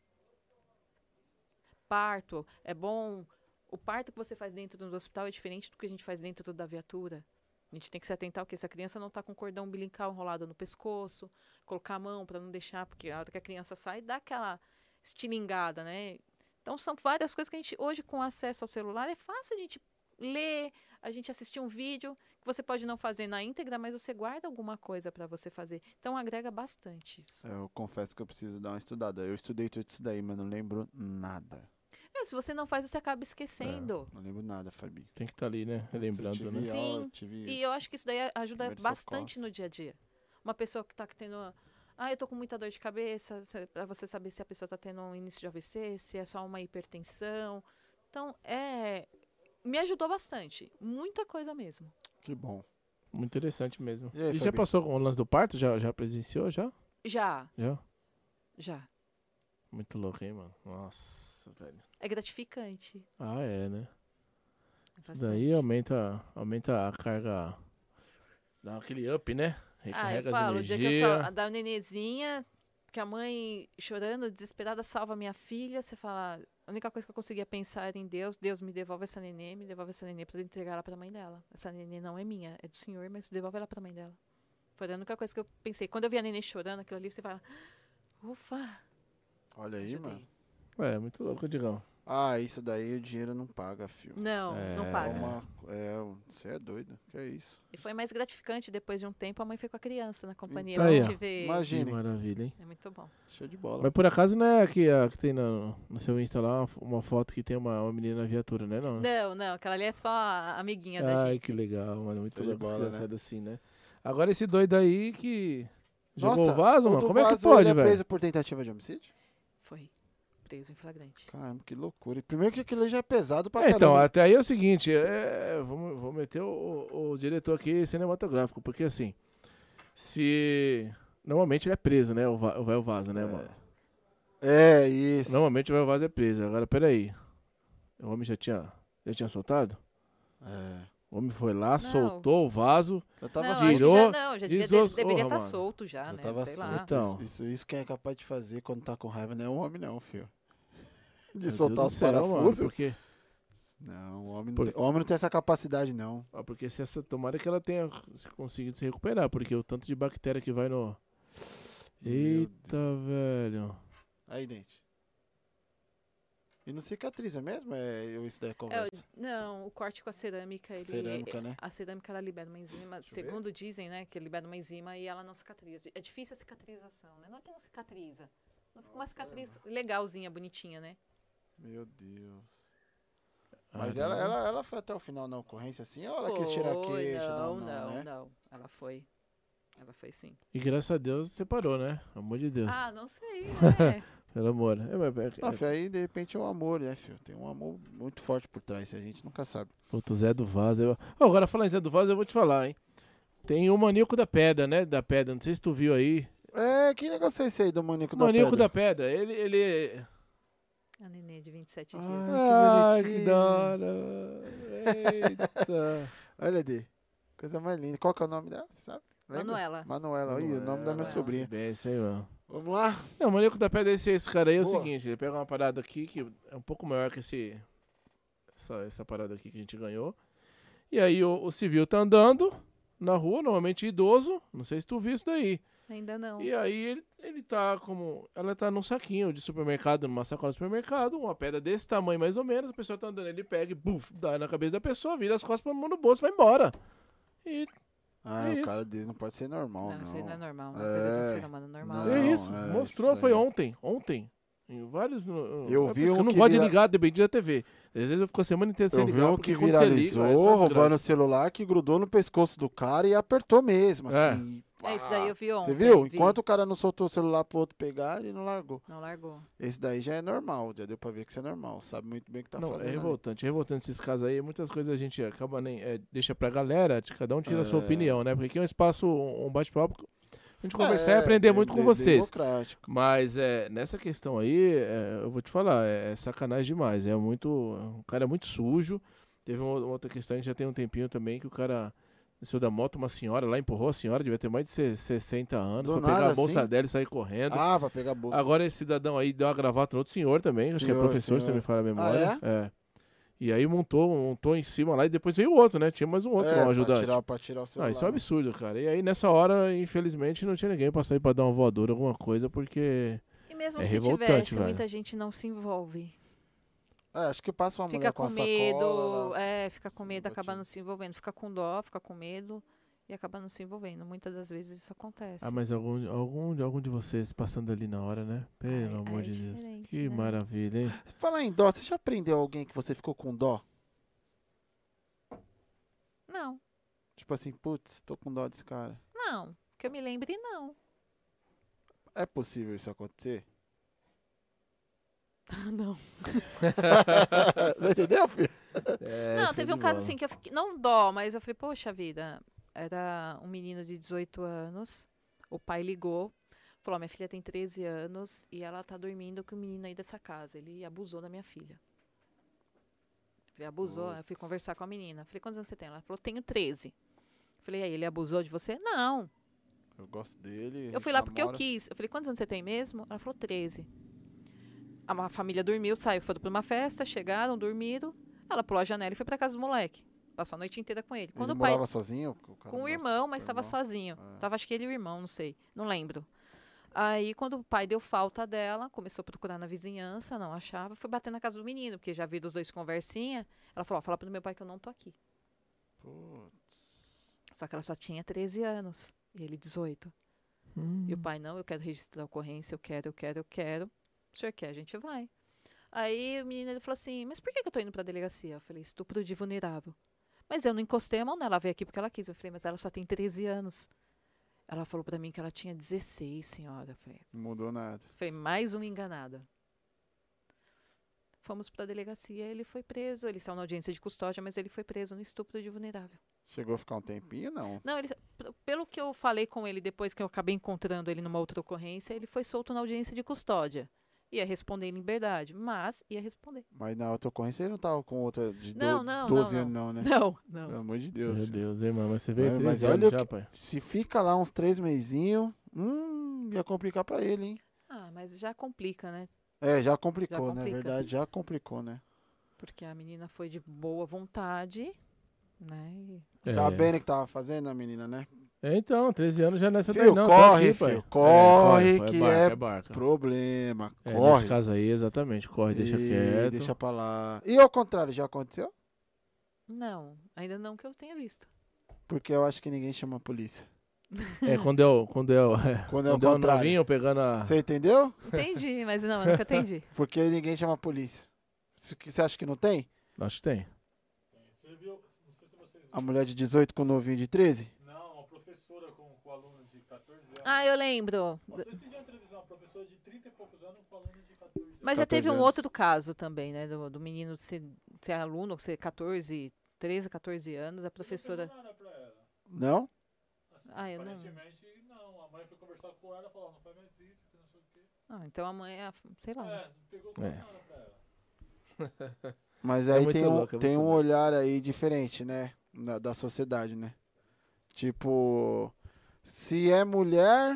Parto, é bom. O parto que você faz dentro do hospital é diferente do que a gente faz dentro da viatura. A gente tem que se atentar que essa criança não está com cordão umbilical enrolado no pescoço, colocar a mão para não deixar, porque a hora que a criança sai, dá aquela estilingada, né? Então, são várias coisas que a gente, hoje, com acesso ao celular, é fácil a gente ler, a gente assistir um vídeo, que você pode não fazer na íntegra, mas você guarda alguma coisa para você fazer. Então, agrega bastante isso. Eu confesso que eu preciso dar uma estudada. Eu estudei tudo isso daí, mas não lembro nada. Se você não faz, você acaba esquecendo. Não lembro nada, Fabi. Tem que estar ali, né? Relembrando, né? Sim, e eu acho que isso daí ajuda bastante no dia a dia. Uma pessoa que tá tendo... eu tô com muita dor de cabeça, pra você saber se a pessoa tá tendo um início de AVC, se é só uma hipertensão. Então, me ajudou bastante. Muita coisa mesmo. Que bom. Muito interessante mesmo. E aí, já passou com o lance do parto? Já presenciou, já? Já? Muito louco, hein, mano? Nossa, velho. É gratificante. É, né? Isso daí aumenta a carga, dá aquele up, né? Recarrega eu falo, as o dia que eu da nenezinha, que a mãe chorando, desesperada, salva minha filha, você fala, a única coisa que eu conseguia pensar era em Deus. Deus, me devolve essa nenê pra eu entregar ela pra mãe dela. Essa nenê não é minha, é do Senhor, mas devolve ela pra mãe dela. Foi a única coisa que eu pensei. Quando eu vi a nenê chorando, aquilo ali, você fala, ufa. Olha aí, mano. Muito louco, Digão. Isso daí o dinheiro não paga, filho. Não paga. Você é doido. Que é isso? E foi mais gratificante, depois de um tempo, a mãe foi com a criança na companhia. Então, pra gente ver. Imagina. Que maravilha, hein? É muito bom. Show de bola. Mas por acaso não é que tem no seu Insta lá uma foto que tem uma menina na viatura, né? Não, aquela ali é só a amiguinha da gente. Ai, que legal, mano. Muito legal bola, né? assim, né? Agora esse doido aí que jogou Nossa, o vaso, mano. Como é que vaso, pode, ele velho? é preso por tentativa de homicídio? Foi. Preso em flagrante. Caramba, que loucura. E primeiro que aquilo já é pesado pra caramba. Então, até aí é o seguinte, vou meter o diretor aqui cinematográfico, porque assim, normalmente ele é preso, né, o vaso, né, mano? Isso. Normalmente o vaso é preso. Agora, peraí, o homem já tinha soltado? O homem foi lá, soltou o vaso, virou... Já deveria estar solto já, já né? Tava Sei solto. lá. Então. Isso quem é capaz de fazer quando tá com raiva não é um homem não, filho. De Meu soltar Deus os do céu, parafusos. mano, porque... Não, o homem não tem essa capacidade, não. Porque tomara que ela tenha conseguido se recuperar, porque o tanto de bactéria que vai no... Eita, velho. Aí, dente. E não cicatriza mesmo? Isso daí é conversa? Não, o corte com a cerâmica, cerâmica, né? A cerâmica, ela libera uma enzima, segundo dizem, né, que libera uma enzima e ela não cicatriza. É difícil a cicatrização, né? Não é que não cicatriza. Não fica uma cicatriz legalzinha, bonitinha, né? Meu Deus. Mas ela foi até o final na ocorrência, assim, ou ela quis tirar a queixa? Não. Ela foi. Ela foi sim. E graças a Deus separou, né? Amor de Deus. Não sei, né? Pelo amor. Aí de repente é um amor, né, filho? Tem um amor muito forte por trás, a gente nunca sabe. Puta, Zé do Vaso. Agora, falar em Zé do Vaso, eu vou te falar, hein? Tem o Maníaco da Pedra, né? Da Pedra, não sei se tu viu aí. Que negócio é esse aí do Maníaco da Pedra? Maníaco da Pedra, ele... A nenê de 27 dias. Que da hora. Eita. Olha, Dê. Coisa mais linda. Qual que é o nome dela, você sabe? Lembra? Manuela. Olha o nome da minha sobrinha. Bem, isso aí, mano. Vamos lá? Não, o Maníaco da Pedra, esse cara aí é o seguinte, ele pega uma parada aqui que é um pouco maior que essa parada aqui que a gente ganhou. E aí o civil tá andando na rua, normalmente idoso, não sei se tu viu isso daí. Ainda não. E aí ele tá ela tá num saquinho de supermercado, numa sacola de supermercado, uma pedra desse tamanho mais ou menos, a pessoa tá andando, ele pega e buf, dá na cabeça da pessoa, vira as costas, põe a mão no bolso, vai embora. E o cara dele não pode ser normal, não. Isso aí não é normal, não é coisa de um ser humano normal. Isso, mostrou, foi ontem. Em vários... Eu vi um eu não gosto de ligar, depende da TV. Às vezes eu fico a semana inteira sem ligar. Eu vi um que viralizou, roubando o celular, que grudou no pescoço do cara e apertou mesmo, assim. Esse daí eu vi ontem. Você viu? Enquanto o cara não soltou o celular pro outro pegar, ele não largou. Não largou. Esse daí já é normal, já deu pra ver que isso é normal. Sabe muito bem o que tá fazendo. É revoltante esses casos aí. Muitas coisas a gente acaba nem... deixa pra galera, cada um tira a sua opinião, né? Porque aqui é um espaço, um bate-papo... A gente conversar e aprender muito com vocês. Mas nessa questão aí, eu vou te falar, é sacanagem demais. O cara é muito sujo. Teve uma outra questão, a gente já tem um tempinho também, que o cara desceu da moto, uma senhora lá, empurrou a senhora, devia ter mais de 60 anos, pra pegar a bolsa dela e sair correndo. Pra pegar a bolsa. Agora esse cidadão aí deu uma gravata no outro senhor também, acho que é professor, se você me fala a memória. E aí montou em cima lá e depois veio o outro, né? Tinha mais um outro lá, ajudante. Pra tirar o celular. Isso é um absurdo, cara. E aí nessa hora, infelizmente, não tinha ninguém pra sair pra dar uma voadora, alguma coisa, porque e mesmo é se revoltante, tivesse, velho. muita gente não se envolve. Acho que passa uma mulher Fica com medo, sacola, fica com medo, acaba não se envolvendo. Fica com dó, fica com medo e acaba não se envolvendo. Muitas das vezes isso acontece. Ah, mas algum de vocês passando ali na hora, né? Pelo amor de Deus. Que maravilha, hein? Falar em dó, você já prendeu alguém que você ficou com dó? Não. Tipo assim, putz, tô com dó desse cara. Não. Que eu me lembre, não. É possível isso acontecer? Não. Você entendeu, filho? Não, teve um caso assim que eu fiquei, não dó, mas eu falei, poxa vida, era um menino de 18 anos, o pai ligou, falou, minha filha tem 13 anos e ela tá dormindo com o menino aí dessa casa, ele abusou da minha filha. Falei, abusou? Eu fui conversar com a menina, falei, quantos anos você tem? Ela falou, tenho 13. Falei, aí, ele abusou de você? Não. Eu gosto dele. Eu fui lá porque eu quis. Eu falei, quantos anos você tem mesmo? Ela falou, 13. A família dormiu, saiu, foram pra uma festa, chegaram, dormiram. Ela pulou a janela e foi pra casa do moleque. Passou a noite inteira com ele. Ele morava sozinho? Com o irmão, mas estava sozinho. Tava, acho que ele e o irmão, não sei. Não lembro. Aí, quando o pai deu falta dela, começou a procurar na vizinhança, não achava. Foi bater na casa do menino, porque já viu os dois conversinha. Ela falou, fala pro meu pai que eu não tô aqui. Putz. Só que ela só tinha 13 anos. E ele 18. E o pai, não, eu quero registrar a ocorrência, eu quero. O senhor quer, a gente vai. Aí o menino ele falou assim, mas por que eu tô indo pra delegacia? Eu falei, estupro de vulnerável. Mas eu não encostei a mão nela, ela veio aqui porque ela quis. Eu falei, mas ela só tem 13 anos. Ela falou pra mim que ela tinha 16, senhora. Eu falei, não mudou nada. Foi mais uma enganada. Fomos pra delegacia, ele foi preso. Ele saiu na audiência de custódia, mas ele foi preso no estupro de vulnerável. Chegou a ficar um tempinho, não? Não, pelo que eu falei com ele depois que eu acabei encontrando ele numa outra ocorrência, ele foi solto na audiência de custódia. Ia responder em liberdade, mas ia responder. Mas na outra ocorrência ele não tava com outra de 12 anos, não, né? Não. Pelo amor de Deus. Meu Deus, irmão, mas você veio 13 olha anos já, pai. Se fica lá uns 3 mesinhos, ia complicar pra ele, hein? Ah, mas já complica, né? Já complicou, né? Na verdade, já complicou, né? Porque a menina foi de boa vontade, né? Sabendo o que tava fazendo a menina, né? Então, 13 anos já nessa daí, não. Corre, filho, corre, que é barca. Problema, corre. Nesse caso aí, exatamente, corre, deixa quieto. Deixa pra lá. E ao contrário, já aconteceu? Não, ainda não que eu tenha visto. Porque eu acho que ninguém chama a polícia. Quando é o novinho pegando a... Você entendeu? Entendi, mas não, eu nunca entendi. Porque ninguém chama a polícia. Você acha que não tem? Acho que tem. Você viu, não sei se vocês viram. A mulher de 18 com o novinho de 13? Não, a professora com o aluno de 14 anos. Ah, eu lembro. Vocês já entrevistaram uma professora de 30 e poucos anos com o aluno de 14 anos. Mas já teve um outro caso também, né? Do menino ser aluno, ser 13, 14 anos, a professora... Não nada pra ela. Não? Assim, aparentemente, não. A mãe foi conversar com ela e falou, não faz mais isso, que não sei o quê. Ah, então a mãe, sei lá. Não pegou nada pra ela. Mas aí tem um olhar aí diferente, né? Da sociedade, né? Tipo, se é mulher,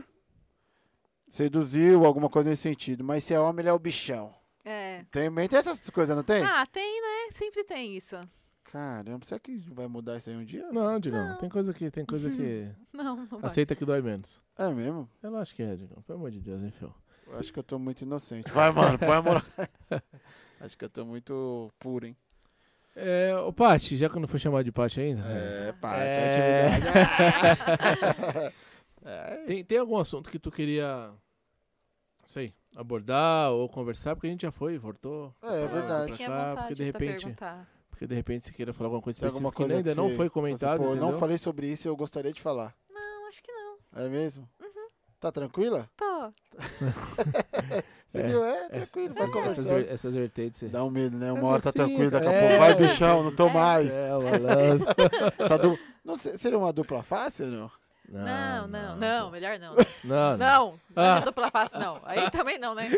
seduziu, alguma coisa nesse sentido. Mas se é homem, ele é o bichão. Tem essas coisas, não tem? Ah, tem, né? Sempre tem isso. Caramba, será que vai mudar isso aí um dia? Não, Digão, tem coisa que não vai. Aceita que dói menos. É mesmo? Eu acho que é, Digão. Pelo amor de Deus, hein, Phil? Eu acho que eu tô muito inocente. Vai, mano, põe a moral. Acho que eu tô muito puro, hein? O Paty, já que eu não fui chamado de Paty ainda. Paty, atividade. Tem algum assunto que tu queria, sei, abordar ou conversar? Porque a gente já foi, voltou. É verdade. Fiquem à vontade porque de repente você queira falar alguma coisa específica alguma coisa que ainda não foi comentado. Pô, não falei sobre isso e eu gostaria de falar. Não, acho que não. É mesmo? Uhum. Tá tranquila? Tô. Você viu? Tranquilo. Essas vertentes. Dá um medo, né? Uma hora tá tranquilo, daqui a pouco vai, bichão, não tô mais. Malandro. Não sei, seria uma dupla face ou não? Não, melhor não. Não é dupla face, não. Aí também não, né?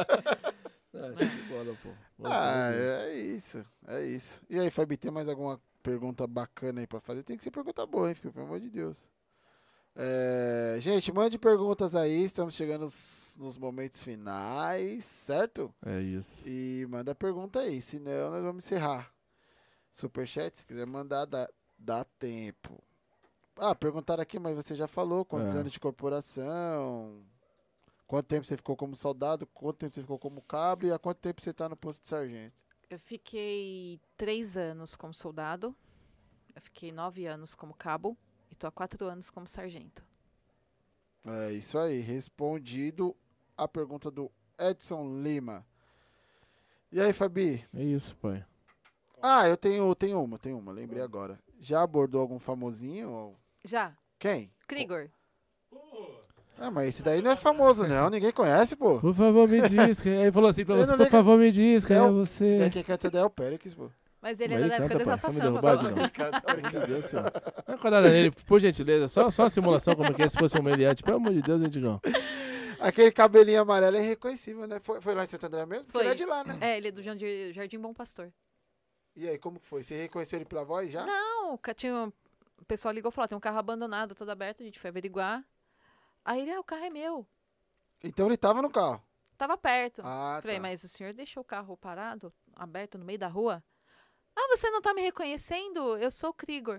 É isso. E aí, Fabi, tem mais alguma pergunta bacana aí pra fazer? Tem que ser pergunta boa, hein, filho? Pelo amor de Deus. Gente, mande perguntas aí. Estamos chegando nos momentos finais, certo? É isso. E manda pergunta aí, senão nós vamos encerrar. Superchat, se quiser mandar, dá tempo. Perguntaram aqui, mas você já falou. Quantos anos de corporação? Quanto tempo você ficou como soldado? Quanto tempo você ficou como cabo? E há quanto tempo você está no posto de sargento? Eu fiquei 3 anos como soldado. Eu fiquei 9 anos como cabo. E tô há 4 anos como sargento. É isso aí. Respondido a pergunta do Edson Lima. E aí, Fabi? É isso, pai. Ah, eu tenho uma. Lembrei agora. Já abordou algum famosinho? Já. Quem? Krigor. Ah, mas esse daí não é famoso, não. Ninguém conhece, pô. Por favor, me diz. Ele falou assim pra você, por favor, me diz quem é você. Esse daí quem canta é Del Pérez, pô. Mas ele era da época da Tá me Exaltação. derrubado, não. Meu Deus do céu. Não é cuidado nele, por gentileza. Só uma simulação como que é se fosse um meliante. Pelo amor de Deus, Antigão. Aquele cabelinho amarelo é reconhecível, né? Foi lá em Santo André mesmo? Foi. Ele é de lá, né? É, ele é do Jardim Bom Pastor. E aí, como que foi? Você reconheceu ele pela voz já? Não, o pessoal ligou e falou, tem um carro abandonado, todo aberto, a gente foi averiguar. Aí ele, o carro é meu. Então ele tava no carro. Tava perto. Ah, Falei, tá. mas o senhor deixou o carro parado, aberto no meio da rua? Ah, você não tá me reconhecendo? Eu sou o Krigor.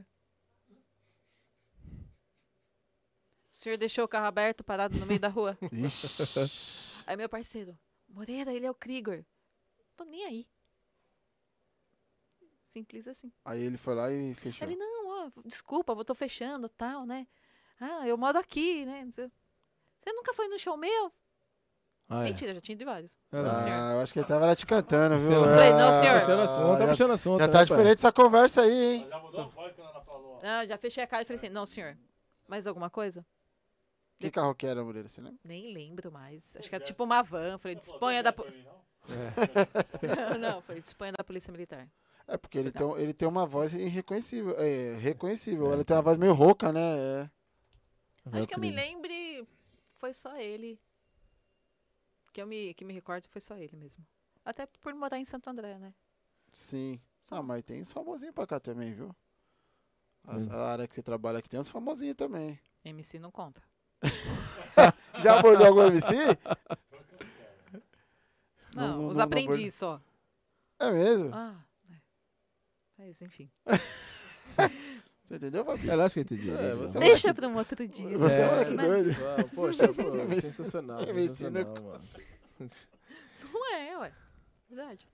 O senhor deixou o carro aberto, parado no meio da rua? Ixi. Aí meu parceiro, Moreira, ele é o Krigor. Tô nem aí. Simples assim. Aí ele foi lá e fechou. Ele, não, ó, desculpa, eu tô fechando, tal, né? Ah, eu moro aqui, né? Você nunca foi no show meu? Ah, é. Mentira, já tinha de vários. Não, senhor. Ah, eu acho que ele tava lá te cantando, viu? Não, falei, não, senhor. Tá puxando assunto. Já né, tá pai? diferente essa conversa aí, hein? Já mudou a voz que a Ana falou. Ah, já fechei a cara e falei assim, não, senhor. Mais alguma coisa? Que carro que era, Moreira, você lembra? Nem lembro mais. Acho que era tipo uma van. Falei, disponha da... Não, falei, disponha da Polícia Militar. É, porque ele tem uma voz irreconhecível. É, reconhecível. Ele tem uma voz meio rouca, né? É. Acho que eu me lembre, foi só ele. Que me recordo foi só ele mesmo. Até por morar em Santo André, né? Sim. Só. Ah, mas tem uns famosinhos pra cá também, viu? A área que você trabalha aqui tem uns famosinhos também. MC não conta. Já abordou algum MC? Não, os aprendizes só. É mesmo? Ah, é. Mas enfim. Você entendeu, Fabi? Eu acho que eu entendi. É, você Deixa pra um outro dia. Você É, olha que né? doido. Poxa, pô, sensacional. Me Sensacional, ensina- mano. Não é, ué. Verdade.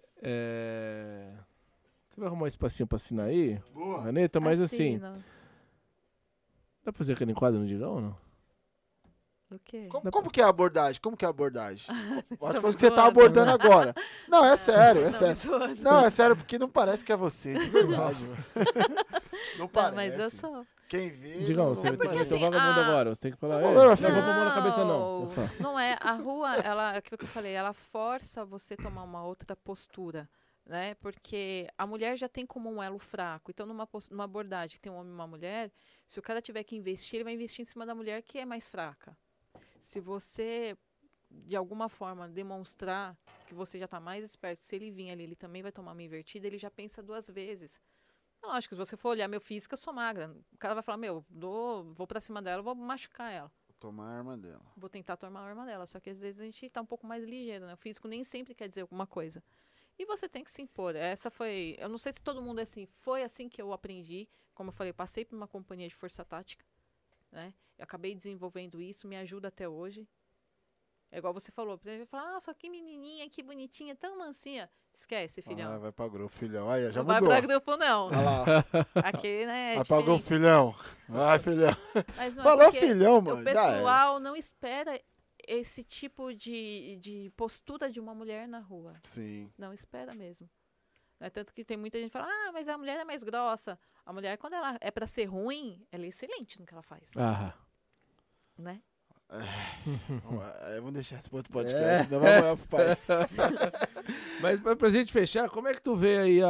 Você vai arrumar um espacinho pra assinar aí? Boa. Caneta, mas assim, Assina. dá pra fazer aquele enquadro no Digão ou não? Do quê? Como que é a abordagem? Como que é a abordagem? Tá Acho me que você tá zoando? abordando agora. Não, é sério, é Tá me sério. zoando. Não, é sério, porque não parece que é você, de verdade. mano. Não Não, parece. mas eu sou. Quem vê... Digão, não- você vai ter porque que ser assim, vagabundo a- agora. Você tem que falar, Não, ei, não, não filho. vou pôr a mão na cabeça não. Eu falo, Não é, a rua, ela, aquilo que eu falei, ela força você tomar uma outra postura, né? Porque a mulher já tem como um elo fraco. Então, numa abordagem que tem um homem e uma mulher, se o cara tiver que investir, ele vai investir em cima da mulher que é mais fraca. Se você, de alguma forma, demonstrar que você já está mais esperto, se ele vir ali, ele também vai tomar uma invertida, ele já pensa 2 vezes. Não, acho que se você for olhar meu físico, eu sou magra. O cara vai falar, vou pra cima dela, vou machucar ela. Tomar a arma dela. Vou tentar tomar a arma dela. Só que às vezes a gente tá um pouco mais ligeiro, né? O físico nem sempre quer dizer alguma coisa. E você tem que se impor. Essa foi... Eu não sei se todo mundo é assim. Foi assim que eu aprendi. Como eu falei, passei por uma companhia de força tática, né? Eu acabei desenvolvendo isso, me ajuda até hoje. É igual você falou. Por exemplo, falar, nossa, que menininha, que bonitinha, tão mansinha. Esquece, filhão. Ah, vai pra grupo, filhão. Aí, já não vai mudou. pra grupo, não. Olha lá. Aqui, né, é Vai pra grupo, diferente. filhão. Vai, filhão. Mas não é Falou porque filhão, o mano. Já era. pessoal não espera esse tipo de postura de uma mulher na rua. Sim. Não espera mesmo. Né? Tanto que tem muita gente que fala, mas a mulher é mais grossa. A mulher, quando ela é pra ser ruim, ela é excelente no que ela faz. Ah, Né? Vamos deixar esse outro podcast, senão vai amanhã pro pai. mas pra gente fechar, como é que tu vê aí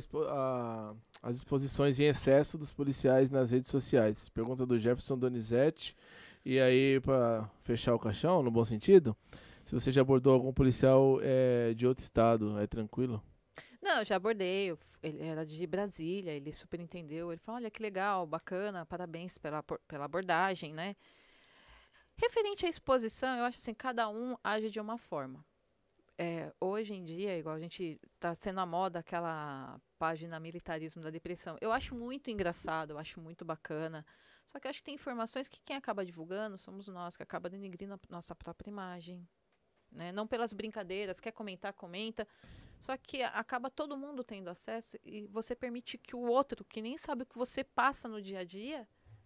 as exposições em excesso dos policiais nas redes sociais? Pergunta do Jefferson Donizete. E aí, pra fechar o caixão, no bom sentido, se você já abordou algum policial de outro estado, é tranquilo? Não, eu já abordei. Ele era de Brasília, ele super entendeu. Ele falou, olha que legal, bacana, parabéns pela abordagem, né? Referente à exposição, eu acho assim, cada um age de uma forma. Hoje em dia, igual a gente está sendo a moda, aquela página Militarismo da Depressão. Eu acho muito engraçado, eu acho muito bacana. Só que eu acho que tem informações que quem acaba divulgando somos nós, que acaba denegrindo a nossa própria imagem. Né? Não pelas brincadeiras, quer comentar, comenta. Só que acaba todo mundo tendo acesso e você permite que o outro, que nem sabe o que você passa no dia a dia,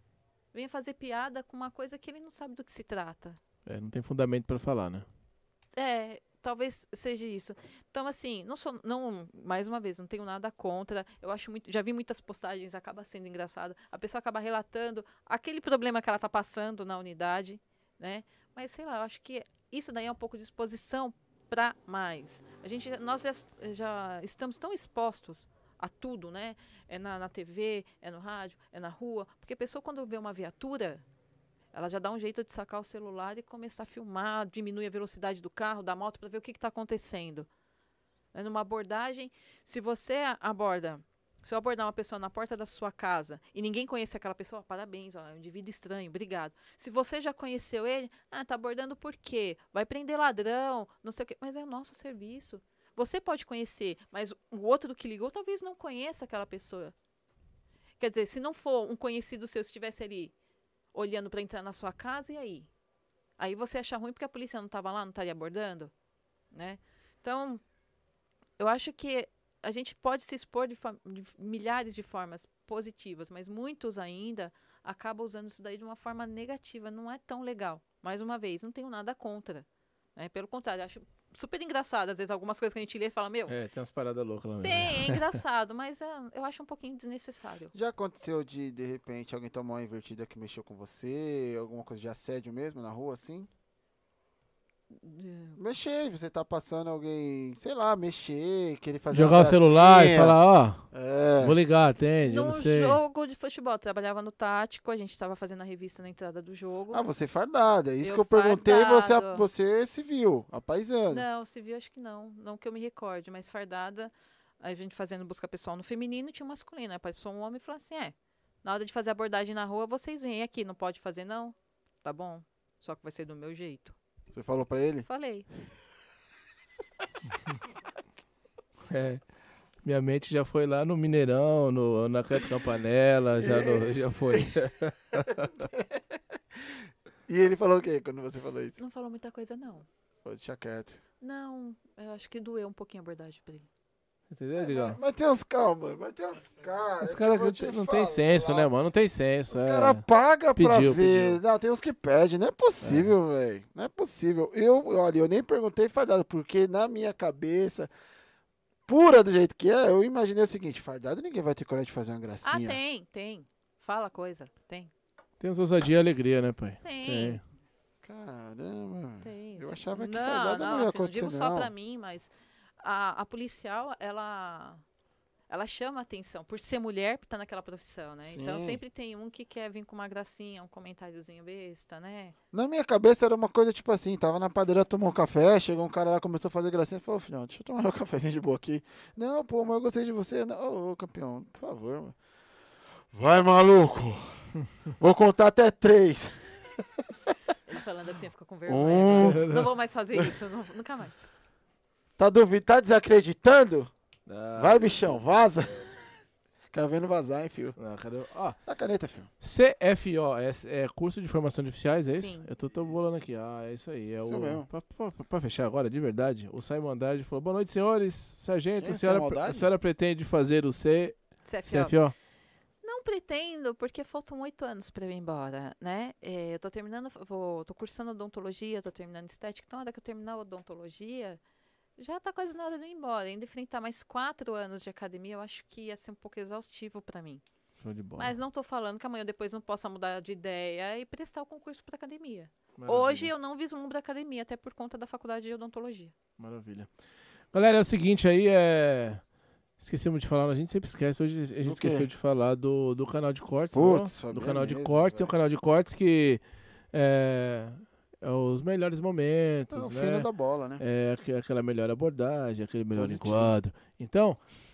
venha fazer piada com uma coisa que ele não sabe do que se trata. Não tem fundamento para falar, né? Talvez seja isso. Então, assim, mais uma vez, não tenho nada contra. Eu acho já vi muitas postagens, acaba sendo engraçado. A pessoa acaba relatando aquele problema que ela está passando na unidade, né? Mas, sei lá, eu acho que isso daí é um pouco de exposição para mais. Nós já estamos tão expostos a tudo, né? É na TV, é no rádio, é na rua. Porque a pessoa, quando vê uma viatura, ela já dá um jeito de sacar o celular e começar a filmar, diminui a velocidade do carro, da moto, para ver o que está acontecendo. Numa abordagem, se eu abordar uma pessoa na porta da sua casa e ninguém conhece aquela pessoa, parabéns, é um indivíduo estranho, obrigado. Se você já conheceu ele, tá abordando por quê? Vai prender ladrão, não sei o quê. Mas é o nosso serviço. Você pode conhecer, mas o outro que ligou talvez não conheça aquela pessoa. Quer dizer, se não for um conhecido seu, se estivesse ali olhando para entrar na sua casa, e aí? Aí você acha ruim porque a polícia não estava lá, não estaria abordando, né? Então, eu acho que a gente pode se expor de milhares de formas positivas, mas muitos ainda acabam usando isso daí de uma forma negativa. Não é tão legal. Mais uma vez, não tenho nada contra. Pelo contrário, acho super engraçado. Às vezes, algumas coisas que a gente lê e fala, tem umas paradas loucas lá mesmo. É engraçado, mas eu acho um pouquinho desnecessário. Já aconteceu de repente, alguém tomar uma invertida que mexeu com você? Alguma coisa de assédio mesmo na rua, assim? Mexer, você tá passando alguém, sei lá, querer fazer jogar o celular e falar, vou ligar, atende, num não sei. jogo de futebol, trabalhava no tático, a gente tava fazendo a revista na entrada do jogo. Você fardada, isso que eu perguntei, você civil, a paisana. Não, civil acho que não que eu me recorde, mas fardada, a gente fazendo busca pessoal no feminino, tinha um masculino, apareceu um homem e falou assim, na hora de fazer abordagem na rua, vocês vêm aqui, não pode fazer não? Tá bom, só que vai ser do meu jeito. Você falou pra ele? Falei. Minha mente já foi lá no Mineirão, na Canto Campanella, já foi. E ele falou o quê quando você falou isso? Não falou muita coisa, não. Pode deixar quieto. Não, eu acho que doeu um pouquinho a abordagem pra ele. Entendeu, Digão? Mas tem uns caras. Os caras não tem senso, né, mano? Não tem senso. Os caras pagam pra ver. Pediu. Não, tem uns que pedem. Não é possível, velho. Não é possível. Eu nem perguntei fardado, porque na minha cabeça, pura do jeito que é, eu imaginei o seguinte: fardado ninguém vai ter coragem de fazer uma gracinha. Tem. Fala coisa, tem. Tem uns ousadia e alegria, né, pai? Tem. Caramba. Tem. Eu achava que fardado não ia acontecer, não digo só pra mim, mas a policial, ela chama atenção por ser mulher, por estar naquela profissão, né? Sim. Então sempre tem um que quer vir com uma gracinha, um comentáriozinho besta, né? Na minha cabeça era uma coisa tipo assim, tava na padaria, tomou um café, chegou um cara lá, começou a fazer gracinha e falou, filhão, deixa eu tomar meu cafezinho de boa aqui. Não, pô, mas eu gostei de você. Ô, campeão, por favor, mano. Vai, maluco. Vou contar até 3. Ele falando assim, fica com vergonha. Não vou mais fazer isso, nunca mais. Tá duvidando? Tá desacreditando? Vai, bichão, vaza. Quero vendo vazar, hein, filho. A caneta, filho. CFO, é curso de formação de oficiais, é isso? Sim. Eu tô bolando aqui. É isso aí. Isso mesmo. Pra fechar agora, de verdade, o Simon Andrade falou, boa noite, senhores. Sargento, Quem a senhora pretende fazer o CFO? Não pretendo, porque faltam 8 anos para eu ir embora, né? Eu tô terminando, tô cursando odontologia, tô terminando estética, então na hora que eu terminar a odontologia, já tá quase na hora de ir embora. Ainda enfrentar mais 4 anos de academia, eu acho que ia ser um pouco exaustivo para mim. Show de bola. Mas não tô falando que amanhã depois não possa mudar de ideia e prestar o concurso para academia. Maravilha. Hoje eu não vislumbro a academia, até por conta da faculdade de odontologia. Maravilha. Galera, é o seguinte aí, esquecemos de falar, a gente sempre esquece. Hoje a gente esqueceu de falar do canal de cortes. Putz, do canal de cortes. Tem um canal de cortes que é os melhores momentos. É o né? fino da bola, né? É aquela melhor abordagem, aquele melhor enquadro. Então,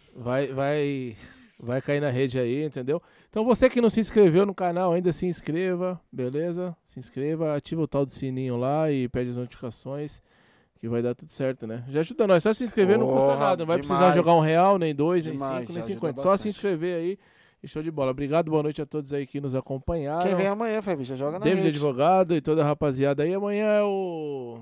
vai cair na rede aí, entendeu? Então você que não se inscreveu no canal ainda, se inscreva, beleza? Se inscreva, ativa o tal do sininho lá e pede as notificações. Que vai dar tudo certo, né? Já ajuda nós. Só se inscrever não custa nada. Não vai precisar jogar R$1, nem 2, nem 5, nem 50. Só se inscrever aí e show de bola. Obrigado, boa noite a todos aí que nos acompanharam. Quem vem amanhã, Fabi? Já joga na David rede. Advogado e toda a rapaziada aí. Amanhã é o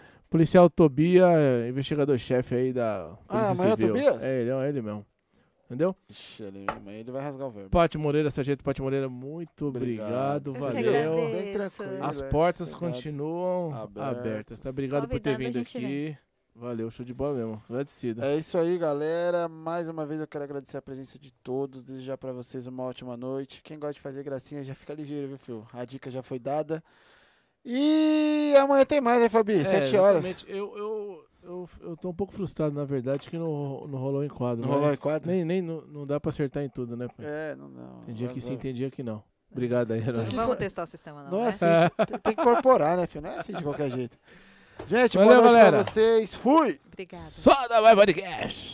policial Tobia, investigador-chefe aí da Polícia amanhã Civil. é o Tobias? É ele mesmo. Entendeu? Ixi, ele vai rasgar o verbo. Pati Moreira, Sargento Pati Moreira, muito obrigado, valeu. Bem tranquilo. As portas continuam abertas, tá? Obrigado por ter vindo aqui. Valeu, show de bola mesmo. Agradecido. É isso aí, galera. Mais uma vez eu quero agradecer a presença de todos. Desejar pra vocês uma ótima noite. Quem gosta de fazer gracinha já fica ligeiro, viu, filho? A dica já foi dada. E amanhã tem mais, né, Fabi? 7 horas. Eu tô um pouco frustrado, na verdade, que não rolou enquadro. Não rolou enquadro? Nem não dá pra acertar em tudo, né? Não. Tem dia que sim, tem dia que não. Obrigado aí, Herói. Não vamos testar o sistema, não. Não é né? assim. Tem que incorporar, né, filho? Não é assim de qualquer jeito. Gente, valeu, boa noite galera. pra vocês. Fui! Obrigada. Só da Vai Podcast!